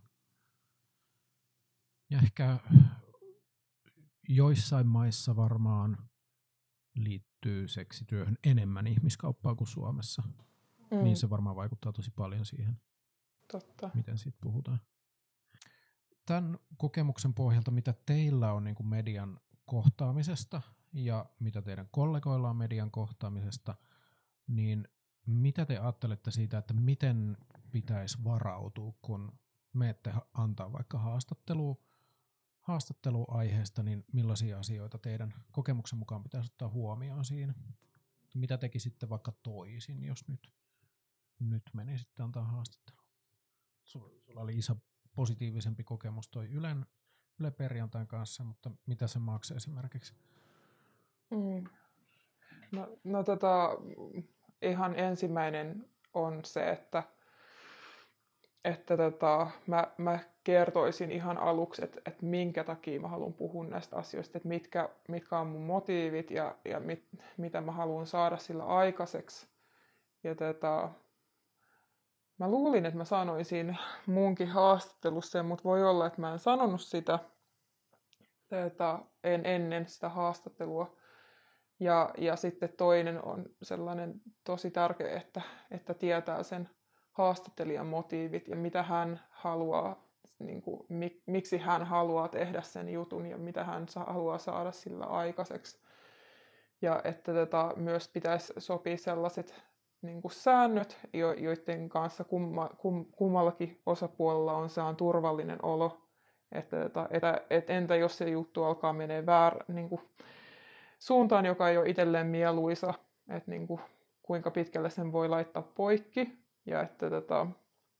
Ja ehkä joissain maissa varmaan liittyy seksityöhön enemmän ihmiskauppaa kuin Suomessa. Mm. Niin se varmaan vaikuttaa tosi paljon siihen, Totta. miten siitä puhutaan. Tämän kokemuksen pohjalta, mitä teillä on niin kuin median kohtaamisesta ja mitä teidän kollegoilla on median kohtaamisesta, niin mitä te ajattelette siitä, että miten pitäisi varautua, kun menette antaa vaikka haastattelua, haastattelua aiheesta, niin millaisia asioita teidän kokemuksen mukaan pitäisi ottaa huomioon siinä? Mitä tekisitte vaikka toisin, jos nyt, nyt menisitte antaa haastattelua? Sulla oli iso positiivisempi kokemus toi Ylen, Yle Perjantain kanssa, mutta mitä se maksaa esimerkiksi? Mm. No, no tota, ihan ensimmäinen on se, että, että tota, mä, mä kertoisin ihan aluksi, että, että minkä takia mä haluan puhua näistä asioista, että mitkä, mitkä on mun motiivit ja, ja mit, mitä mä haluan saada sillä aikaiseksi. Ja tota, mä luulin, että mä sanoisin munkin haastattelussa, mutta voi olla, että mä en sanonut sitä tätä, en ennen sitä haastattelua. Ja, ja sitten toinen on sellainen tosi tärkeä, että, että tietää sen haastattelijan motiivit ja mitä hän haluaa, niin kuin, mik, miksi hän haluaa tehdä sen jutun ja mitä hän sa- haluaa saada sillä aikaiseksi. Ja että tätä myös pitäisi sopia sellaiset niin kuin säännöt, joiden kanssa kumma, kum, kummallakin osapuolella on se on turvallinen olo. Että, että, että, että entä jos se juttu alkaa menee väärä niin kuin suuntaan, joka ei ole itselleen mieluisa, että niin kuin, kuinka pitkälle sen voi laittaa poikki ja että, tota,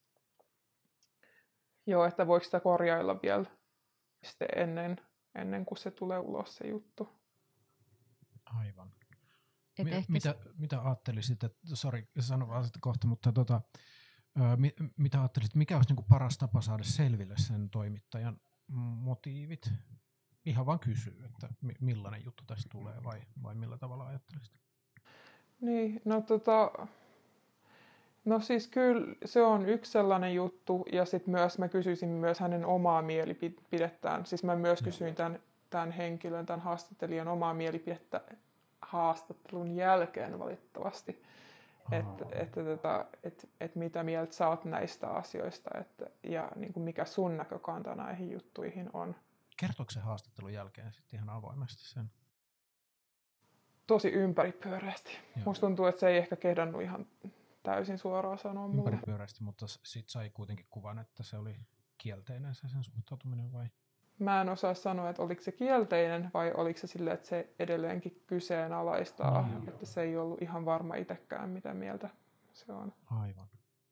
joo, että voiko sitä korjailla vielä sitten ennen, ennen kuin se tulee ulos se juttu. Aivan. Et Mi- ehkä mitä, mitä ajattelisit, että, sori, sano vaan sitä kohta, mutta tota, ö, mi- mitä ajattelisit, mikä olisi niinku paras tapa saada selville sen toimittajan motiivit? Ihan vaan kysyy, että mi- millainen juttu tästä tulee vai, vai millä tavalla ajattelisit? Niin, no tota, no siis kyllä se on yksi sellainen juttu ja sitten myös mä kysyisin myös hänen omaa mielipidettään. Siis mä myös kysyin tämän, tämän henkilön, tämän haastattelijan omaa mielipidettä haastattelun jälkeen valitettavasti. Että et, et, et, et mitä mieltä sä oot näistä asioista et, ja niin kuin mikä sun näkökanta näihin juttuihin on. Kertooko se haastattelun jälkeen sitten ihan avoimesti sen? Tosi ympäripyöreästi. Joo. Musta tuntuu, että se ei ehkä kehdannut ihan täysin suoraan sanoa mulle. Ympäripyöreästi, mutta sitten sai kuitenkin kuvan, että se oli kielteinen se sen suhtautuminen vai? Mä en osaa sanoa, että oliko se kielteinen vai oliko se silleen, että se edelleenkin kyseenalaistaa, mm. että se ei ollut ihan varma itsekään, mitä mieltä se on. Aivan.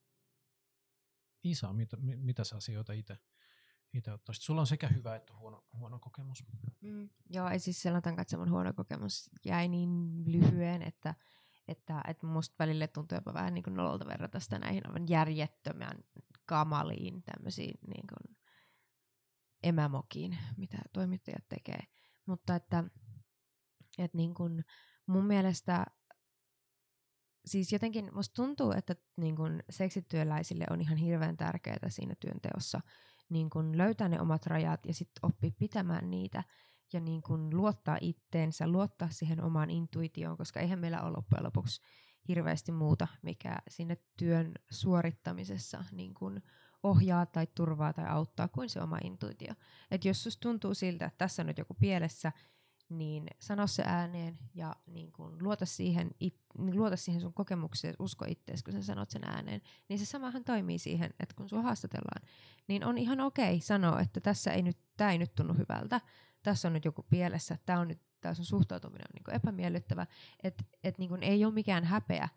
Isa, mitä, mitäs asioita itse itse ottaisit? Sulla on sekä hyvä että huono, huono kokemus. Mm, joo, ei siis sanotaan, että mun huono kokemus jäi niin lyhyen, että, että, että musta välillä tuntuu jopa vähän niin kuin nololta verrata sitä näihin aivan järjettömän kamaliin tämmöisiin niin kuin emämokiin, mitä toimittajat tekee. Mutta että, että niin kuin mun mielestä siis jotenkin musta tuntuu, että niin kun seksityöläisille on ihan hirveän tärkeää siinä työnteossa niin kun löytää ne omat rajat ja sitten oppia pitämään niitä ja niin kun luottaa itteensä, luottaa siihen omaan intuitioon, koska eihän meillä ole loppujen lopuksi hirveästi muuta, mikä siinä työn suorittamisessa niin kun ohjaa tai turvaa tai auttaa kuin se oma intuitio. Et jos susta tuntuu siltä, että tässä on nyt joku pielessä, niin sano se ääneen ja niin kun luota, siihen it, niin luota siihen sun kokemukseen, usko ittees, kun sä sanot sen ääneen. Niin se samahan toimii siihen, että kun sua haastatellaan, niin on ihan okei sanoa, että tässä ei nyt, tää ei nyt tunnu hyvältä, tässä on nyt joku pielessä, tää on nyt, tää sun suhtautuminen on niin kuin epämiellyttävä, että et niin kuin ei ole mikään häpeä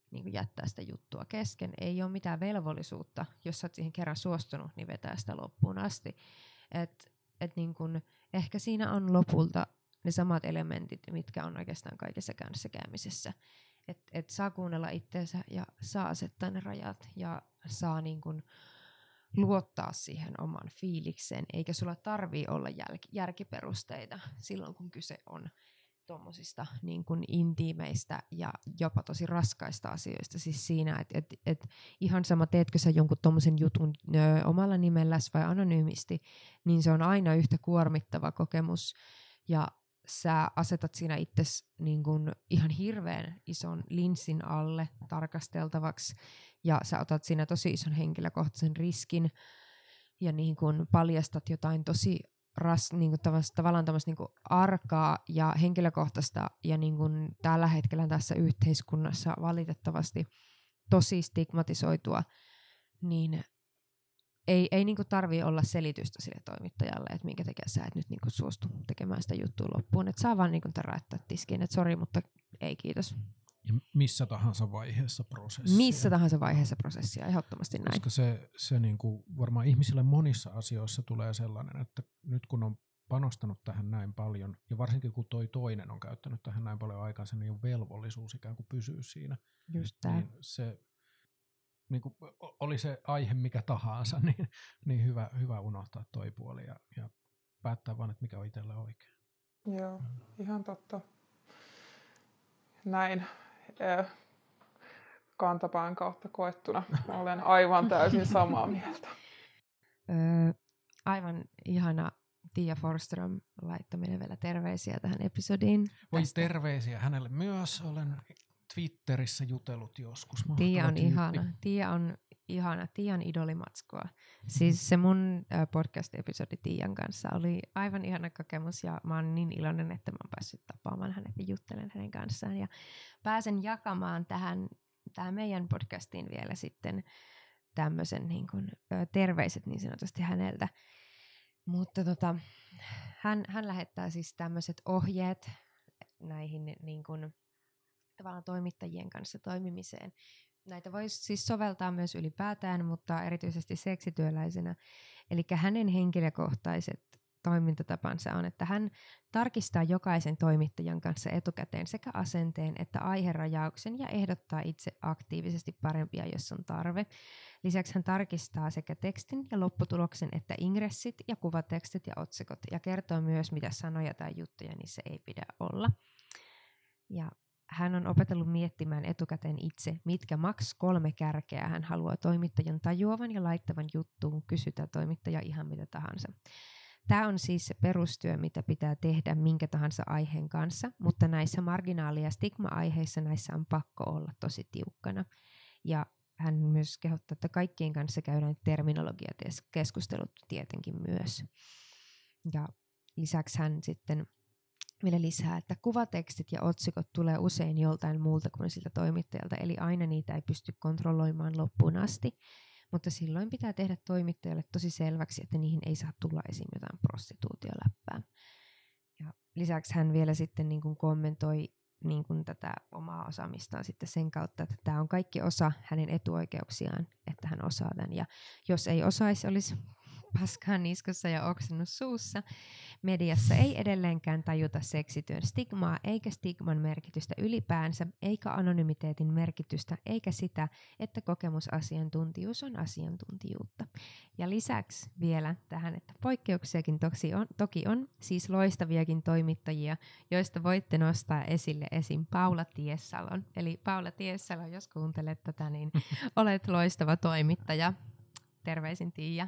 niin kuin jättää sitä juttua kesken. Ei ole mitään velvollisuutta, jos sä oot siihen kerran suostunut, niin vetää sitä loppuun asti. Et, et niin kuin, ehkä siinä on lopulta ne samat elementit, mitkä on oikeastaan kaikessa kanssakäymisessä. Että et saa kuunnella itseensä ja saa asettaa ne rajat ja saa niin kuin luottaa siihen oman fiilikseen, eikä sulla tarvii olla jäl- järkiperusteita silloin, kun kyse on tuommoisista niin kuin intiimeistä ja jopa tosi raskaista asioista. Siis siinä, että et, et ihan sama teetkö sä jonkun tuommoisen jutun ö, omalla nimelläsi vai anonyymisti, niin se on aina yhtä kuormittava kokemus ja sä asetat siinä itsesi niin kuin ihan hirveän ison linssin alle tarkasteltavaksi ja sä otat siinä tosi ison henkilökohtaisen riskin ja niin kuin paljastat jotain tosi ras, niin kuin tavallaan tämmöistä niin kuin arkaa ja henkilökohtaista ja niin kuin tällä hetkellä tässä yhteiskunnassa valitettavasti tosi stigmatisoitua, niin ei, ei niin kuin tarvitse olla selitystä sille toimittajalle, että minkä takia sä et nyt niin kuin suostu tekemään sitä juttua loppuun. Että saa vaan niin kuin täräyttää tiskiin, että sori, mutta ei kiitos. Ja missä tahansa vaiheessa prosessia. Missä tahansa vaiheessa prosessia, ehdottomasti näin. Koska se, se niin kuin varmaan ihmisille monissa asioissa tulee sellainen, että nyt kun on panostanut tähän näin paljon, ja varsinkin kun toi toinen on käyttänyt tähän näin paljon aikansa, niin on velvollisuus ikään kuin pysyä siinä. Just tää. Niin se, niin kuin oli se aihe mikä tahansa, niin, niin hyvä, hyvä unohtaa toi puoli ja, ja päättää vaan, että mikä on itselle oikein. Joo, ihan totta. Näin kantapään kautta koettuna. Olen aivan täysin samaa mieltä. Öö, aivan ihana Tiia Forsström laittoi meille vielä terveisiä tähän episodiin. Voi tästä. Terveisiä hänelle myös. Olen Twitterissä jutellut joskus. Mahtava Tiia on tyyppi. ihana. Tiia on ihana. Tiian idolimatskua. Siis se mun podcast-episodi Tiian kanssa oli aivan ihana kokemus ja mä oon niin iloinen, että mä oon päässyt tapaamaan hänet ja juttelen hänen kanssaan. Ja pääsen jakamaan tähän, tähän meidän podcastiin vielä sitten tämmöisen niin kuin, terveiset niin sanotusti häneltä. Mutta tota, hän, hän lähettää siis tämmöiset ohjeet näihin niin kuin, tavallaan toimittajien kanssa toimimiseen. Näitä voisi siis soveltaa myös ylipäätään, mutta erityisesti seksityöläisenä. Eli hänen henkilökohtaiset toimintatapansa on, että hän tarkistaa jokaisen toimittajan kanssa etukäteen sekä asenteen että aiherajauksen ja ehdottaa itse aktiivisesti parempia, jos on tarve. Lisäksi hän tarkistaa sekä tekstin ja lopputuloksen että ingressit ja kuvatekstit ja otsikot ja kertoo myös, mitä sanoja tai juttuja niissä ei pidä olla. Ja hän on opetellut miettimään etukäteen itse, mitkä maks kolme kärkeä hän haluaa toimittajan tajuavan ja laittavan juttuun, kysytään toimittaja ihan mitä tahansa. Tämä on siis se perustyö, mitä pitää tehdä minkä tahansa aiheen kanssa, mutta näissä marginaali- ja stigma-aiheissa näissä on pakko olla tosi tiukkana. Ja hän myös kehottaa, että kaikkien kanssa käydään terminologiakeskustelut tietenkin myös. Ja lisäksi hän sitten vielä lisää, että kuvatekstit ja otsikot tulee usein joltain muulta kuin siltä toimittajalta, eli aina niitä ei pysty kontrolloimaan loppuun asti, mutta silloin pitää tehdä toimittajalle tosi selväksi, että niihin ei saa tulla esiin jotain prostituutioläppää. Ja lisäksi hän vielä sitten niin kuin kommentoi niin kuin tätä omaa osaamistaan sitten sen kautta, että tämä on kaikki osa hänen etuoikeuksiaan, että hän osaa tämän, ja jos ei osaisi, olisi paskaa niskassa ja oksennus suussa. Mediassa ei edelleenkään tajuta seksityön stigmaa, eikä stigman merkitystä ylipäänsä, eikä anonymiteetin merkitystä, eikä sitä, että kokemusasiantuntijuus on asiantuntijuutta. Ja lisäksi vielä tähän, että poikkeuksiakin toki on, toki on siis loistaviakin toimittajia, joista voitte nostaa esille esim. Paula Tiessalon. Eli Paula Tiessalo, jos kuuntelet tätä, niin olet loistava toimittaja. Terveisin Tiia.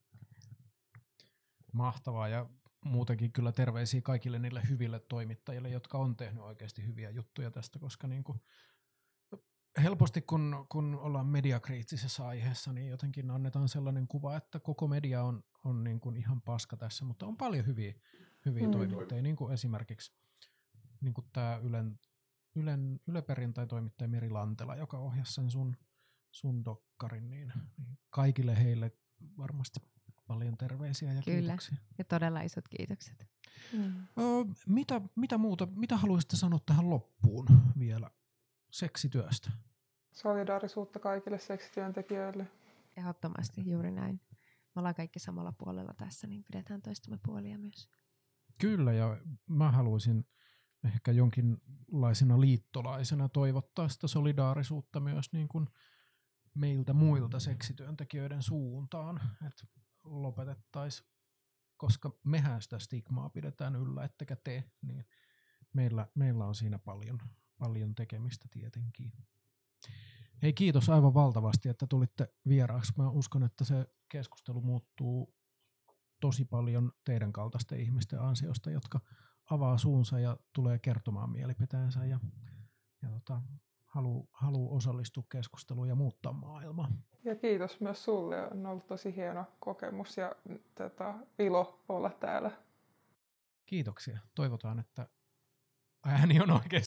Mahtavaa ja muutenkin kyllä terveisiä kaikille niille hyville toimittajille, jotka on tehnyt oikeasti hyviä juttuja tästä, koska niin kuin helposti kun, kun ollaan mediakriittisessä aiheessa, niin jotenkin annetaan sellainen kuva, että koko media on, on niin kuin ihan paska tässä, mutta on paljon hyviä, hyviä mm. toimittajia, niin kuin esimerkiksi niin kuin tämä Ylen, Ylen, Yle Perjantai-toimittaja Meri Lantela, joka ohjasi sen sun, sun dokkarin, niin, niin kaikille heille varmasti paljon terveisiä ja Kyllä. kiitoksia. Ja todella isot kiitokset. Mm. Ö, mitä, mitä muuta, mitä haluaisitte sanoa tähän loppuun vielä seksityöstä? Solidaarisuutta kaikille seksityöntekijöille. Ehdottomasti juuri näin. Me ollaan kaikki samalla puolella tässä, niin pidetään toistamme puolia myös. Kyllä, ja mä haluaisin ehkä jonkinlaisena liittolaisena toivottaa sitä solidaarisuutta myös niin kuin meiltä muilta seksityöntekijöiden suuntaan, että lopetettaisiin, koska mehän sitä stigmaa pidetään yllä, ettekä te, niin meillä, meillä on siinä paljon, paljon tekemistä tietenkin. Hei, kiitos aivan valtavasti, että tulitte vieraaksi. Mä uskon, että se keskustelu muuttuu tosi paljon teidän kaltaisten ihmisten ansiosta, jotka avaa suunsa ja tulee kertomaan mielipiteensä ja, ja tota, haluaa haluu osallistua keskusteluun ja muuttaa maailmaa. Ja kiitos myös sulle. On ollut tosi hieno kokemus ja tota, ilo olla täällä. Kiitoksia. Toivotaan, että ääni on oikein